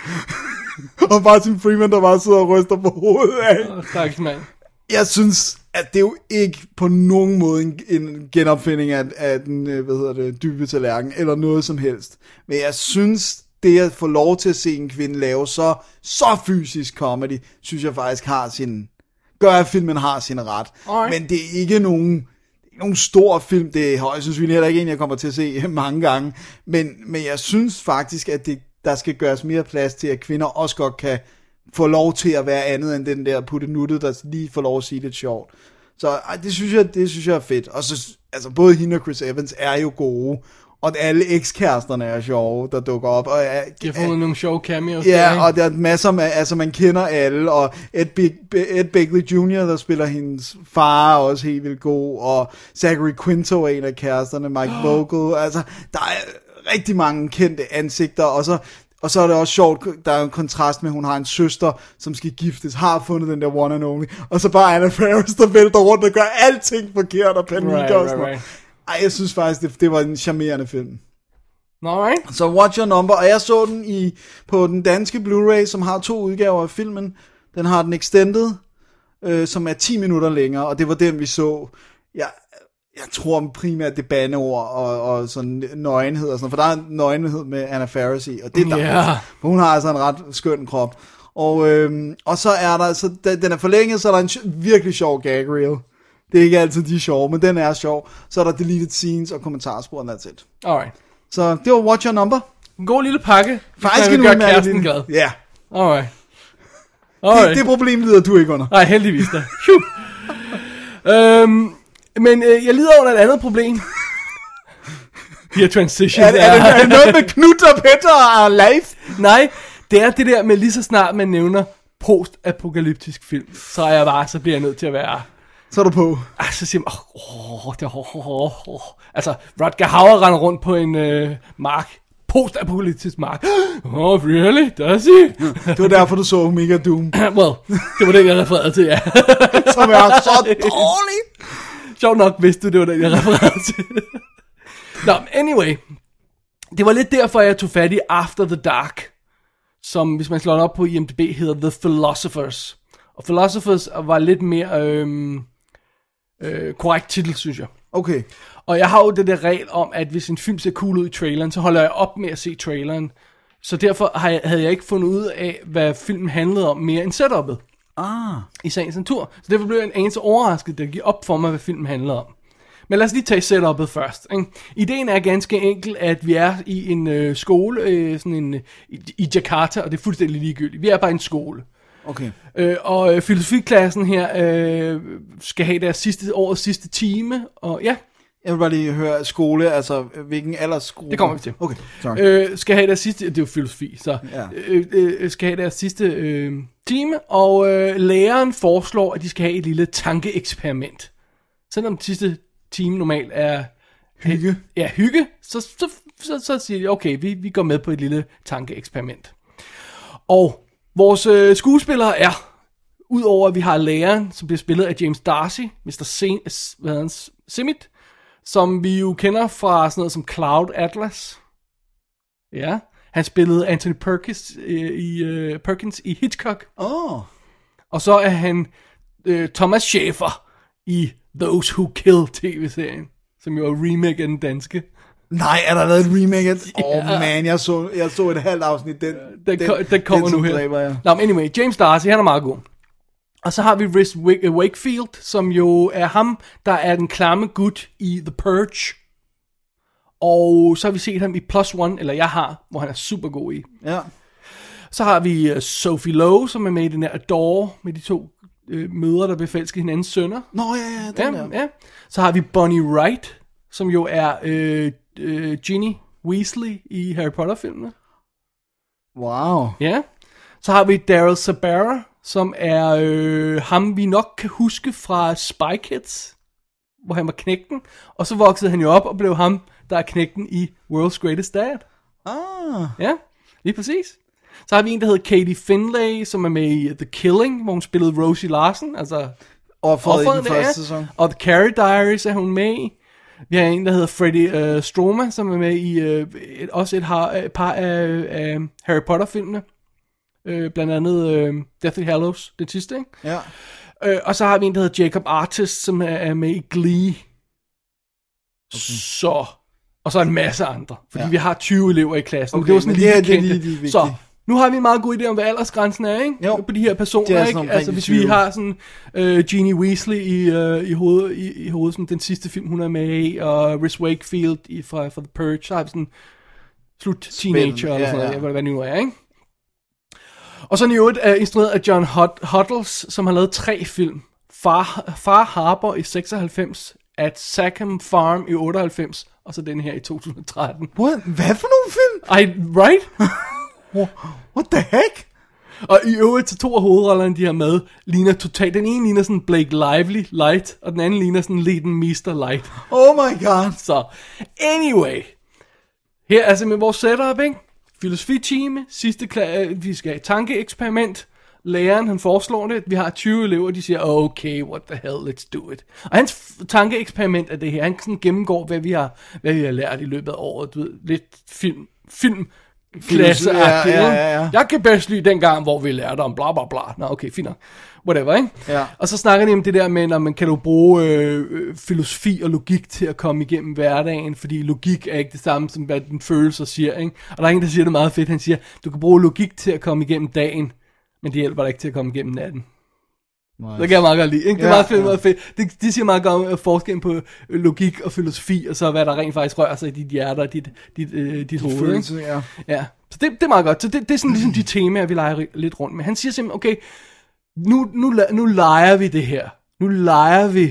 Og Martin Freeman, der bare sidder og ryster på hovedet af. Tak, mand. Jeg synes, at det er jo ikke på nogen måde en, en genopfinding af, af den, hvad hedder det, dybe tallerken, eller noget som helst. Men jeg synes, det at få lov til at se en kvinde lave så, så fysisk comedy, synes jeg faktisk har sin... gør, at filmen har sin ret. Okay. Men det er ikke nogen, det er ikke nogen stor film. Det er højst sandsynligt heller ikke en, jeg kommer til at se mange gange. Men, men jeg synes faktisk, at det, der skal gøres mere plads til, at kvinder også godt kan få lov til at være andet end den der puttenuttet, der lige får lov at sige lidt sjovt. Så ej, det, synes jeg, det synes jeg er fedt. Og så, altså både hende og Chris Evans er jo gode. Og alle ekskæresterne er sjove, der dukker op. Og, de har fået nogle sjove cameos. Ja, der, og der er masser af, altså man kender alle, og Ed, Big, Ed Begley junior, der spiller hendes far, er også helt vildt god, og Zachary Quinto er en af kæresterne, Mike oh. Vogel, altså der er rigtig mange kendte ansigter, og så, og så er det også sjovt, der er en kontrast med, at hun har en søster, som skal giftes, har fundet den der one and only, og så bare Anna Faris, der vælter rundt og gør alting forkert, og panikker right, og sådan right, right. Ej, jeg synes faktisk, det, det var en charmerende film. Alright. Så Watch Your Number, og jeg så den i på den danske Blu-ray, som har to udgaver af filmen. Den har den extended, øh, som er ti minutter længere, og det var den, vi så. Jeg, jeg tror primært det bandeord og, og sådan nøgenhed og sådan, for der er en nøgenhed med Anna Faris i, og det er der. Yeah. For hun har altså en ret skøn krop. Og, øh, og så er der, så den er forlænget, så er der en virkelig sjov gag reel. Det er ikke altid de er sjove, men den er sjov. Så er der deleted scenes og kommentarspor, and that's it. Alright. Så det var Watch Your Number. En god lille pakke. Faktisk en udmærket kæresten glad. Ja. Yeah. Alright. Alright. Det, det problem lider du ikke under. Nej, heldigvis da. øhm, men øh, jeg lider under et andet problem. De her transitions. Er, er, er, er det noget med Knut og Peter og Leif? Nej, det er det der med lige så snart man nævner post-apokalyptisk film, så er jeg bare, så bliver jeg nødt til at være... Så er du på. Ah, så siger man, åh, oh, det er, oh, oh, oh. Altså, Rutger Hauer render rundt på en øh, mark, post-apokalyptisk mark. Oh, really? Does he? Det var derfor, du så Omega Doom. Well, det var den, jeg refererede til, ja. Som er så dårlig. Sjovt nok vidste du, det var den, jeg refererede til. Nå, anyway. Det var lidt derfor, jeg tog fat i After the Dark, som, hvis man slår den op på I M D B, hedder The Philosophers. Og Philosophers var lidt mere øhm, øh, korrekt titel, synes jeg. Okay. Og jeg har jo det der regel om, at hvis en film ser cool ud i traileren, så holder jeg op med at se traileren. Så derfor havde jeg ikke fundet ud af, hvad filmen handlede om mere end setup'et. Ah. I sagens natur. Så derfor blev jeg en anelse overrasket, da det gik op for mig, hvad filmen handlede om. Men lad os lige tage setup'et først. Ikke? Ideen er ganske enkel, at vi er i en øh, skole, øh, sådan en, i, i Jakarta, og det er fuldstændig ligegyldigt. Vi er bare i en skole. Okay. Øh, og øh, filosofiklassen her øh, skal have deres sidste, årets sidste time, og ja. Jeg vil bare lige høre skole, altså hvilken aldersgruppe? Det kommer vi til. Okay, sorry. Øh, skal have deres sidste, det er jo filosofi, så Ja. øh, øh, skal have deres sidste øh, time, og øh, læreren foreslår, at de skal have et lille tankeeksperiment. Selvom sidste time normalt er Hygge. Ja, hygge, så, så, så, så siger de, okay, vi, vi går med på et lille tankeeksperiment. Og vores øh, skuespillere er, udover at vi har læreren, som bliver spillet af James Darcy, mister Sen, hvad hedder han, Simit, som vi jo kender fra sådan noget som Cloud Atlas. Ja, han spillede Anthony Perkins øh, i, øh, Perkins i Hitchcock. Åh. Oh. Og så er han øh, Thomas Schäfer i Those Who Kill tv-serien, som jo er remake af den danske. Nej, er der lavet et remake? Åh oh, man, jeg så, jeg så et halvt afsnit. Den, Den, den, den, den kommer den, nu her. Dræber, ja. Nå, men anyway, James Darcy, han er meget god. Og så har vi Rhys Wakefield, som jo er ham, der er den klamme gut i The Purge. Og så har vi set ham i Plus One, eller jeg har, hvor han er super god i. Ja. Så har vi uh, Sophie Lowe, som er med i den her Adore, med de to øh, mødre, der befalsker hinandens sønner. Nå ja, ja, den Ja, der. ja. Så har vi Bonnie Wright, som jo er øh, øh, Ginny Weasley i Harry Potter-filmene. Wow. Ja. Så har vi Daryl Sabara, som er øh, ham, vi nok kan huske fra Spy Kids, hvor han var knægten. Og så voksede han jo op og blev ham, der er knægten i World's Greatest Dad. Ah. Ja, lige præcis. Så har vi en, der hedder Katie Finlay, som er med i The Killing, hvor hun spillede Rosie Larsen, altså Offeret i den der første er. sæson. Og The Carrie Diaries er hun med i. Vi har en, der hedder Freddie uh, Stroma, som er med i uh, et, også et, har, et par af, af Harry Potter-filmene. Uh, blandt andet uh, Deathly Hallows, det sidste, ikke? Ja. Uh, og så har vi en, der hedder Jacob Artist, som er, er med i Glee. Okay. Så... Og så en masse andre, fordi ja. vi har tyve elever i klassen. Okay, det var sådan men lige det er- det er kendte. lige- lige vigtigt. Så nu har vi en meget god idé om, hvad aldersgrænsen er, ikke? Jo. På de her Det personer, er sådan ikke? omkring Altså de hvis tyve. vi har sådan uh, Ginny Weasley i, uh, i hovedet, i, i hovedet som den sidste film, hun er med i, og Rhys Wakefield i, fra, fra The Purge, så har vi sådan slut teenager, Spændende. eller Ja, sådan noget, ja. hvad, hvad det nu er, ikke? Og så er den i øvrigt uh, instrueret af John Hud- Huddles, som har lavet tre film. Far, Far Harbor i seksoghalvfems, At Sackham Farm i otteoghalvfems, og så den her i to tusind og tretten. What? Hvad for nogle film? I, right? What the heck? Og i øvrigt, så to af hovedrollerne, de har med, ligner totalt. Den ene ligner sådan Blake Lively light, og den anden ligner sådan Leighton Meester light. Oh my god. Så, anyway. Her er simpelthen vores setup, ikke? Filosofi-time, sidste kla- vi skal have et tankeeksperiment. Læreren, han foreslår det. Vi har tyve elever, de siger, okay, what the hell, let's do it. Og hans f- tankeeksperiment er det her. Han sådan gennemgår, hvad vi har, hvad vi har lært i løbet af året. Du ved, lidt film, film, klasse Ja, ja, ja, ja. Jeg kan bedst lide den gang, hvor vi lærte om bla bla bla. Nå, okay, fint nok. Whatever, ikke? Ja. Og så snakker de om det der med, når man kan du bruge øh, øh, filosofi og logik til at komme igennem hverdagen, fordi logik er ikke det samme, som hvad den følelser siger, ikke? Og der er en, der siger det meget fedt. Han siger, du kan bruge logik til at komme igennem dagen, men det hjælper dig ikke til at komme igennem natten. Nice. Det kan jeg meget godt lide, ikke? Det er Ja, meget fedt, ja. meget fedt. Det, de siger meget godt om forskellen på logik og filosofi, og så hvad der rent faktisk rører sig i dit hjerte og dit, dit, øh, dit hoved, ikke? Følelse, ja. Ja, så det, det er meget godt. Så det, det er sådan ligesom de temaer, vi leger lidt rundt med. Han siger simpelthen, okay, nu, nu, nu leger vi det her. Nu leger vi,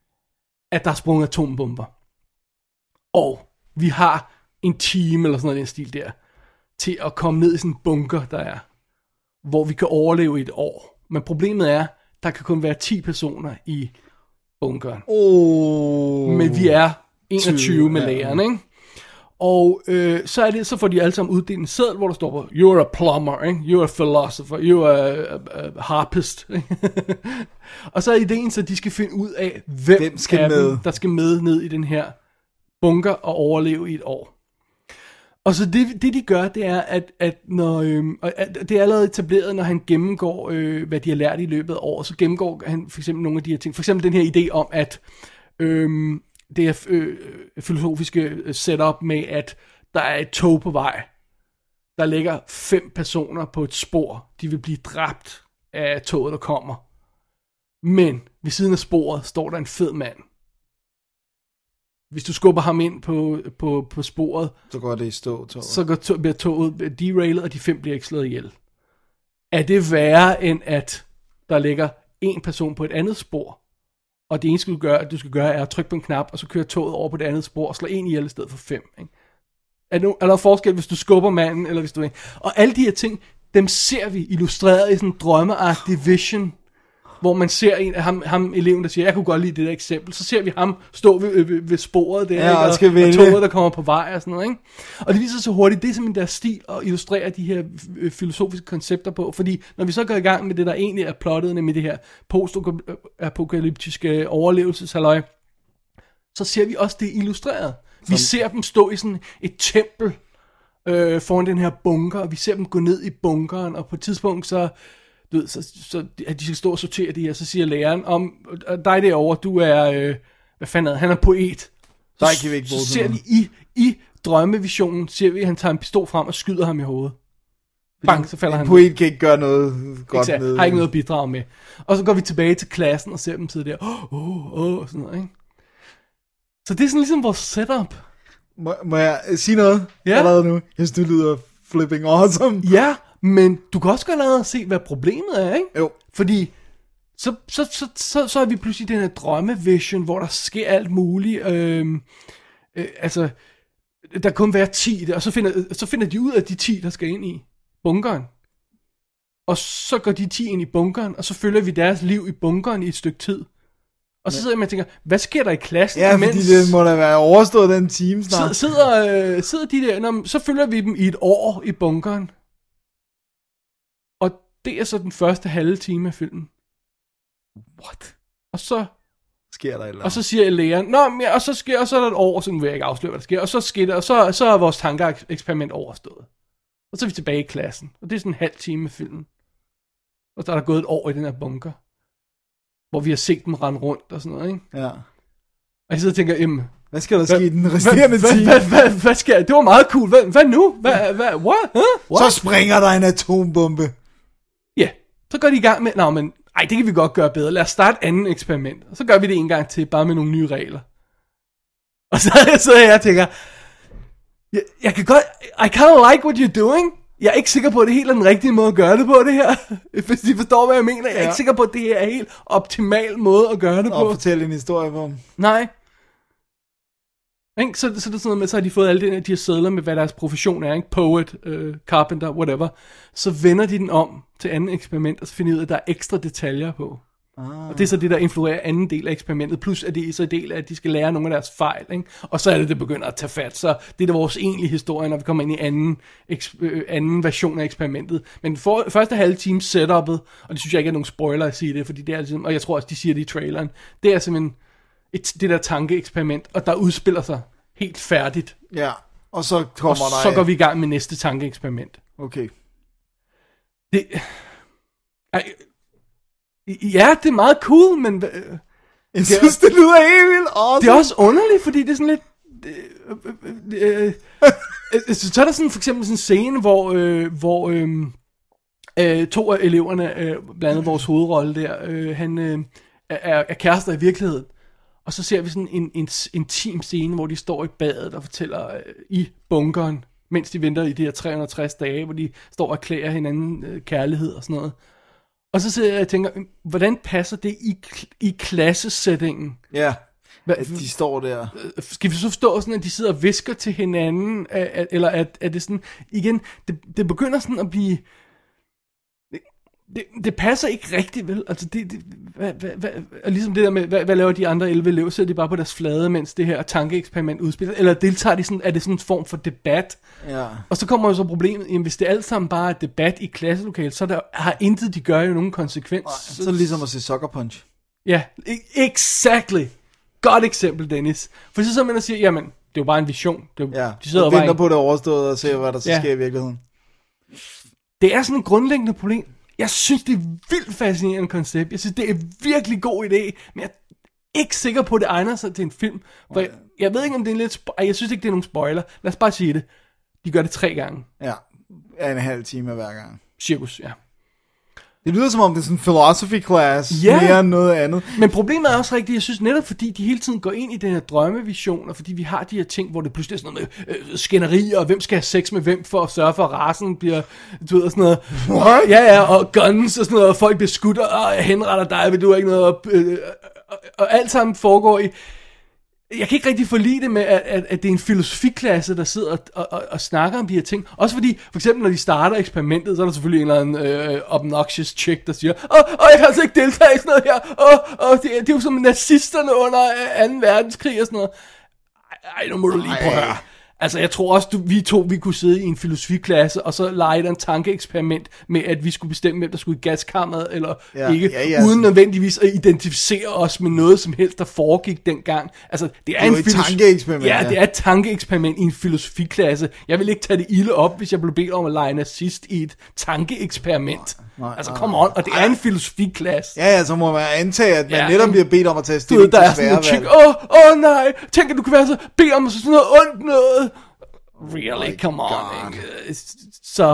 at der er sprunget atombomber. Og vi har en time eller sådan noget, den stil der, til at komme ned i sådan en bunker, der er, hvor vi kan overleve i et år. Men problemet er, der kan kun være ti personer i bunkeren. Oh. Men vi er enogtyve med ja. lærerne, ikke? Og øh, så, er det, så får de alle sammen uddelt en seddel, hvor der står på, you're a plumber, ikke? You're a philosopher, you're a, a, a harpist. Og så er ideen, så de skal finde ud af, hvem, Hvem skal af med? dem, der skal med ned i den her bunker og overleve i et år. Og så det, det de gør, det er, at, at, når, øh, at det er allerede etableret, når han gennemgår, øh, hvad de har lært i løbet af året, så gennemgår han for eksempel nogle af de her ting. For eksempel den her idé om, at øh, det er øh, filosofiske setup med, at der er et tog på vej. Der ligger fem personer på et spor. De vil blive dræbt af toget, der kommer. Men ved siden af sporet står der en fed mand. Hvis du skubber ham ind på, på, på sporet, Så går det i stå, toget. så går to, bliver toget derailet, og de fem bliver ikke slået ihjel. Er det værre, end at der ligger en person på et andet spor, og det eneste, du, gør, du skal gøre, er at trykke på en knap, og så køre toget over på det andet spor, og slå en ihjel i stedet for fem. Ikke? Er, der, er der forskel, hvis du skubber manden, eller hvis du ikke? Og alle de her ting, dem ser vi illustreret i sådan en drømmeagtig vision, hvor man ser en af ham, ham eleven, der siger, jeg kunne godt lide det der eksempel. Så ser vi ham stå ved, ved, ved sporet der, ja, ikke? Og, skal og toget, der kommer på vej og sådan noget. Ikke? Og det viser så hurtigt, det er simpelthen deres stil at illustrere de her filosofiske koncepter på. Fordi når vi så går i gang med det, der egentlig er plottet, med det her post-apokalyptiske overlevelseshalløj, så ser vi også det illustreret. Vi ser dem stå i sådan et tempel øh, foran den her bunker, og vi ser dem gå ned i bunkeren, og på et tidspunkt så... Du ved, så, så at de skal stå og sortere det her, så siger læreren, om dig derovre, du er, øh, hvad fanden er det? Han er poet. Så, kan vi ikke så ser vi i, i drømmevisionen, ser vi, at han tager en pistol frem og skyder ham i hovedet. Bang, så falder en han. En poet kan ikke gøre noget godt Exakt, med. Har ikke noget at bidrage med. Og så går vi tilbage til klassen og ser dem sidde der, åh, åh, åh, sådan noget, ikke? Så det er sådan ligesom vores setup. Må, må jeg sige noget Ja. allerede nu? Jeg synes, det lyder flipping awesome. Ja, men du kan også godt lade se, hvad problemet er, ikke? Jo. Fordi så, så, så, så, så er vi pludselig den her drømmevision, hvor der sker alt muligt. Øhm, øh, altså, der kun være ti, der, og så finder, så finder de ud af de ti, der skal ind i bunkeren. Og så går de ti ind i bunkeren, og så følger vi deres liv i bunkeren i et stykke tid. Og så sidder jeg og tænker, hvad sker der i klassen? Ja, imens, fordi det må da være overstået den time snart. Sidder, øh, sidder de der, når, så følger vi dem i et år i bunkeren. Og det er så den første halve time af filmen. What? Og så, Sker der et eller og så siger læreren, nå, men, ja, og så sker, og så er der et år, så nu vil jeg ikke afsløre, hvad der sker. Og så sker der, og så, så er vores tankeeksperiment overstået. Og så er vi tilbage i klassen. Og det er sådan en halv time af filmen. Og så er der gået et år i den her bunker. Hvor vi har set dem rende rundt og sådan noget, ikke? Ja. Og jeg sidder og tænker, jamen... Hvad skal der ske i den resterende hvad, time? Hvad, hvad, hvad, hvad sker der? Det var meget cool. Hvad, hvad nu? Hvad, hvad, what? Huh? What? Så springer der en atombombe. Ja, så går de i gang med... Nå, men... Ej, det kan vi godt gøre bedre. Lad os starte et andet eksperiment. Og så gør vi det en gang til, bare med nogle nye regler. Og så sidder jeg og tænker... Jeg, jeg kan godt... I kind of like what you're doing. Jeg er ikke sikker på, at det helt er den rigtige måde at gøre det på, det her. Hvis de forstår, hvad jeg mener. Jeg er ja. ikke sikker på, at det her er en helt optimal måde at gøre det Og på. fortælle en historie på. Nej. Ikke? Så, så, så, det er sådan noget med, så har de fået alle de, de her sedler med, hvad deres profession er. Ikke? Poet, øh, carpenter, whatever. Så vender de den om til anden eksperiment, og så finder de ud af, at der er ekstra detaljer på. Ah. Og det er så det, der influerer anden del af eksperimentet. Plus at det er så en del af, at de skal lære nogle af deres fejl. Ikke? Og så er det, det begynder at tage fat. Så det er vores egentlige historie, når vi kommer ind i anden, eksp- øh, anden version af eksperimentet. Men for, første halve time setup'et, og det synes jeg ikke er nogen spoiler at sige det, fordi det er ligesom, og jeg tror også, de siger det i traileren, det er simpelthen et, det der tankeeksperiment, og der udspiller sig helt færdigt. Ja, og så kommer og der... så går vi i gang med næste tankeeksperiment. Okay. Det... Ej, ja, det er meget cool, men... Jeg synes, det lyder helt vildt awesome. Det er også underligt, fordi det er sådan lidt... Øh, øh, øh, så er der sådan for eksempel sådan en scene, hvor, øh, hvor øh, øh, to af eleverne, øh, blandt andet vores hovedrolle der, øh, han øh, er, er kærester i virkeligheden. Og så ser vi sådan en, en intim scene, hvor de står i badet og fortæller øh, i bunkeren, mens de venter i de her tre hundrede og tres dage, hvor de står og erklærer hinanden øh, kærlighed og sådan noget. Og så sidder jeg og tænker, hvordan passer det i, i klassesætningen? Ja, Hva, at de står der. Skal vi så forstå sådan, at de sidder og visker til hinanden? Eller at, at det sådan, igen, det, det begynder sådan at blive... Det, det, det passer ikke rigtigt, vel? Altså, det, det, hvad, hvad, hvad, ligesom det der med, hvad, hvad laver de andre elleve elever? Sidder de bare på deres flade, mens det her tankeeksperiment udspiller? Eller deltager de sådan, er det sådan en form for debat? Ja. Og så kommer jo så problemet, jamen hvis det alt sammen bare er debat i klasselokalet, så der, har intet, de gør jo nogen konsekvens. Nej, så er det ligesom at se Sucker Punch. Ja, exactly. Godt eksempel, Dennis. For så sidder man og siger, jamen, det er jo bare en vision. Det er, ja, de sidder og venter på det overstået og ser, hvad der så ja. sker i virkeligheden. Det er sådan et grundlæggende problem. Jeg synes, det er vildt fascinerende koncept. Jeg synes, det er en virkelig god idé, men jeg er ikke sikker på, at det egner sig til en film. For jeg, jeg ved ikke, om det er en lidt... Spo- jeg synes ikke, det er nogen spoiler. Lad os bare sige det. De gør det tre gange. Ja, en halv time hver gang. Cirkus, ja. Det lyder som om, det er sådan en philosophy class, ja. mere end noget andet. Men problemet er også rigtigt, jeg synes netop, fordi de hele tiden går ind i den her drømmevision, og fordi vi har de her ting, hvor det pludselig er sådan noget med øh, skænderier, og hvem skal have sex med hvem, for at sørge for, at rasen bliver, du ved, sådan noget. What? Ja, ja, og guns og sådan noget, og folk bliver skudt, og jeg henretter dig, vil du ikke noget, og, øh, og alt sammen foregår i... Jeg kan ikke rigtig forlide det med, at, at, at det er en filosofiklasse, der sidder og, og, og, og snakker om de her ting. Også fordi, for eksempel når de starter eksperimentet, så er der selvfølgelig en eller anden øh, obnoxious chick, der siger, åh, åh, jeg kan altså ikke deltage i sådan noget her, åh, åh, det, det er jo som nazisterne under anden verdenskrig og sådan noget. Ej, nu må du lige prøve at høre. Altså, jeg tror også, du, vi to, vi kunne sidde i en filosofiklasse, og så lege en tankeeksperiment med, at vi skulle bestemme, hvem der skulle i gaskammeret, eller ja, ikke, ja, ja, uden nødvendigvis at identificere os med noget som helst, der foregik dengang. Altså, det er, det er en filosof- tankeeksperiment. Ja, det er et tankeeksperiment i en filosofiklasse. Jeg vil ikke tage det ilde op, hvis jeg blev bedt om at lege nazist i et tankeeksperiment. Nej, altså, come on, og det er en filosofiklasse. Ja, ja, så må man antage, at man ja, netop bliver bedt om at tage stilling til svære valg. Åh, åh oh, nej, tænk at du kan være så bedt om sådan noget ondt noget. Really, oh come on. Ikke? Så...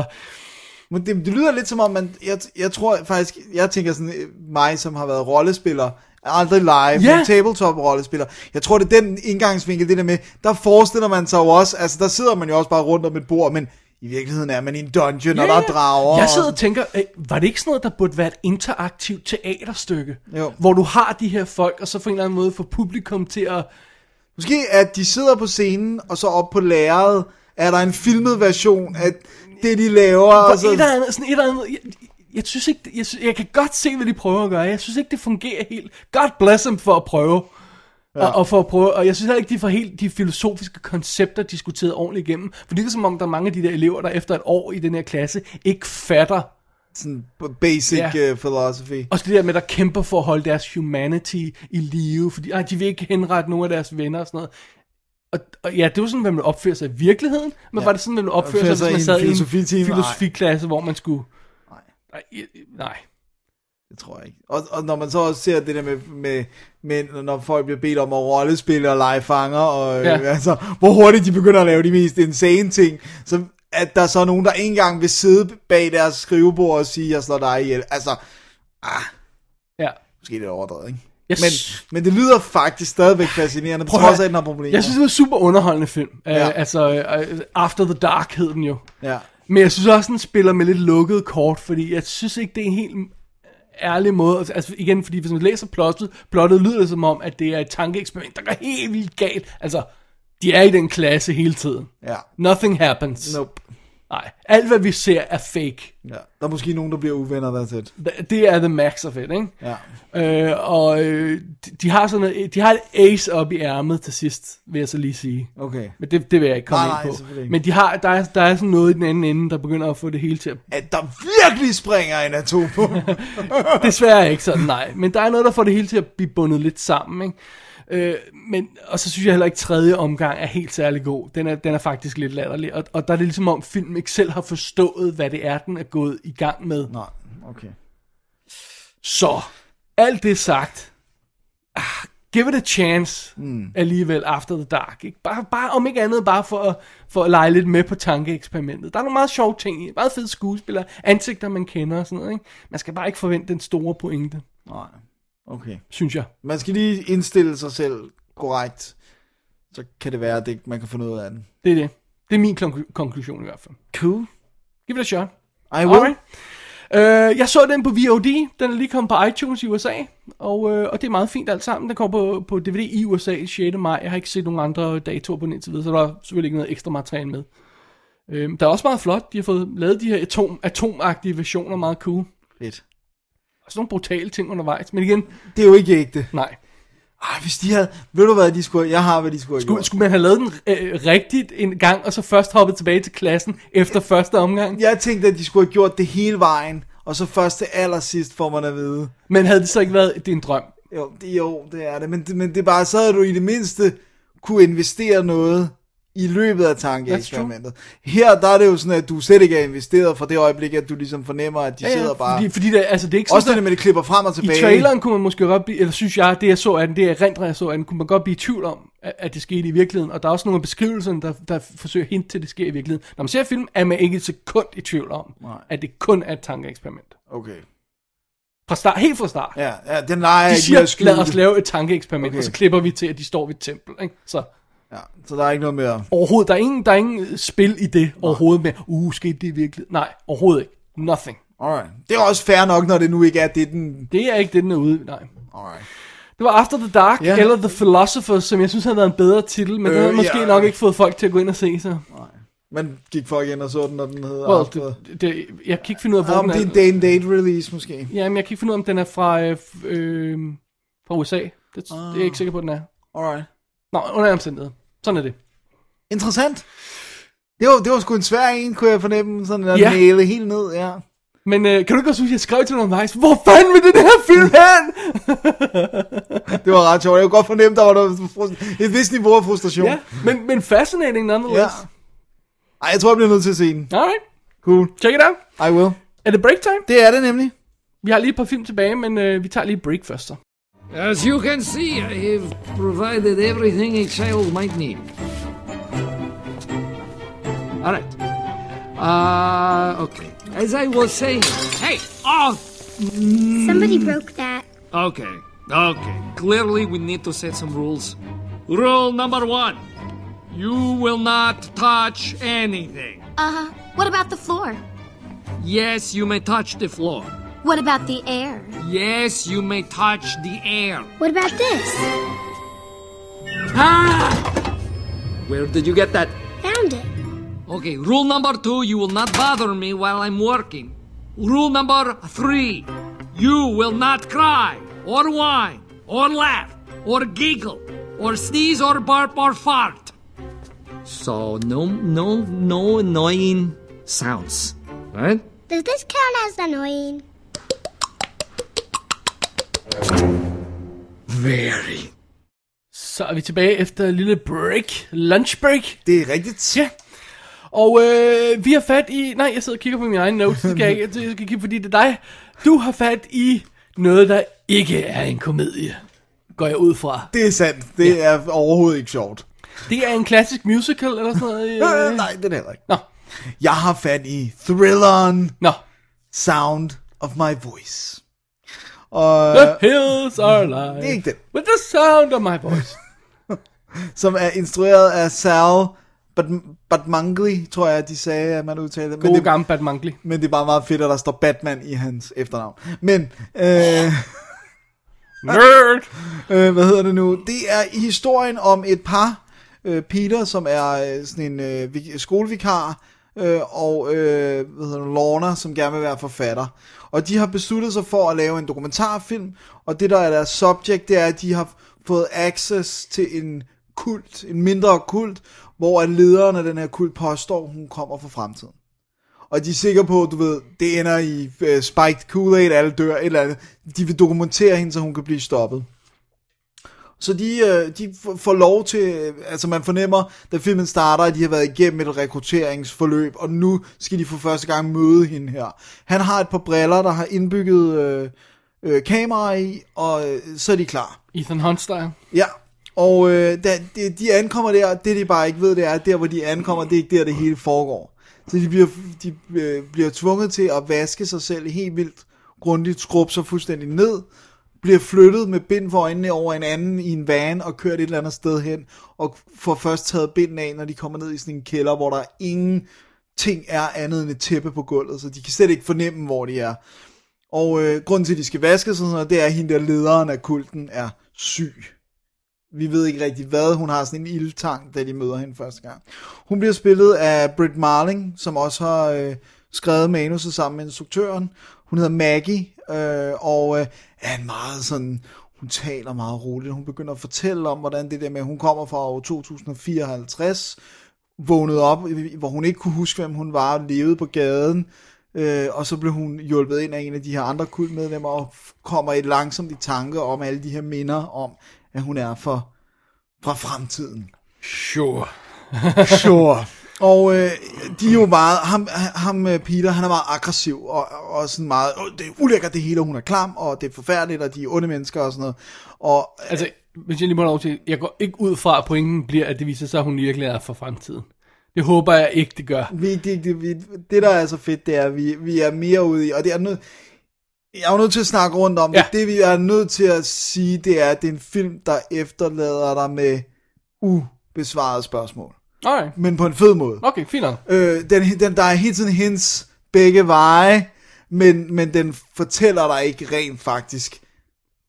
Men det, det lyder lidt som om, man, jeg, jeg tror faktisk, jeg tænker sådan, mig som har været rollespiller, aldrig live, yeah. tabletop rollespiller. Jeg tror, det er den indgangsvinkel, det der med, der forestiller man sig jo også, altså der sidder man jo også bare rundt om et bord, men i virkeligheden er man i en dungeon, yeah. og der er drager. Jeg sidder og tænker, var det ikke sådan noget, der burde være et interaktivt teaterstykke? Jo. Hvor du har de her folk, og så på en eller anden måde får publikum til at... Måske at de sidder på scenen, og så op på lærredet, er der en filmet version af det, de laver. Altså... Et eller andet, sådan et eller andet... Jeg, jeg synes ikke, jeg, synes, jeg kan godt se, hvad de prøver at gøre. Jeg synes ikke, det fungerer helt. God bless them for at prøve. Ja. Og, og, for at prøve, og jeg synes heller ikke, de får helt de filosofiske koncepter diskuteret ordentligt igennem. For det er som om, der er mange af de der elever, der efter et år i den her klasse, ikke fatter sådan basic ja. uh, philosophy. Og så det der med, der kæmper for at holde deres humanity i live, fordi ej, de vil ikke henrette nogle af deres venner og sådan noget. Og, og ja, det var sådan, man ville opføre sig i virkeligheden, men ja. var det sådan, man ville opføre sig, sig, hvis man sad i en filosofiklasse, hvor man skulle... Nej. Nej. Nej. Det tror jeg ikke. Og, og når man så også ser det der med, med, med når folk bliver bedt om at rollespille og lege fanger, og ja. øh, altså, hvor hurtigt de begynder at lave de mest insane ting, så at der så er nogen, der ikke engang vil sidde bag deres skrivebord og sige, jeg slår dig ihjel. Altså, ah, ja. Måske lidt overdrevet, ikke? Yes. Men, men det lyder faktisk stadigvæk fascinerende, på trods af, at den har problemer. Jeg synes, det var super underholdende film. Ja. Uh, altså, uh, After the Dark hed den jo. Ja. Men jeg synes også, den spiller med lidt lukket kort, fordi jeg synes ikke, det er en helt ærlig måde. Altså igen, fordi hvis man læser plottet, plottet lyder det som om, at det er et tankeeksperiment, der går helt vildt galt. Altså, de er i den klasse hele tiden. Ja. Nothing happens. Nope. Nej, alt hvad vi ser er fake. Ja. Der er måske nogen, der bliver uvenner, der tæt. Det er the max of it, ikke? Ja. Øh, og øh, de, de har sådan noget, de har et ace op i ærmet til sidst, vil jeg så lige sige. Okay. Men det, det vil jeg ikke komme nej, ind på. Nej, men de har, der, er, der er sådan noget i den anden ende, der begynder at få det hele til at... At der virkelig springer en atombombe. Desværre ikke sådan, nej. Men der er noget, der får det hele til at blive bundet lidt sammen, ikke? Øh, men, og så synes jeg heller ikke, at tredje omgang er helt særlig god. Den er, den er faktisk lidt latterlig. Og, og der er det ligesom om, film ikke selv har forstået, hvad det er, den er gået i gang med. Nej, okay. Så, alt det sagt, ah, give it a chance mm. alligevel After the Dark. Ikke? Bare, bare, om ikke andet, bare for at, for at lege lidt med på tankeeksperimentet. Der er nogle meget sjove ting i. Meget fede skuespillere, ansigter man kender og sådan noget. Ikke? Man skal bare ikke forvente den store pointe. Nej. Okay. Synes jeg. Man skal lige indstille sig selv korrekt, så kan det være, at det, man kan få noget af den. Det er det. Det er min konklu- konklusion i hvert fald. Cool. Give it a shot. I will. Uh, jeg så den på V O D. Den er lige kommet på iTunes i U S A. Og, uh, og det er meget fint alt sammen. Den kommer på, på D V D i U S A sjette maj. Jeg har ikke set nogen andre datoer på den indtil videre, så der er selvfølgelig ikke noget ekstra materiale med. Uh, der er også meget flot. De har fået lavet de her atom, atomagtige versioner. Meget cool. Fedt. Og sådan nogle brutale ting undervejs. Men igen... Det er jo ikke ægte. Nej. Ej, hvis de havde... Ved du hvad, de skulle... Jeg har, hvad de skulle have skulle, gjort. Skulle man have lavet den øh, rigtigt en gang, og så først hoppet tilbage til klassen efter første omgang? Jeg tænkte, at de skulle have gjort det hele vejen, og så først til allersidst får man at vide. Men havde det så ikke været... Det er en drøm. Jo, det, jo, det er det. Men, det, men det er bare... Så havde du i det mindste kunne investere noget i løbet af tankeeksperimentet. Her der er det jo sådan, at du slet ikke er investeret fra det øjeblik, at du ligesom fornemmer, at de ja, ja, sidder bare... Fordi, fordi det, altså, det er ikke sådan, også det med, det klipper frem og tilbage. I traileren kunne man måske godt blive, eller synes jeg, det jeg så af den, det jeg rent jeg så af den, kunne man godt blive i tvivl om, at, at det skete i virkeligheden. Og der er også nogle af beskrivelserne, der, der forsøger hint til, at det sker i virkeligheden. Når man ser film, er man ikke et sekund i tvivl om, nej, at det kun er et tankeeksperiment. Okay. Fra start, helt fra start. Ja, ja, den leger de siger, lad os lave et tankeeksperiment, okay, og så klipper vi til, at de står ved et tempel, ikke? Så... Ja, så der er ikke noget mere... Overhovedet, der er ingen, der er ingen spil i det, overhovedet med, uh, skete det virkelig? Nej, overhovedet ikke. Nothing. Alright. Det er også fair nok, når det nu ikke er det, den... Det er ikke det, den er ude, nej. Alright. Det var After the Dark, Ja. eller The Philosopher, som jeg synes havde været en bedre titel, men øh, den havde måske ja. nok ikke fået folk til at gå ind og se sig. Men gik folk ind og så den, når den hedder Well, After. det, det, jeg kan ikke finde ud af, hvor Om den det er er. en day and date release, måske. Ja, men jeg kan ikke finde ud af, om den er fra, øh, øh, fra U S A. Det, det er jeg ikke sikker på, at den er. Alright. Nå, under omstændigheder. Sådan er det. Interessant. Det var, det var sgu en svær en, kunne jeg fornemme. Sådan at Ja. næle helt ned, ja. Men øh, kan du ikke også huske, at jeg skrev til dig undervejs, hvor fanden vil den her film hen? Det var ret sjovt. Jeg kunne godt fornemme, der var noget frust- et vist niveau af frustration. Ja, men, men fascinating nonetheless. Ja. Ej, jeg tror, jeg bliver nødt til at se den. Alright, Cool. check it out. I will. Er det break time? Det er det nemlig. Vi har lige et par film tilbage, men øh, vi tager lige et break først så. As you can see, I have provided everything a child might need. All right. Uh, okay. As I was saying, hey, oh, Somebody broke that. okay, okay. Clearly, we need to set some rules. Rule number one: you will not touch anything. Uh, what about the floor? Yes, you may touch the floor. What about the air? Yes, you may touch the air. What about this? Ah! Where did you get that? Found it. Okay, rule number two, you will not bother me while I'm working. Rule number three, you will not cry, or whine, or laugh, or giggle, or sneeze, or burp, or fart. So, no, no, no annoying sounds, right? Does this count as annoying? Very. Så er vi tilbage efter en lille break. Lunch break. Det er rigtigt. Ja. Og øh, vi har fat i... Nej, jeg sidder og kigger på mine egne notes. Det skal jeg ikke. Jeg skal kigge, fordi det er dig. Du har fat i noget, der ikke er en komedie. Går jeg ud fra. Det er sandt. Det ja. er overhovedet ikke sjovt. Det er en klassisk musical eller sådan noget. Øh, Øh. nej, det er heller ikke. Nå. Jeg har fat i thrilleren Nå. Sound of My Voice. Og, The hills are alive. det er ikke den. With the sound of my voice. Som er instrueret af Sal Batmangley, tror jeg, de sagde, at man udtalte det. Men God det, gammel Bat Mangley. men det er bare meget fedt, at der står Batman i hans efternavn. Men, øh, Nerd. øh, hvad hedder det nu? Det er historien om et par, øh, Peter, som er øh, sådan en øh, vi- skolevikar, øh, og øh, hvad hedder det, Lorna, som gerne vil være forfatter. Og de har besluttet sig for at lave en dokumentarfilm, og det der er deres subject, det er, at de har fået access til en kult, en mindre kult, hvor at lederen af den her kult påstår, hun kommer fra fremtiden. Og de er sikre på, du ved, det ender i uh, spiked Kool-Aid, alle dør, et eller andet. De vil dokumentere hende, så hun kan blive stoppet. Så de, uh, de f- får lov til, altså man fornemmer, da filmen starter, at de har været igennem et rekrutteringsforløb, og nu skal de for første gang møde hende her. Han har et par briller, der har indbygget uh, uh, kamera i, og uh, så er de klar. Ethan Hunt-style. Ja, og øh, da de, de ankommer der, det de bare ikke ved, det er, at der hvor de ankommer, det er ikke der, det hele foregår. Så de bliver, de øh, bliver tvunget til at vaske sig selv helt vildt grundigt, skrubbe sig fuldstændig ned, bliver flyttet med bind for øjnene over en anden i en van og kørt et eller andet sted hen, og får først taget binden af, når de kommer ned i sådan en kælder, hvor der ingen ting er andet end et tæppe på gulvet, så de kan slet ikke fornemme, hvor de er. Og øh, grunden til, at de skal vaske sig, sådan noget, det er, at hende der lederen af kulten er syg. Vi ved ikke rigtig hvad. Hun har sådan en ildtang, da de møder hende første gang. Hun bliver spillet af Brit Marling, som også har øh, skrevet manuset sammen med instruktøren. Hun hedder Maggie, øh, og øh, er en meget sådan... Hun taler meget roligt. Hun begynder at fortælle om, hvordan det der med... Hun kommer fra år to tusind fireoghalvtreds, vågnede op, hvor hun ikke kunne huske, hvem hun var, og levede på gaden. Øh, og så blev hun hjulpet ind af en af de her andre kultmedlemmer, og kommer et langsomt i tanke om alle de her minder om, at hun er for, fra fremtiden. Sure. Sure. Og øh, de er jo meget, ham, ham Peter, han er meget aggressiv, og, og sådan meget, øh, det er ulækkert det hele, og hun er klam, og det er forfærdeligt, og de er onde mennesker og sådan noget. Og, Altså, hvis jeg lige må lov til, jeg går ikke ud fra, at pointen bliver, at det viser sig, at hun virkelig er for fremtiden. Det håber jeg ikke, det gør. Vi, det, det, vi, det, der er så fedt, det er, at vi, vi er mere ude i, og det er nødt, jeg er jo nødt til at snakke rundt om det. Ja. Det vi er nødt til at sige, det er, at det er en film, der efterlader dig med ubesvarede spørgsmål. Alright. Men på en fed måde. Okay, fint nok. Øh, den, den, der er hele tiden hints begge veje, men, men den fortæller dig ikke rent faktisk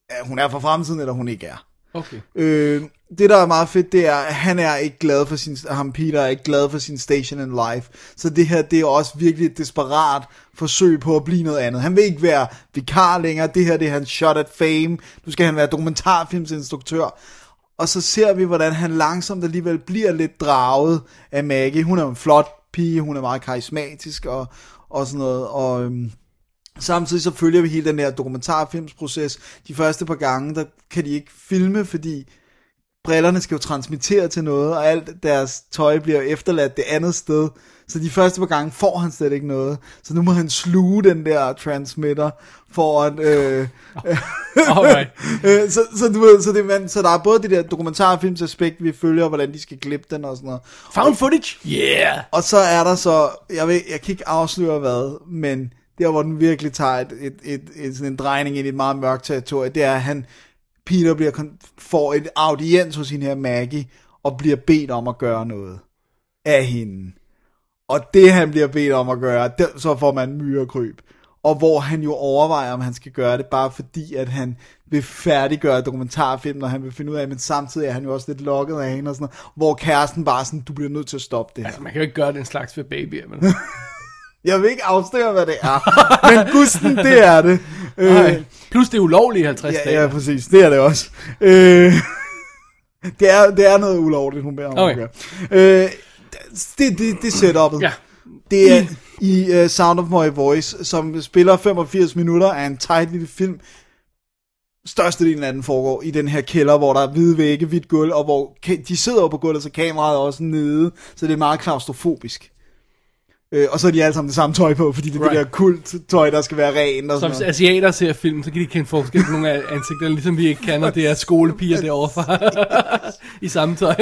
hun er fra fremtiden, eller hun ikke er. Okay. Øh, det, der er meget fedt, det er, at han er ikke glad for sin, ham Peter er ikke glad for sin station in life. Så det her, det er også virkelig et desperat forsøg på at blive noget andet. Han vil ikke være vikar længere. Det her, det er hans shot at fame. Nu skal han være dokumentarfilmsinstruktør. Og så ser vi, hvordan han langsomt alligevel bliver lidt draget af Maggie. Hun er en flot pige, hun er meget karismatisk og, og sådan noget. Og øhm, samtidig så følger vi hele den her dokumentarfilmsproces. De første par gange, der kan de ikke filme, fordi brillerne skal jo transmittere til noget, og alt deres tøj bliver efterladt det andet sted. Så de første par gange får han slet ikke noget. Så nu må han sluge den der transmitter for at... Øh, Alright. øh, så, så, du ved, så, det, så der er både det der dokumentarfilmsaspekt, vi følger, hvordan de skal klippe den og sådan noget. Found footage? Yeah! Og så er der så... Jeg, ved, jeg kan ikke afsløre hvad, men der hvor den virkelig tager et, et, et, et, sådan en drejning ind i et meget mørkt territorie, det er, at han... Peter bliver, får et audiens hos hende her Maggie, og bliver bedt om at gøre noget af hende. Og det han bliver bedt om at gøre, det, så får man myrekryb. Og hvor han jo overvejer, om han skal gøre det, bare fordi, at han vil færdiggøre dokumentarfilm, når han vil finde ud af, men samtidig er han jo også lidt lokket af hende, og sådan noget, hvor kæresten bare sådan, du bliver nødt til at stoppe det her. Altså, man kan jo ikke gøre den slags ved babyer, men... Jeg vil ikke afsløre, hvad det er, men gusten, det er det. Øh, Plus det er ulovligt i halvtreds ja, dage. Ja, præcis, det er det også. Øh, det, er, det er noget ulovligt, hun beder om okay. at gøre. Øh, det, det, det er setup'et. Ja. Det er i uh, Sound of My Voice, som spiller femogfirs minutter af en tight lille film. Størstedelen af den foregår i den her kælder, hvor der er hvide vægge, hvidt gulv, og hvor de sidder jo på gulvet, så kameraet er også nede, så det er meget klaustrofobisk. Øh, og så er de alle sammen det samme tøj på, fordi det er right. det der kult tøj, der skal være rent. Og så hvis asiater ser film, så kan de kende forskel på nogle af ansigterne, ligesom vi ikke kan, og det er skolepiger derovre fra i samme tøj.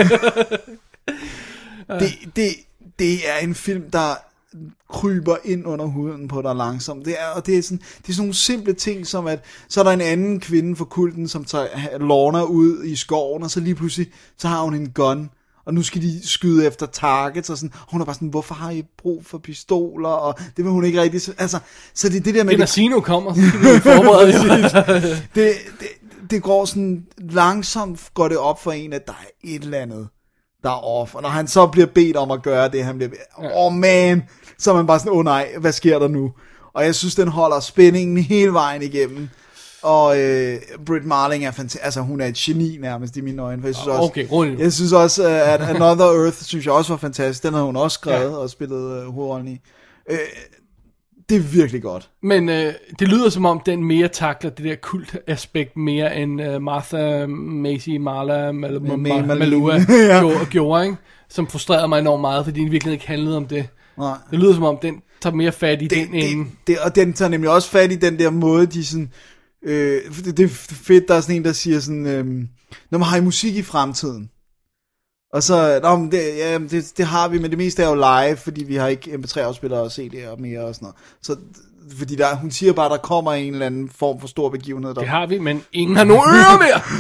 det, det, det er en film, der kryber ind under huden på dig langsomt. Det er, og det er, sådan, det er sådan nogle simple ting, som at, så er der en anden kvinde fra kulten, som tager Lorna ud i skoven, og så lige pludselig, så har hun en gun, og nu skal de skyde efter targets, og sådan, og hun er bare sådan, hvorfor har I brug for pistoler, og det vil hun ikke rigtig, altså, så det er det der med... Genasino kommer, så skal vi forberede det, det, det går sådan, langsomt går det op for en, at der er et eller andet, der er off, og når han så bliver bedt om at gøre det, han bliver, åh oh man, så er man bare sådan, åh oh, nej, hvad sker der nu? Og jeg synes, den holder spændingen hele vejen igennem. Og øh, Brit Marling er fantastisk, altså hun er et geni nærmest i mine øjne. For jeg synes også, okay, roligt. Jeg synes også, at Another Earth synes jeg også var fantastisk. Den havde hun også skrevet ja. og spillet øh, hovedrollen i. Øh, det er virkelig godt. Men øh, det lyder som om, den mere takler det der kult aspekt mere end øh, Martha, Macy, Marla, Mal- Mal- Mal- Malua ja. gjorde, gjorde, ikke? Som frustrerede mig enormt meget, fordi den virkelig ikke handlede om det. Nej. Det lyder som om, den tager mere fat i det, den det, ende. Det, og den tager nemlig også fat i den der måde, de sådan... Øh, det, det er fedt, der er sådan en, der siger sådan... Øh, når man har I musik i fremtiden? Og så, nå, men det, ja, det, det har vi, men det meste er jo live, fordi vi har ikke M P tre afspillere og C D'er mere og sådan noget. Så, fordi der, hun siger bare, der kommer en eller anden form for stor begivenhed. Der. Det har vi, men ingen har nogen ører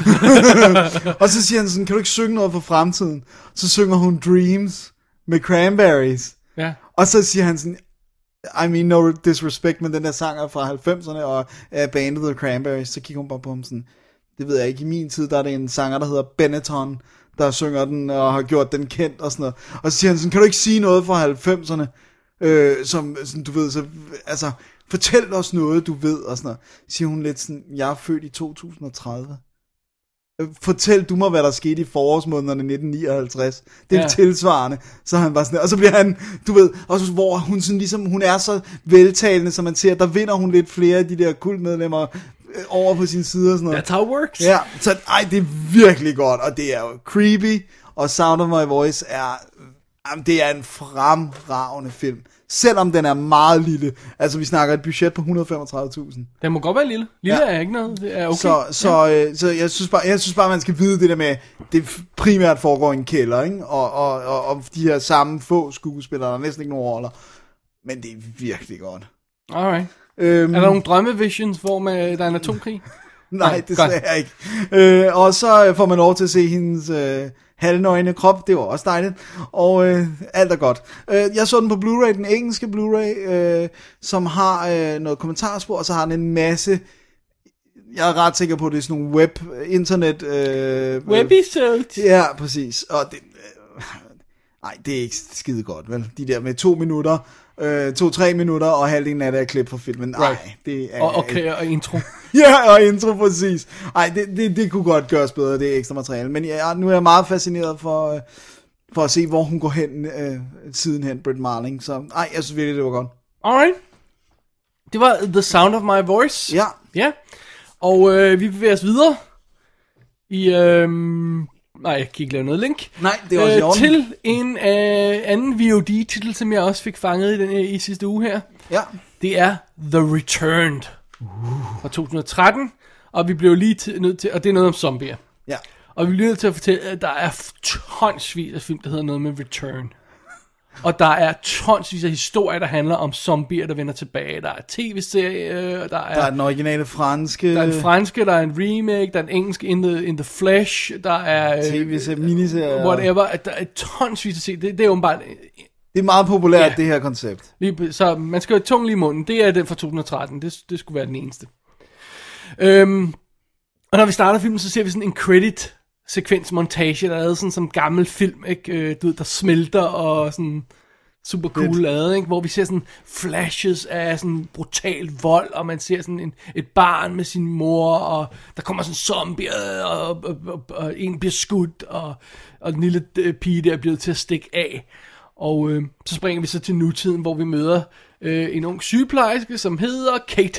mere! Og så siger han sådan, kan du ikke synge noget for fremtiden? Så synger hun Dreams med Cranberries. Ja. Og så siger han sådan, I mean no disrespect, men den der sang er fra halvfemserne, og er bandet The Cranberries. Så kigger hun bare på ham sådan, det ved jeg ikke, i min tid, der er det en sanger, der hedder Benetton, der synger den, og har gjort den kendt, og sådan noget. Og så siger han sådan, kan du ikke sige noget fra halvfemserne, øh, som, sådan, du ved, så, altså, fortæl os noget, du ved, og sådan noget. Så siger hun lidt sådan, jeg er født i to tusind og tredive. Fortæl du mig, hvad der skete i forårsmånederne nitten nioghalvtreds. Det er ja. tilsvarende. Så han bare sådan, og så bliver han, du ved, også hvor hun sådan ligesom, hun er så veltalende, som man ser, der vinder hun lidt flere af de der kultmedlemmer over på sin side og sådan noget. That's how it works. Ja, så ej, det er virkelig godt, og det er jo creepy, og Sound of My Voice er, jamen, det er en fremragende film. Selvom den er meget lille. Altså, vi snakker et budget på et hundrede og femogtredive tusind. Den må godt være lille. Lille ja. er ikke noget. Det er okay. Så, så, ja. øh, så jeg, synes bare, jeg synes bare, man skal vide det der med, det primært foregår i en kælder, ikke? Og, og, og, og de her samme få skuespillere, der er næsten ikke nogen roller. Men det er virkelig godt. Alright. Øhm, er der nogle drømmevisions, hvor man, der er en atomkrig? Nej, det ser jeg ikke. Øh, og så får man lov til at se hendes øh, halvnøgne krop. Det var også dejligt. Og øh, alt er godt. Øh, jeg så den på Blu-ray, den engelske Blu-ray, øh, som har øh, noget kommentarspor, og så har den en masse jeg er ret sikker på, at det er sådan nogle web, internet... Øh, Webisodes. Ja, præcis. Og det... Øh, nej, det er ikke skide godt, vel? De der med to minutter, øh, to-tre minutter, og halvdelen af det er klip fra filmen. Nej, Right. det er... Og, okay, og intro. Ja, og intro, præcis. Ej, det, det, det kunne godt gøres bedre, det er ekstra materiale. Men jeg, nu er jeg meget fascineret for, øh, for at se, hvor hun går hen øh, sidenhen, Brit Marling. Så ej, jeg synes virkelig, det var godt. Alright. Det var The Sound of My Voice. Ja. Ja. Og øh, vi bevæger os videre i... Øh, nej, jeg kan ikke lave noget link. Nej, det er også i orden. Til en øh, anden V O D-titel, som jeg også fik fanget i, den, i sidste uge her. Ja. Det er The Returned. Uh. Fra to tusind og tretten. Og vi blev lige til, nødt til... Og det er noget om zombier. Ja. Og vi bliver nødt til at fortælle, at der er tonsvis af film, der hedder noget med Return. Og der er tonsvis af historier, der handler om zombier, der vender tilbage. Der er tv-serier, der er... Der er den originale franske... Der er en franske, der er en remake, der er en engelsk In the, in the Flesh, der er... tv-serier, miniserier... Whatever. Der er tonsvis at se. Det, det er jo bare... Det er meget populært, Ja. det her koncept. Så man skal jo have tungen lige i munden. Det er den fra to tusind og tretten. Det, det skulle være den eneste. Øhm, og når vi starter filmen, så ser vi sådan en credit sekvens montage, der er lavet sådan som gammel film, ikke? Øh, du ved, der smelter og sådan super cool lavet, ikke? Hvor vi ser sådan flashes af sådan brutal vold, og man ser sådan en, et barn med sin mor, og der kommer sådan zombier, og, og, og, og en bliver skudt, og, og den lille øh, pige der er blevet til at stikke af. Og øh, så springer vi så til nutiden, hvor vi møder øh, en ung sygeplejerske, som hedder Kate.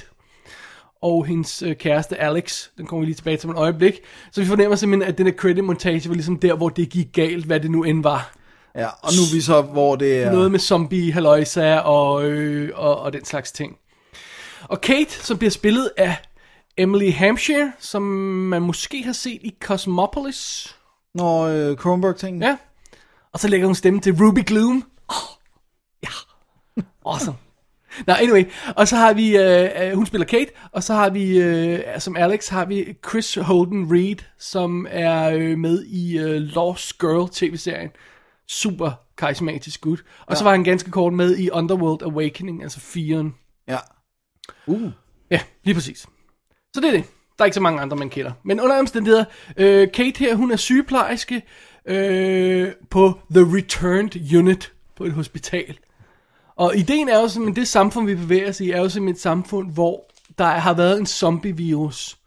Og hendes øh, kæreste Alex, den kommer vi lige tilbage til om et øjeblik. Så vi fornemmer simpelthen, at den her credit montage var ligesom der, hvor det gik galt, hvad det nu end var. Ja, og nu er vi så, hvor det er... Noget med zombie, halløjsa og, øh, og, og den slags ting. Og Kate, som bliver spillet af Emily Hampshire, som man måske har set i Cosmopolis. Når øh, Kronborg-ting. Ja. Og så lægger hun stemme til Ruby Gloom. Oh, ja. Awesome. Nå, anyway, og så har vi, øh, hun spiller Kate, og så har vi, øh, som Alex, har vi Chris Holden Reed, som er øh, med i øh, Lost Girl tv-serien. Super karismatisk gut. Og ja. Så var han ganske kort med i Underworld Awakening, altså firen. Ja. Uh. Ja, lige præcis. Så det er det. Der er ikke så mange andre, man kender. Men under omstændigheder, øh, Kate her, hun er sygeplejerske øh, på The Returned Unit på et hospital. Og ideen er jo simpelthen, det samfund, vi bevæger os i, er jo simpelthen et samfund, hvor der har været en zombie-virus.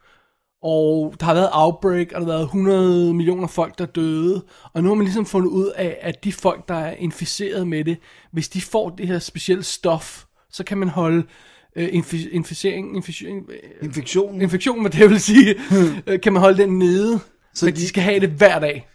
Og der har været outbreak, og der har været hundrede millioner folk, der døde. Og nu har man ligesom fundet ud af, at de folk, der er inficeret med det, hvis de får det her specielle stof, så kan man holde øh, infi- inficering, inficering, øh, Infektionen. infektion, hvad det vil sige, øh, kan man holde den nede. Så men de... de skal have det hver dag.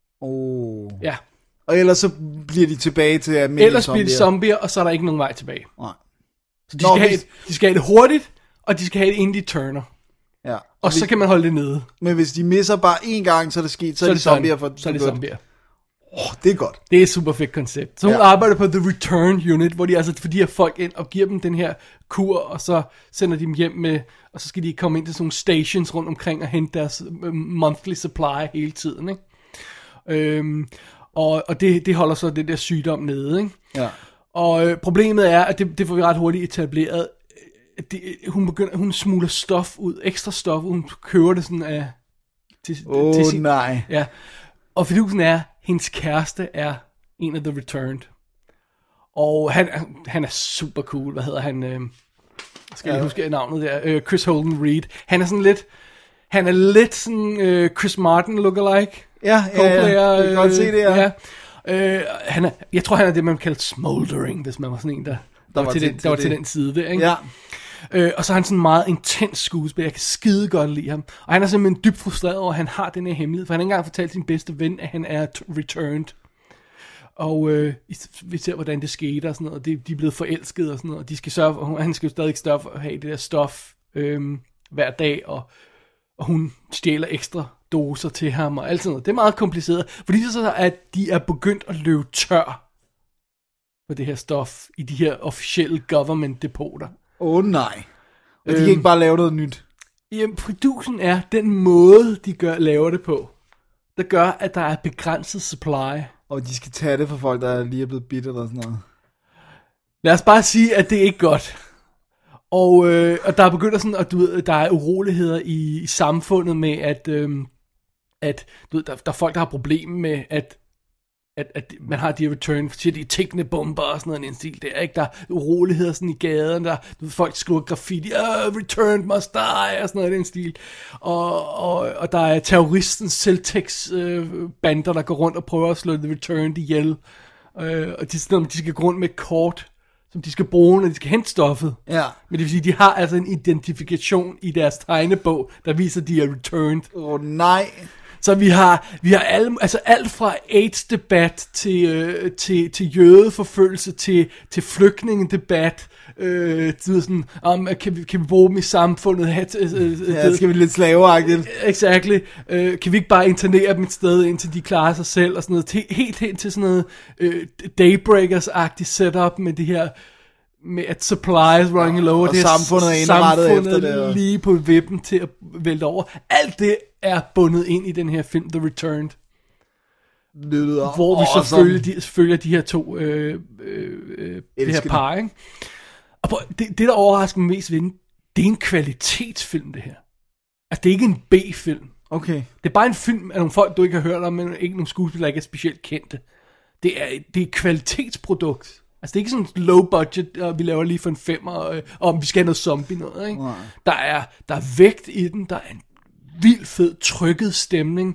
Oh. Ja. Og ellers så bliver de tilbage til almindelige Ellers bliver de zombier, og så er der ikke nogen vej tilbage. Nej. Så de, Nå, skal hvis... have det, de skal have det hurtigt, og de skal have det inden de turner. Ja. Og, og så hvis... kan man holde det nede. Men hvis de misser bare én gang, så er det sket, så, så er de zombier for Så er det zombier. Åh, oh, det er godt. Det er et super fedt koncept. Så hun ja. arbejder på The Return Unit, hvor de altså får de her folk ind og giver dem den her kur, og så sender de dem hjem med, og så skal de komme ind til sådan nogle stations rundt omkring og hente deres monthly supply hele tiden, ikke? Øhm, og og det, det holder så den der sygdom nede, ikke? Ja. Og øh, problemet er, at det, det får vi ret hurtigt etableret. Det, hun begynder, hun smugler stof ud, ekstra stof, hun køber det sådan af til, oh, til sin, nej. Ja. Og fidusen er, hendes kæreste er en af The Returned. Og han, han er super cool. Hvad hedder han? Øh, skal jeg ja. huske navnet der? Øh, Chris Holden Reed. Han er sådan lidt, han er lidt sådan øh, Chris Martin lookalike. Ja, ja, ja. Jeg kan godt se det, ja. ja. Øh, han er, jeg tror, han er det, man kalder smoldering, hvis man var sådan en, der, der, der var, var, til, den, der var til den side der, ikke? Ja. Øh, og så er han sådan en meget intens skuespiller. Jeg kan skide godt lide ham. Og han er simpelthen dybt frustreret over, at han har den her hemmelighed. For han har ikke engang fortalt sin bedste ven, at han er t- returned. Og øh, vi ser, hvordan det skete og sådan noget. De, de er blevet forelsket og sådan noget. Og de skal sørge for, han skal jo stadig sørge for at have det der stof øh, hver dag. Og, og hun stjæler ekstra doser til ham og alt sådan noget. Det er meget kompliceret. Fordi så så at de er begyndt at løbe tør for det her stof i de her officielle government depoter. Åh oh, nej. Og de øhm, kan ikke bare lave noget nyt. Jamen, produsen er den måde, de gør, laver det på, der gør, at der er begrænset supply. Og de skal tage det for folk, der lige er blevet bidt eller sådan noget. Lad os bare sige, at det er ikke godt. Og, øh, og der er begyndt sådan, at du ved, der er uroligheder i, i samfundet med, at, øh, at du ved, der, der er folk, der har problemer med, at, at, at man har de her return, siger de tikkende bomber og sådan noget, en stil der, ikke? Der er uroligheder sådan i gaden, der du ved, folk skriver graffiti, oh, return must die, og sådan noget, den stil. Og, og, og der er terroristens Celtics øh, bander, der går rundt og prøver at slå The Returned ihjel. Øh, og de, sådan, de skal gå rundt med et kort, som de skal bruge, når de skal hente stoffet. Ja. Men det vil sige, de har altså en identifikation i deres tegnebog, der viser, at de er returned. Åh oh, nej. Så vi har, vi har alle, altså alt fra AIDS-debat til, øh, til, til jødeforfølgelse til, til flygtningedebat. Øh, til sådan, um, kan, vi, kan vi bruge dem i samfundet? Øh, øh, Ja, skal vi lidt slaveagtigt. Exactly. Øh, kan vi ikke bare internere dem et sted, indtil de klarer sig selv? Og sådan noget. Til, helt hen til sådan noget øh, Daybreakers-agtigt setup med det her, med at supplies running low, og, og det samfundet er indrettet efter det, og lige på vippen til at vælte over. Alt det er bundet ind i den her film, The Returned. Lyder Hvor vi så awesome. følger de, følger de her to øh, øh, øh, det her par, ikke? Og prøv, det, det, der overrasker mig mest ved den, det er en kvalitetsfilm, det her. Altså, det er ikke en B-film. Okay. Det er bare en film af nogle folk, du ikke har hørt om, men ikke nogle skuespillere, der ikke er specielt kendte. Det er, det er et kvalitetsprodukt. Altså, det er ikke sådan low budget, og vi laver lige for en femmer, og, og vi skal have noget zombie noget, ikke? Nej. Der er, der er vægt i den, der er en vild fed, trykket stemning.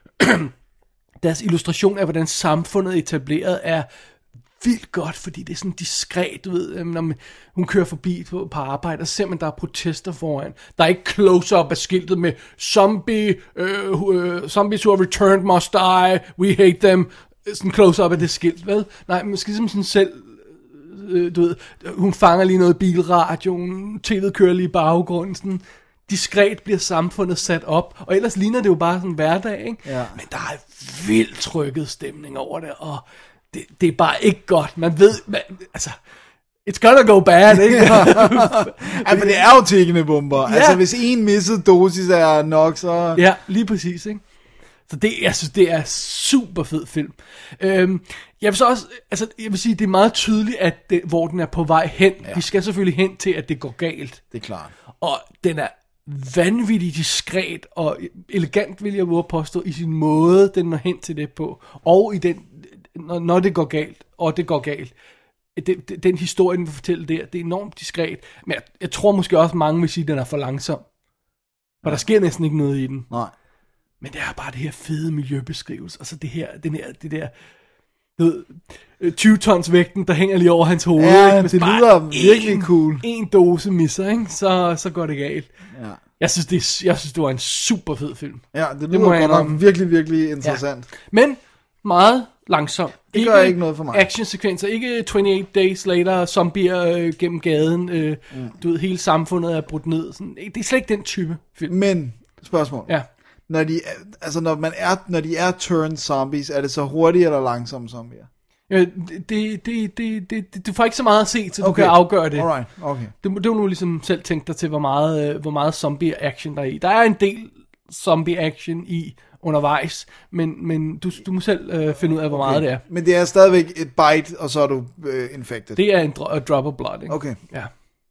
Deres illustration af, hvordan samfundet er etableret, er vildt godt, fordi det er sådan diskret, du ved, når man, hun kører forbi på, på arbejde, og ser man, der er protester foran. Der er ikke close-up af skiltet med zombie, uh, uh, zombies who have returned must die, we hate them, sådan close-up af det skilt, vel? Nej, man skal ligesom sådan selv, øh, du ved, hun fanger lige noget i bilradioen, tv'et kører lige i baggrunden, sådan diskret bliver samfundet sat op, og ellers ligner det jo bare sådan en hverdag, ikke? Ja. Men der er vildt trykket stemning over det, og det, det er bare ikke godt. Man ved, man, altså, it's gonna go bad, ikke? Ja, men det er jo tikkende bomber. Ja. Altså, hvis en misset dosis er nok, så... Ja, lige præcis, ikke? Så det, jeg synes, det er super fed film. Øhm, jeg vil så også, altså, jeg vil sige, det er meget tydeligt, at det, hvor den er på vej hen. Ja. Vi skal selvfølgelig hen til, at det går galt. Det er klart. Og den er vanvittigt diskret og elegant, vil jeg våge påstå, i sin måde, den når hen til det på. Og i den, når, når det går galt, og det går galt. Det, det, den historie, den vil fortælle der, det er enormt diskret. Men jeg, jeg tror måske også, mange vil sige, at den er for langsom. For ja. Der sker næsten ikke noget i den. Nej. Men det er bare det her fede miljøbeskrivelse, og så det her, den her, det der, du ved, tyve tons vægten, der hænger lige over hans hoved. Ja, ikke? det lyder virkelig cool. En dose misser, ikke? Så, så går det galt. Ja. Jeg synes, det, er, jeg synes, det var en super fed film. Ja, det Det lyder må jeg godt nok indrømme. virkelig, virkelig interessant. Ja. Men meget langsom. Det gør ikke noget for mig. Actionsekvenser, ikke toogtyve Days Later, zombier øh, gennem gaden, øh, mm. du ved, hele samfundet er brudt ned. Sådan. Det er slet ikke den type film. Men, spørgsmål. Ja. Når de, altså når man er, når de er turned zombies, er det så hurtige eller langsomme zombier? Ja, det, det, det, det, det, du får ikke så meget at se, så du Okay. kan afgøre det. Alright, okay. Det, det var nu ligesom selv tænkt dig til, hvor meget, øh, hvor meget zombie action der er i. Der er en del zombie action i undervejs, men, men du, du må selv øh, finde ud af, hvor okay. meget det er. Men det er stadigvæk et bite, og så er du øh, infected. Det er en dro- a drop of blood, ikke? Okay. Ja.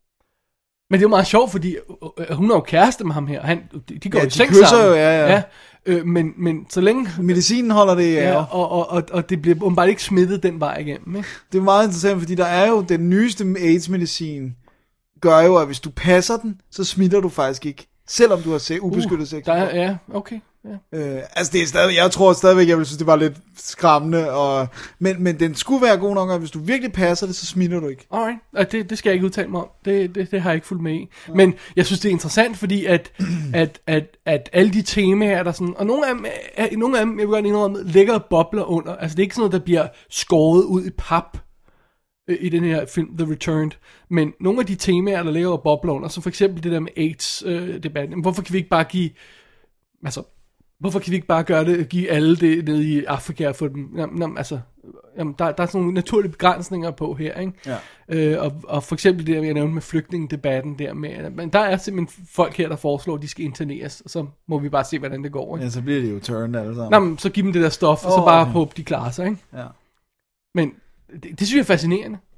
Men det er jo meget sjovt, fordi øh, hun er jo kæreste med ham her. Han, de, de går Ja, i de seng kysser sammen. jo, ja, ja. ja øh, men, men så længe... Medicinen holder det, ja. Ja, og, og, og, og det bliver åbenbart ikke smittet den vej igennem, ikke? Det er meget interessant, fordi der er jo den nyeste AIDS-medicin, gør jo, at hvis du passer den, så smitter du faktisk ikke. Selvom du har se, ubeskyttet sex. Der er, ja, okay. Ja. Øh, altså det er stadig, jeg tror stadigvæk, jeg vil synes, det var lidt skræmmende, og, men, men den skulle være god nok, at hvis du virkelig passer det, så smitter du ikke. Alright, og det, det skal jeg ikke udtale mig om. Det, det, det har jeg ikke fulgt med i. Ja. Men jeg synes, det er interessant, fordi at, at, at, at alle de temaer, der sådan, og nogle af dem, er, nogle af dem jeg vil godt indrømme, ligger bobler under. Altså det er ikke sådan noget, der bliver skåret ud i pap øh, i den her film, The Returned. Men nogle af de temaer, der ligger og bobler under, som for eksempel det der med AIDS-debatten, øh, hvorfor kan vi ikke bare give, altså, hvorfor kan vi ikke bare gøre det, give alle det nede i Afrika og få dem, jamen, jamen, altså, jamen, der, der er sådan nogle naturlige begrænsninger på her, ikke? Ja. Øh, og, og for eksempel det, jeg nævnte med flygtningedebatten der med, men der er simpelthen folk her, der foreslår, at de skal interneres, og så må vi bare se, hvordan det går, ikke? Ja, så bliver det jo turned alle sammen. Nå, men så giv dem det der stof, og så Åh, bare okay. håbe, de klarer sig, ikke? Ja. Men det, det synes jeg er fascinerende.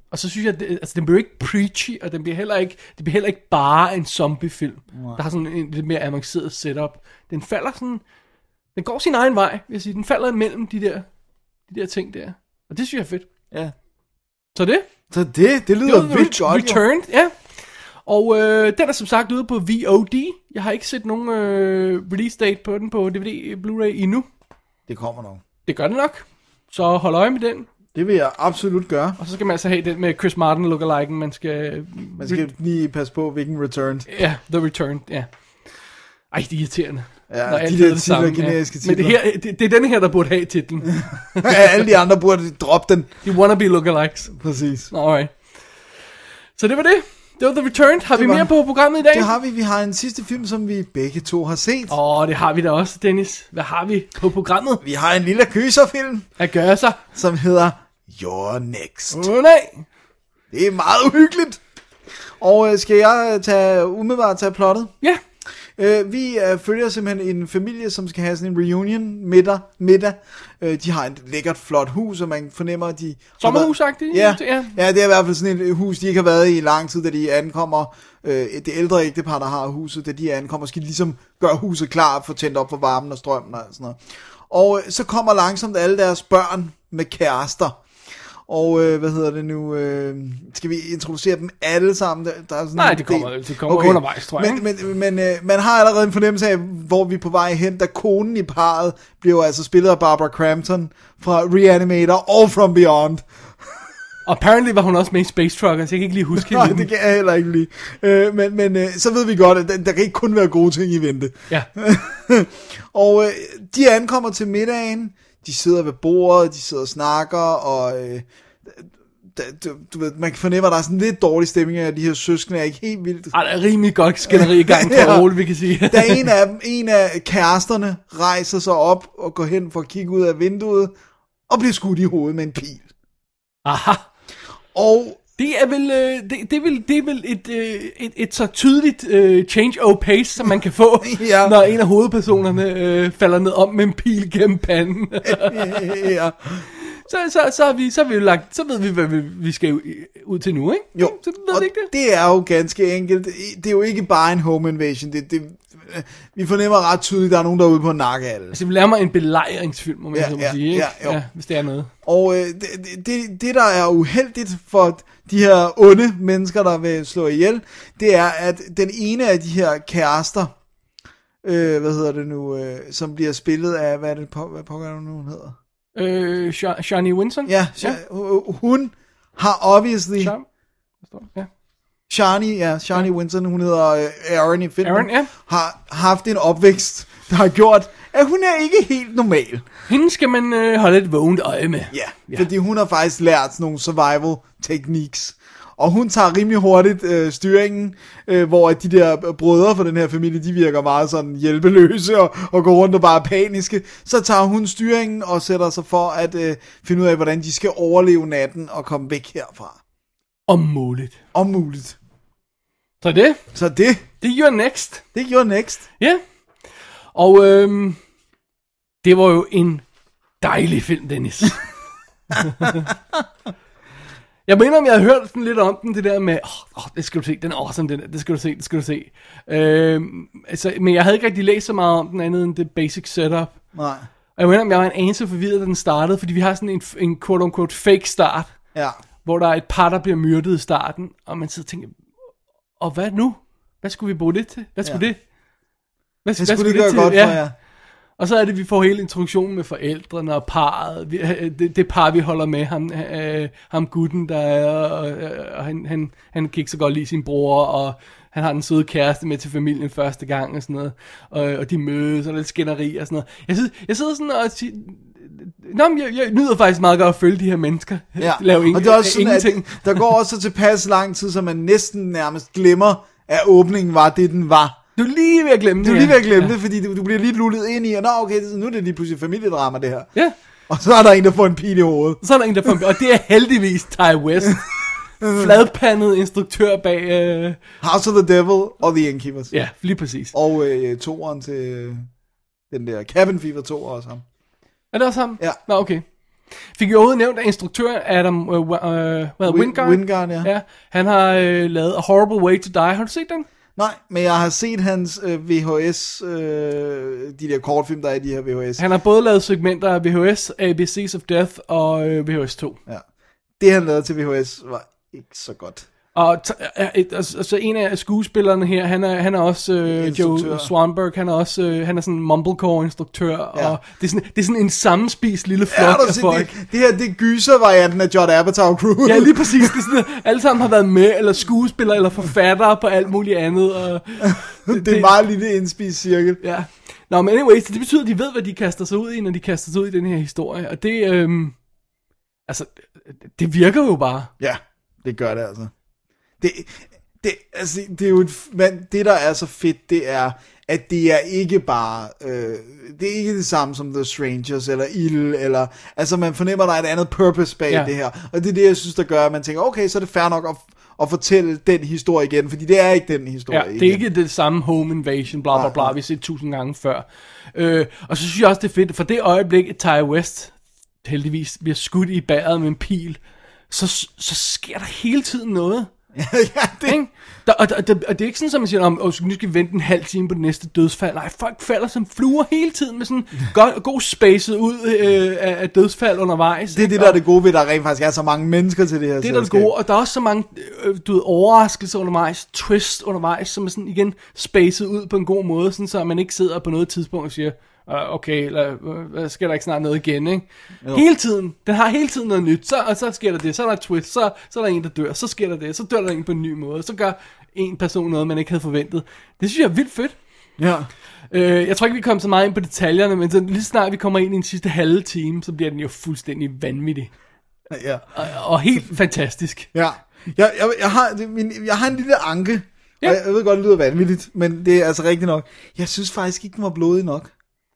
Og så synes jeg, at det, altså, den bliver ikke preachy, og den bliver heller ikke, det bliver heller ikke bare en zombiefilm, der har sådan en lidt mere avanceret setup. Den falder sådan, den går sin egen vej, vil jeg sige. Den falder imellem de der, de der ting der. Og det synes jeg er fedt. Ja. Så det? Så det, det lyder det var vildt godt. Returned, ja. Og øh, den er som sagt ude på V O D. Jeg har ikke set nogen øh, release date på den på D V D Blu-ray endnu. Det kommer nok. Det gør det nok. Så hold øje med den. Det vil jeg absolut gøre. Og så skal man altså have den med Chris Martin lookalike. Man skal... Man skal lige passe på, hvilken Returned. Ja, The Returned, ja. Ej, det er irriterende. Ja, når de alt der hedder det titler, samme, generiske ja. Men det, her, det, det er denne her, der burde have titlen. Alle de andre burde droppe den. De wannabe lookalikes. Præcis. Alright. Så det var det. Det var The Returned. Har Det vi var... mere på programmet i dag? Det har vi. Vi har en sidste film, som vi begge to har set. Åh, oh, det har vi da også, Dennis. Hvad har vi på programmet? Vi har en lille gyserfilm, At gøre sig. som hedder You're Next. Åh oh, nej. Det er meget uhyggeligt. Og øh, skal jeg tage umiddelbart tage plottet? Ja. Øh, vi øh, følger simpelthen en familie, som skal have sådan en reunion middag. middag. Øh, de har et lækkert, flot hus, og man fornemmer, at de... Sommerhusagtigt? Ja, ja. ja, det er i hvert fald sådan et hus, de ikke har været i i lang tid, da de ankommer. Øh, det ældre ægtepar, der har huset, da de ankommer, skal de ligesom gøre huset klar, få tændt op for varmen og strømmen og sådan noget. Og øh, så kommer langsomt alle deres børn med kærester. Og øh, hvad hedder det nu? Øh, skal vi introducere dem alle sammen? Der, der er sådan Nej, en det kommer, del. det kommer okay. undervejs, tror jeg. Men, men, men øh, man har allerede en fornemmelse af, hvor vi er på vej hen, da konen i parret bliver altså spillet af Barbara Crampton fra Reanimator og From Beyond. Og apparently var hun også med i Space Truckers, jeg kan ikke lige huske Nej, hende. det kan jeg heller ikke lige. Øh, men men øh, så ved vi godt, at der, der kan ikke kun være gode ting i vente. Ja. Og øh, de ankommer til middagen, de sidder ved bordet, de sidder og snakker, og øh, da, du, du ved, man kan fornemme, at der er sådan lidt dårlig stemning af, de her søskende er ikke helt vildt. Ej, der er rimelig godt skænderi i gang for Ja. roligt, vi kan sige. Da en af dem, en af kæresterne rejser sig op og går hen for at kigge ud af vinduet, og bliver skudt i hovedet med en pil. Aha. Og Det er vel, øh, det, det er vel, det er vel et, øh, et, et så tydeligt øh, change of pace, som man kan få, Ja. når en af hovedpersonerne øh, falder ned om med en pil gennem panden. ja. så, så, så, har vi, så, har vi jo lagt, så ved vi, hvad vi, vi skal ud til nu, ikke? Jo, Så ved og vi ikke det? det er jo ganske enkelt. Det er jo ikke bare en home invasion. Det, det, vi fornemmer ret tydeligt, at der er nogen, der er ude på en nakke af det. Altså, vi lader mig en belejringsfilm, må man Ja, så må ja, sige, ikke? ja, jo. Ja, hvis det er noget. Og øh, det, det, det, der er uheldigt for de her onde mennesker, der vil slå ihjel, det er, at den ene af de her kærester, øh, hvad hedder det nu, øh, som bliver spillet af, hvad er det, hvad pokker det nu, hun hedder? Øh, Sha- Shani Winson? Ja, ja. Hun har obviously... Sham? Ja. Shani, ja, Shani Winson, hun hedder øh, Aaron i filmen, Aaron, ja. har haft en opvækst, der har gjort, at hun er ikke helt normal. Hende skal man øh, holde et vågent øje med. Ja, ja, fordi hun har faktisk lært sådan nogle survival techniques. Og hun tager rimelig hurtigt øh, styringen, øh, hvor de der brødre fra den her familie, de virker meget sådan hjælpeløse og, og går rundt og bare er paniske. Så tager hun styringen og sætter sig for at øh, finde ud af, hvordan de skal overleve natten og komme væk herfra. Om muligt. Om muligt. Så det, Så det, det er your next. det gjorde Next. Ja. Og øhm, det var jo en dejlig film, Dennis. Jeg mener, om jeg har hørt sådan lidt om den, det der med, åh, oh, det skal du se, den er awesome, den der, det skal du se, det skal du se. Øhm, altså, men jeg havde ikke rigtig læst så meget om den, andet end det basic setup. Nej. Og jeg mener, om jeg var en anelse forvirret, da den startede, fordi vi har sådan en, en quote-unquote fake start, Ja. hvor der er et par, der bliver myrdet i starten, og man sidder og tænker, og hvad nu? Hvad skulle vi bruge det til? Hvad skulle Ja. det? Hvad, Det skulle det gøre godt for jer. Og så er det, vi får hele introduktionen med forældrene og parret. Vi, det, det par, vi holder med, ham, øh, ham gutten, der er, og, og han, han, han kan ikke så godt lide sin bror, og han har den søde kæreste med til familien første gang, og sådan noget. Og, og de mødes, og lidt skænderi og sådan noget. Jeg sidder, jeg sidder sådan og siger, nå, men jeg, jeg nyder faktisk meget godt at følge de her mennesker. Ja. Lave ingen, og det er også sådan, ingenting. at der går også tilpas lang tid, så man næsten nærmest glemmer, at åbningen var det, den var. Du er lige ved at glemme det. Du er lige ved at glemme ja. det, fordi du, du bliver lige lullet ind i, og nå okay, nu er det lige pludselig familiedrama det her. Ja. Og så er der en, der får en pil i hovedet. Så er der en, der får en, og det er heldigvis Ty West. Fladpandet instruktør bag... Øh... House of the Devil og The Innkeepers. Ja, lige præcis. Og øh, toeren til øh, den der Cabin Fever to også ham. Er det også ham? Ja. Nå, okay. Fik jo også nævnt af instruktør Adam uh, uh, hvad, Wingard. Wingard, ja. ja. Han har uh, lavet A Horrible Way to Die. Har du set den? Nej, men jeg har set hans øh, V H S, øh, de der kortfilm, der er i de her V H S. Han har både lavet segmenter af V H S, A B C's of Death og øh, V H S to. Ja. Det han lavede til V H S var ikke så godt. Og t- altså, altså en af skuespillerne her, han er, han er også øh, Joe Swanberg, han er også øh, han er sådan en mumblecore-instruktør, ja. Og det er, sådan, det er sådan en sammenspist lille flok ja, af se, folk. Det, det her, det er gyser-varianten af Judd Apatow Crew. Ja, lige præcis. Det er sådan, alle sammen har været med, eller skuespillere, eller forfattere på alt muligt andet. Og det, det er en meget lille indspist cirkel. Ja. Nå, men anyways, det betyder, at de ved, hvad de kaster sig ud i, når de kaster sig ud i den her historie. Og det, øhm, altså, det virker jo bare. Ja, det gør det altså. Det, det, altså, det er jo et, men det der er så fedt, det er, at det er ikke bare, øh, det er ikke det samme som The Strangers, eller Ill, eller, altså man fornemmer, der er et andet purpose bag ja. det her, og det er det, jeg synes, der gør, at man tænker, okay, så er det fair nok at, at fortælle den historie igen, fordi det er ikke den historie ja, igen. det er ikke det samme home invasion, bla bla bla, vi har set tusind gange før. Øh, og så synes jeg også, det er fedt, for det øjeblik, at Ty West heldigvis bliver skudt i bæret med en pil, så, så sker der hele tiden noget. ja, det... Ikke? Der, og, og, og, og det er ikke sådan, som man siger, om, nu skal vi vente en halv time på det næste dødsfald. Nej, folk falder som fluer hele tiden med sådan god, god spacet ud øh, af, af dødsfald undervejs. Det er det, der er det gode ved, der rent faktisk er så mange mennesker til det her. Det er der det gode, og der er også så mange øh, du ved, overraskelser undervejs, twist undervejs, som er sådan igen spacet ud på en god måde, sådan, så man ikke sidder på noget tidspunkt og siger, Uh, okay, eller uh, skal der ikke snart noget igen, ikke? Jo. Hele tiden, den har hele tiden noget nyt, så, og så sker der det, så er der et twist, så, så er der en, der dør, så sker der det, så dør der en på en ny måde, så gør en person noget, man ikke havde forventet. Det synes jeg er vildt fedt. Ja. Uh, jeg tror ikke, vi kommer så meget ind på detaljerne, men så lige snart vi kommer ind i den sidste halve time, så bliver den jo fuldstændig vanvittig. Ja. Og, og helt fantastisk. Ja. Jeg, jeg, jeg, har, det, min, jeg har en lille anke, ja. og jeg, jeg ved godt, det lyder vanvittigt, men det er altså rigtigt nok. Jeg synes faktisk ikke, den var blodig nok.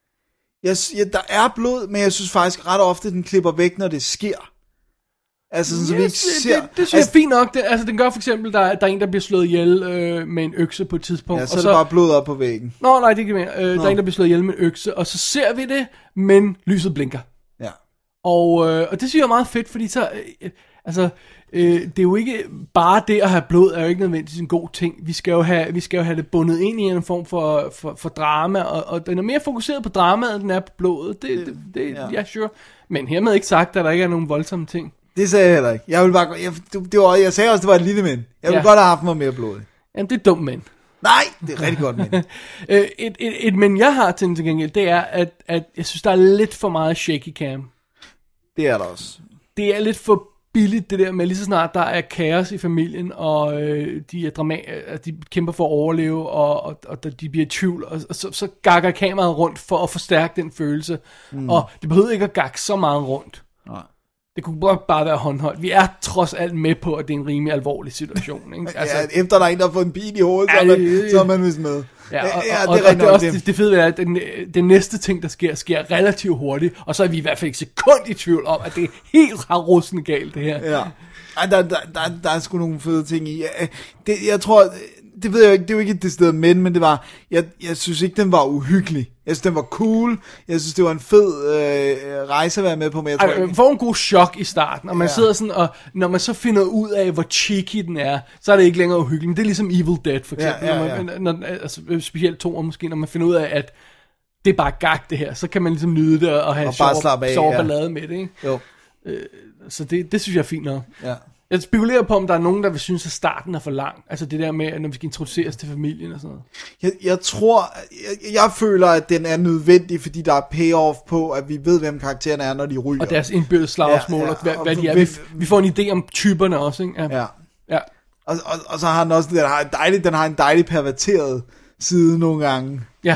Jeg, ja, der er blod, men jeg synes faktisk ret ofte, den klipper væk, når det sker. Altså sådan, yes, så vi ikke ser... Det, det synes altså, jeg er fint nok. Det, altså, den gør for eksempel, der, der er en, der bliver slået ihjel øh, med en økse på et tidspunkt. Ja, så og er så det bare blod op på væggen. Nå, nej, det er ikke mere. Øh, der er en, der bliver slået ihjel med en økse, og så ser vi det, men lyset blinker. Ja. Og, øh, og det synes jeg er meget fedt, fordi så... Øh, altså... Øh, det er jo ikke bare det at have blod er jo ikke nødvendigvis en god ting. Vi skal jo have, vi skal jo have det bundet ind i en form for, for, for drama, og, og den er mere fokuseret på dramaet, end den er på blodet. Det, det, det ja. ja, sure. Men hermed ikke sagt, at der ikke er nogen voldsomme ting. Det sagde jeg heller ikke. Jeg, vil bare, jeg, det var, jeg sagde også, at det var et lille mænd. Jeg ville ja. godt have haft mig mere blod. Jamen, det er dumt mænd. Nej, det er rigtig godt mænd. et, et, et, et men jeg har til, til gengæld, det er, at, at jeg synes, der er lidt for meget shaky cam. Det er der også. Det er lidt for billigt det der med, lige så snart der er kaos i familien, og øh, de, er drama- de kæmper for at overleve, og, og, og de bliver i tvivl, og, og så, så gakker kameraet rundt for at forstærke den følelse. Mm. Og det behøver ikke at gakke så meget rundt. Nej. Det kunne bare, bare være håndholdt. Vi er trods alt med på, at det er en rimelig alvorlig situation. Ikke? Altså, ja, efter der er en, der har fået en bil i hovedet, så er man, så er man vist med. Ja, og, ja, og, det er, og, og det er også det, det fede ved, at den, den næste ting, der sker, sker relativt hurtigt, og så er vi i hvert fald ikke sekund i tvivl om, at det er helt harrussende galt, det her. Ja, Ej, der, der, der, der er sgu nogle fede ting i. Det, jeg tror, det ved jeg ikke, det er jo ikke et decideret men, men det var, jeg, jeg synes ikke, den var uhyggelig. Jeg synes, den var cool. Jeg synes, det var en fed øh, rejse at være med på, men jeg tror Ej, ikke... Man får en god chok i starten, og man ja. sidder sådan, og når man så finder ud af, hvor cheeky den er, så er det ikke længere uhyggeligt. Det er ligesom Evil Dead, for eksempel. Ja, ja, ja. Når man, når, altså, specielt to, måske, når man finder ud af, at det er bare gag, det her, så kan man ligesom nyde det, og have og sjov ballade ja. med det, ikke? Jo. Øh, så det, det synes jeg er fint nok. Ja. Jeg spekulerer på, om der er nogen, der vil synes, at starten er for lang. Altså det der med, når vi skal introduceres til familien og sådan noget. Jeg, jeg tror, jeg, jeg føler, at den er nødvendig, fordi der er payoff på, at vi ved, hvem karaktererne er, når de ryger. Og deres indbyrdes slagsmål, ja, ja, og hvad, og hvad de er. Vi, vi får en idé om typerne også, ikke? Ja. ja. ja. Og, og, og så har den også, den har en dejlig, den har en dejlig perverteret side nogle gange. Ja.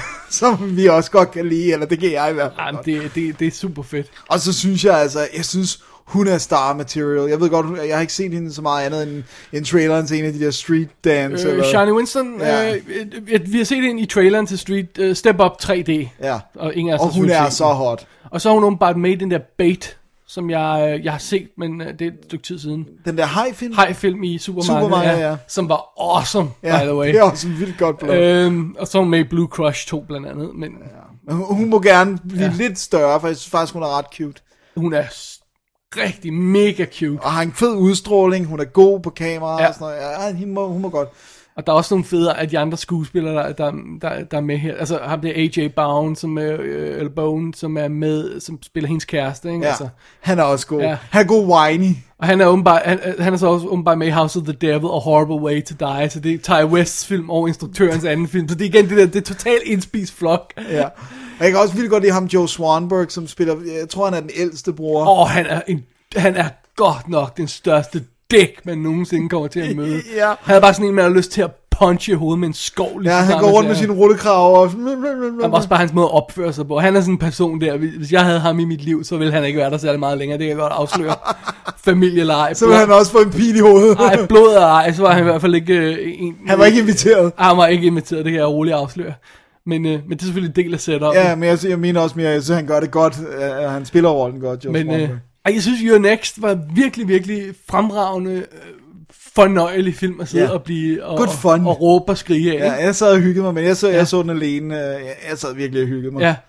Som vi også godt kan lide, eller det kan jeg i hvert fald. Jamen, det, det, det er super fedt. Og så synes jeg altså, jeg synes... Hun er star material. Jeg ved godt, jeg har ikke set hende så meget andet end, end traileren til en af de der street dance. Øh, Shani Winston, ja. øh, øh, vi har set hende i traileren til Street uh, Step Up tre D. Ja. Og, ingen af og hun er så hot. Og så har hun åbenbart med den der Bait, som jeg, jeg har set, men uh, det er et stykke tid siden. Den der high-film? High-film i Super Mario, Super Mario ja, ja. Som var awesome, ja, by the way. Det er også vildt godt blod. Øhm, og så med Blue Crush to blandt andet. Men, ja. Hun må gerne blive ja. lidt større, for jeg synes faktisk, hun er ret cute. hun er rigtig mega cute. Og har en fed udstråling, hun er god på kamera Ja. og sådan noget. Ja, hun må, hun må godt. Og der er også nogle fede af de andre skuespillere, der, der, der, der er med her. Altså ham der A J Bowen, som er, øh, eller Bowen, som er med, som spiller hendes kæreste, ikke? Ja, Altså, han er også god. Ja. Han er god whiny. og han er, åbenbart, han, han er så også åbenbart med i House of the Devil og Horrible Way to Die, så det er Ty Wests film og instruktørens anden film. Så det er igen det der, det er totalt indspist flok. Ja. Og jeg kan også vildt godt lide ham, Joe Swanberg, som spiller, jeg tror han er den ældste bror. Åh, oh, han er en, han er godt nok den største dæk, man nogensinde kommer til at møde. Ja. Han er bare sådan en, man har lyst til at punche i hovedet med en skov. Ja, han går rundt med sine rullekraver. Og... Han var også bare hans måde at opføre sig på. Han er sådan en person der, hvis jeg havde ham i mit liv, så ville han ikke være der særlig meget længere. Det kan jeg godt afsløre. Familieleje. Så vil han også få en pil i hovedet. Ej, blod og ej, så var han i hvert fald ikke... Øh, en, Han var ikke inviteret. Han var ikke inviteret, det kan jeg roligt afsløre. Men, øh, men det er selvfølgelig en del af setup. Ja, men jeg, jeg mener også mere, jeg synes, han gør det godt. Uh, han spiller rollen godt, Joe Men Swanberg. øh, ej, jeg synes, You're Next var virkelig, virkelig fremragende, øh, fornøjelig film at sidde Ja. og blive og, Good fun. og, og råbe og skrige af. Ja, ikke? jeg sad og hyggede mig, men jeg så, Ja. jeg så den alene. øh, Jeg, jeg sad virkelig og hyggede mig. Ja.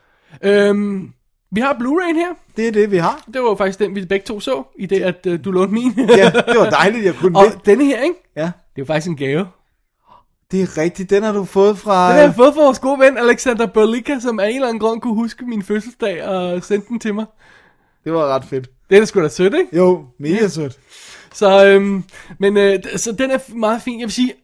Øhm, vi har Blu-ray'en her. Det er det, vi har. Det var jo faktisk den, vi begge to så, i det, at øh, du lånte min. Ja, det var dejligt, jeg kunne Og det. denne her, ikke? Ja, Det er jo faktisk en gave. det er rigtigt. Den har du fået fra... Den har jeg fået fra vores gode ven, Alexander Berlicka, som af en eller anden grund kunne huske min fødselsdag og sendte den til mig. Det var ret fedt. Det er da sgu da sødt, ikke? Jo, mega sødt. Så, øhm, men, øh, d- så den er meget fin. Jeg vil sige,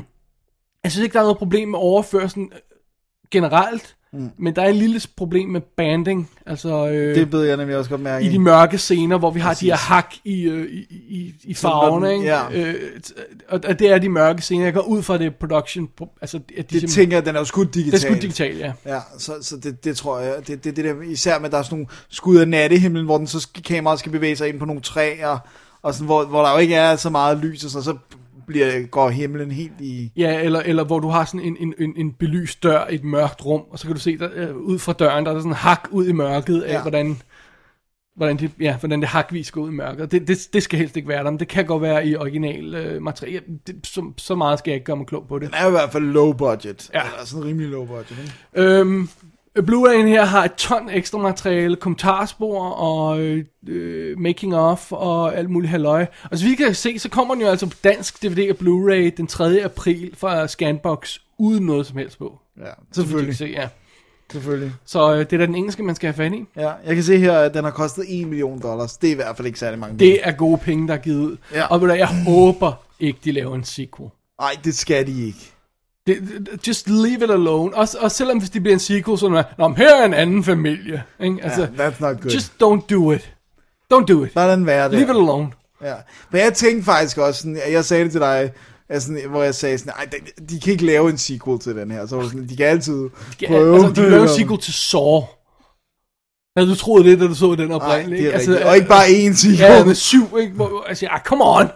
jeg synes ikke, der er noget problem med overførselen øh, generelt, mm. men der er et lille problem med banding, altså øh, Det bed jeg nemlig også godt mærke i de mørke scener, hvor vi har de her hak i, øh, i, i, i farverne, ikke? ja. Øh, t- og, og det er de mørke scener. Jeg går ud fra det production, altså at de Det tænker jeg, den er jo skudt digitalt. det er sgu digitalt, ja. Ja, så, så det, det tror jeg, det, det, det der, især med, der er sådan nogle skud af nattehimlen, hvor den så skal, kameraet skal bevæge sig ind på nogle træer, og sådan, hvor, hvor der jo ikke er så meget lys, og sådan, så bliver, går himlen helt i... Ja, eller, eller hvor du har sådan en, en, en, en belyst dør i et mørkt rum, og så kan du se, der, øh, ud fra døren, der er der sådan en hak ud i mørket af, Ja. hvordan, hvordan, det, ja, hvordan det hakvis går ud i mørket. Det, det, det skal helst ikke være der, men det kan godt være i original øh, materiale. Det, så, så meget skal jeg ikke gøre mig klog på det. Den er jo i hvert fald low budget. Ja. Eller sådan rimelig low budget, ikke? Øhm, Blu-ray'en her har et ton ekstra materiale, kommentarspor og øh, øh, making of og alt muligt halløj. Og så vi kan se, så kommer den jo altså på dansk D V D og Blu-ray den tredje april fra Scanbox uden noget som helst på. Ja, Så vi selvfølgelig. kan se, ja. Selvfølgelig. Så øh, det er da den engelske, man skal have fat i. Ja, jeg kan se her, at den har kostet en million dollars. Det er i hvert fald ikke særlig mange. Det er gode penge, der er givet ud. Ja. Og ved du, jeg håber ikke, de laver en sequel. Nej, det skal de ikke. Det, det, just leave it alone. Også, også selvom hvis det bliver en sequel, så er det, nå, men her er en anden familie. Ikke? Altså, Ja, that's not good. just don't do it. Don't do it. Lad den være der. Leave it alone. Ja. Men jeg tænkte faktisk også, sådan, jeg sagde det til dig, altså, hvor jeg sagde sådan, ej, de, de kan ikke lave en sequel til den her. Så var det sådan, de kan altid Ja, prøve. altså, de kan lave en sequel til Saw. Havde du troet det, da du så den Nej, oprindeligt? det er altså, rigtigt. Og ikke bare én sequel. Ja, med syv, ikke? Hvor, altså, ja, come on.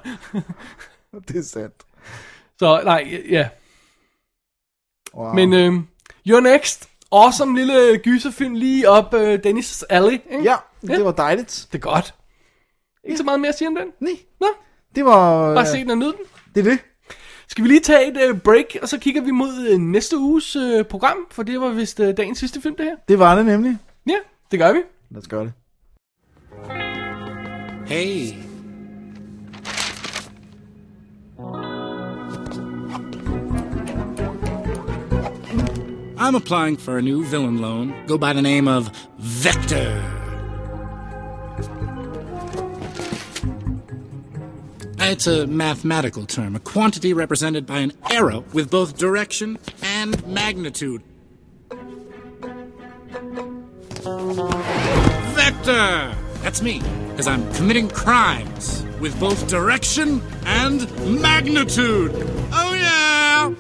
Det er sandt. Så, nej, ja. Wow. Men, øh, You're Next. Awesome lille gyserfilm lige op uh, Dennis' alley, ikke? Ja, det var dejligt. Det er godt. Ikke så meget mere at sige om den. Nej, Nå, det var... bare se den og nyde den. Det er det. Skal vi lige tage et uh, break, og så kigger vi mod uh, næste uges uh, program, for det var vist uh, dagens sidste film, det her. Det var det nemlig. Ja, det gør vi. Lad os gøre det. Hey. I'm applying for a new villain loan. Go by the name of Vector. It's a mathematical term, a quantity represented by an arrow with both direction and magnitude. Vector! That's me, because I'm committing crimes with both direction and magnitude. Oh, yeah!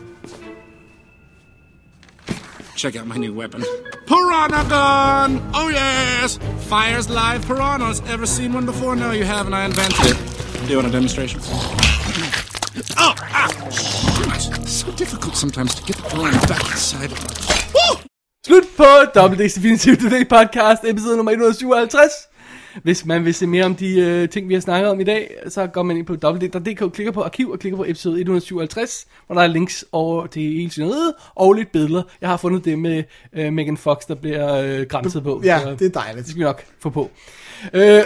Check out my new weapon. Piranha gun! Oh, yes! Fires live piranhas. Ever seen one before? No, you haven't. I invented it. Do you want a demonstration? Oh! Ah! Shoot! So difficult sometimes to get the piranha back inside. Woo! Slut på W D's Definitive Today podcast, episode nummer et hundrede syvoghalvtreds. Hvis man vil se mere om de øh, ting, vi har snakket om i dag, så går man ind på w w w punktum d k, klikker på arkiv og klikker på episode et hundrede syvoghalvtreds, hvor der er links over til hele scenariet og lidt billeder. Jeg har fundet det med øh, Megan Fox, der bliver øh, græmset på. Ja, så det er dejligt. Det skal vi nok få på. Øh,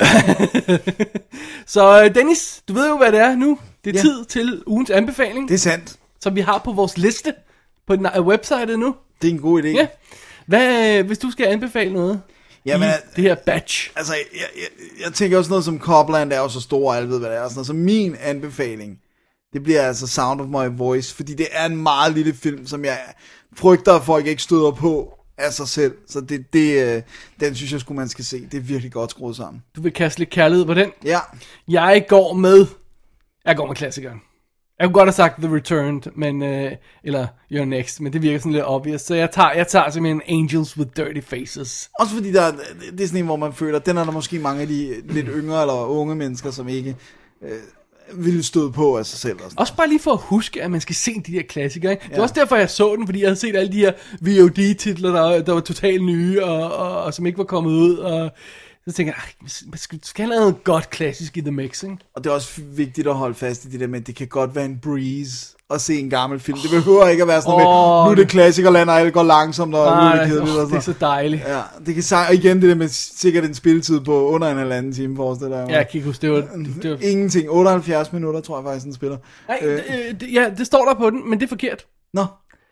så Dennis, du ved jo, hvad det er nu. Det er ja. tid til ugens anbefaling, Det er sandt. som vi har på vores liste på den, uh, websitet nu. Det er en god idé. Ja. Hvad, hvis du skal anbefale noget Jamen, i det her batch? Altså, jeg, jeg, jeg tænker også noget som Copland er jo så stor, og alle ved, hvad det er. Sådan noget. Så min anbefaling, det bliver altså Sound of My Voice, fordi det er en meget lille film, som jeg frygter, at folk ikke støder på af sig selv. Så det, det, den synes jeg sgu, man skal se. Det er virkelig godt skruet sammen. Du vil kaste lidt kærlighed på den? Ja. Jeg går med, jeg går med klassikeren. Jeg kunne godt have sagt The Returned, men, øh, eller You're Next, men det virker sådan lidt obvious. Så jeg tager, jeg tager simpelthen Angels with Dirty Faces. Også fordi der, det er sådan en, hvor man føler, den er der måske mange af de lidt yngre eller unge mennesker, som ikke øh, ville støde på af sig selv. Og også bare lige for at huske, at man skal se de her klassikere. Ikke? Ja. Det var også derfor, jeg så den, fordi jeg havde set alle de her V O D-titler, der, der var totalt nye, og, og, og som ikke var kommet ud, og så tænker jeg, man skal, skal have noget godt klassisk i The Mix, ikke? Og det er også vigtigt at holde fast i det der med, at det kan godt være en breeze at se en gammel film. Det behøver ikke at være sådan oh, med, nu er det klassikerland, og alt går langsomt, og nej, nu er det kedeligt. oh, det er så dejligt. Ja, det kan sige, og igen det der med sikkert en spilletid på under en halvanden time, forestiller jeg mig. Ja, jeg kan ikke huske, det var, det, det var... Ingenting, otteoghalvfjerds minutter, tror jeg faktisk, den spiller. Nej, øh. det, det, ja, det står der på den, men det er forkert. Nå.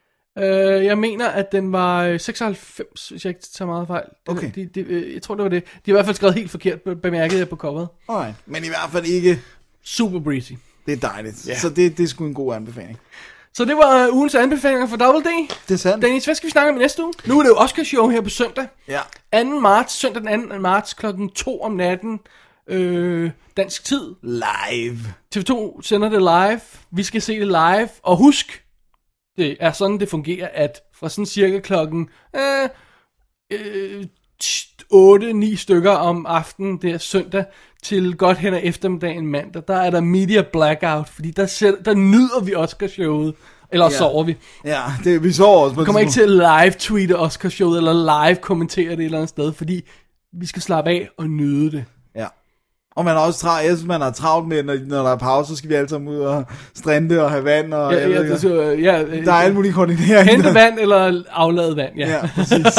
Øh, jeg mener, at den var seksoghalvfems, hvis jeg ikke tager meget fejl. Den, Okay. de, de, jeg tror, det var det. De har i hvert fald skrevet helt forkert, bemærket jeg på coveret. Alright. Men i hvert fald ikke. Super breezy. Det er dejligt. Ja. Så det, det er sgu en god anbefaling. Så det var uh, ugens anbefalinger for Double D. Det er sandt. Dennis, hvad skal vi snakke om i næste uge? Nu er det jo Oscar-show her på søndag. Ja. anden marts, søndag den anden marts klokken to om natten. Øh, dansk tid. Live. T V to sender det live. Vi skal se det live. Og husk, det er sådan, det fungerer, at fra sådan cirka klokken øh, øh, otte ni stykker om aftenen, det er søndag, til godt hen ad eftermiddagen mandag, der er der media blackout, fordi der, selv, der nyder vi Oscarshowet, eller Ja. sover vi. Ja, det, vi sover også på Vi kommer ikke til at live-tweete Oscarshowet, eller live-kommentere det et eller andet sted, fordi vi skal slappe af og nyde det. Ja. Og man er også travlt, jeg synes, man er travlt med, når, når der er pause, så skal vi alle sammen ud og strande og have vand. Og, Ja, jeg ja, ved, det, så, ja, der er alle mulige koordineringer. hente vand eller aflade vand, ja. Ja, præcis.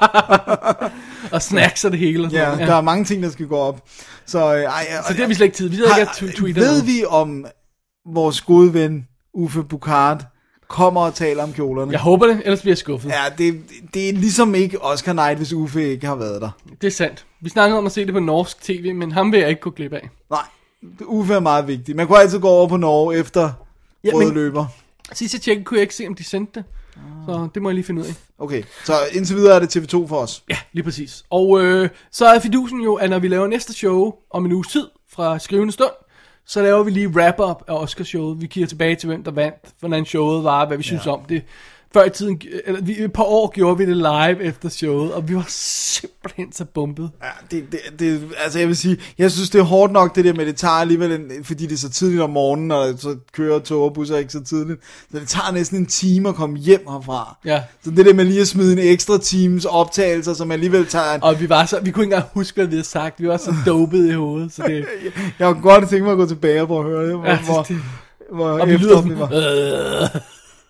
Og snacks og det hele. Og sådan Ja, noget, der er mange ting, der skal gå op. Så, øh, ej, Så det har vi slet ikke tid. Vi sidder ikke at har, tweete ved noget. vi om vores gode ven, Uffe Bukart, kommer og taler om kjolerne? Jeg håber det, ellers bliver jeg skuffet. Ja, det, det er ligesom ikke Oscar Night, hvis Uffe ikke har været der. Det er sandt. Vi snakkede om at se det på norsk tv, men ham vil jeg ikke gå glip af. Nej, Uffe er meget vigtig. Man kunne altid gå over på Norge efter Ja, røde men- løber. Sidst jeg tjekkede, kunne jeg ikke se, om de sendte det. Så det må jeg lige finde ud af. Okay, så indtil videre er det T V to for os. Ja, lige præcis. Og øh, så er fidusen jo, at når vi laver næste show om en uges tid fra Skrivende Stund, så laver vi lige wrap-up af Oscarshowet. Vi kigger tilbage til, hvem der vandt, hvordan showet var, hvad vi synes Ja. om det. Før i tiden, eller vi, et par år gjorde vi det live efter showet, og vi var simpelthen så bumpet. Ja, det, det, det, altså jeg vil sige, jeg synes det er hårdt nok det der med, det tager alligevel, en, fordi det er så tidligt om morgenen, og så kører tog og busser ikke så tidligt, så det tager næsten en time at komme hjem herfra. Ja. Så det der med lige at smide en ekstra times optagelser, som alligevel tager en... Og vi var så, vi kunne ikke engang huske, hvad vi havde sagt. Vi var så dopet i hovedet, så det... Jeg kunne godt tænke mig at gå tilbage og prøve at høre det, hvor, Ja, hvor, det- hvor Og vi lyder efter vi sådan... var. Øh.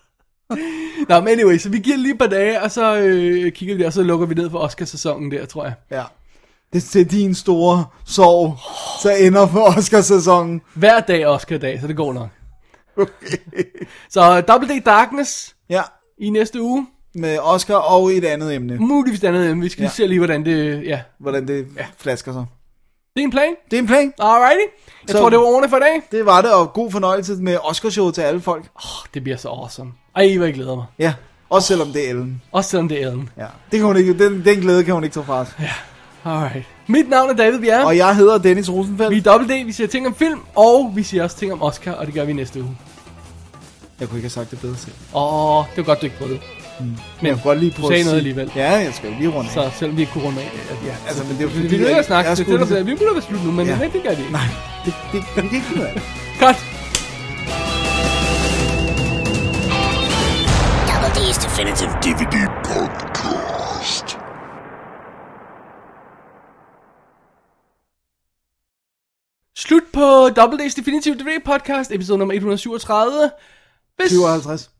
Nå, men anyway, så vi giver lige et par dage, og så øh, kigger vi der, og så lukker vi ned for Oscar-sæsonen der, tror jeg. Ja. Det er din store sorg, så ender for Oscar-sæsonen. Hver dag Oscar-dag, så det går nok. Okay. Så Double D Darkness Ja, i næste uge. med Oscar og et andet emne. Muligvis et andet emne. Vi skal Ja. ja. se lige, hvordan det... Ja, Hvordan det ja. flasker sig. det er en plan. Det er en plan. Alrighty. Jeg Så- tror, det var ordene for i dag. Det var det, og god fornøjelse med Oscarshowet til alle folk. Oh, det bliver så awesome. Ej, hvor jeg glæder mig. Ja, også selvom det er Ellen. Også selvom det er Ellen. Ja, det kan hun ikke, den, den glæde kan hun ikke tage fra os. Alright. Mit navn er David Bjerre. Og jeg hedder Dennis Rosenfeldt. Vi er Double D. Vi siger ting om film, og vi siger også ting om Oscar, og det gør vi næste uge. Jeg kunne ikke have sagt det bedre selv. Åh, det var godt, du ikke prøvede. Men jeg kunne godt lige prøve du sagde at noget sige- alligevel. Ja, jeg skal jo lige rundt. Så selvom vi ikke kunne runde af. Ja, altså, men det er jo vi fordi, vi vil jeg- ikke snakke. jeg Det skulle er det, lige- vi burde være slut nu, men Ja. nej, det gør vi ikke. Nej, det, det, vi kan ikke finde ud af det. Godt. Double D's Definitive D V D Podcast. på Double D's Definitive D V D podcast, episode nummer et hundrede syvogtredive. Hvis... syvoghalvtreds.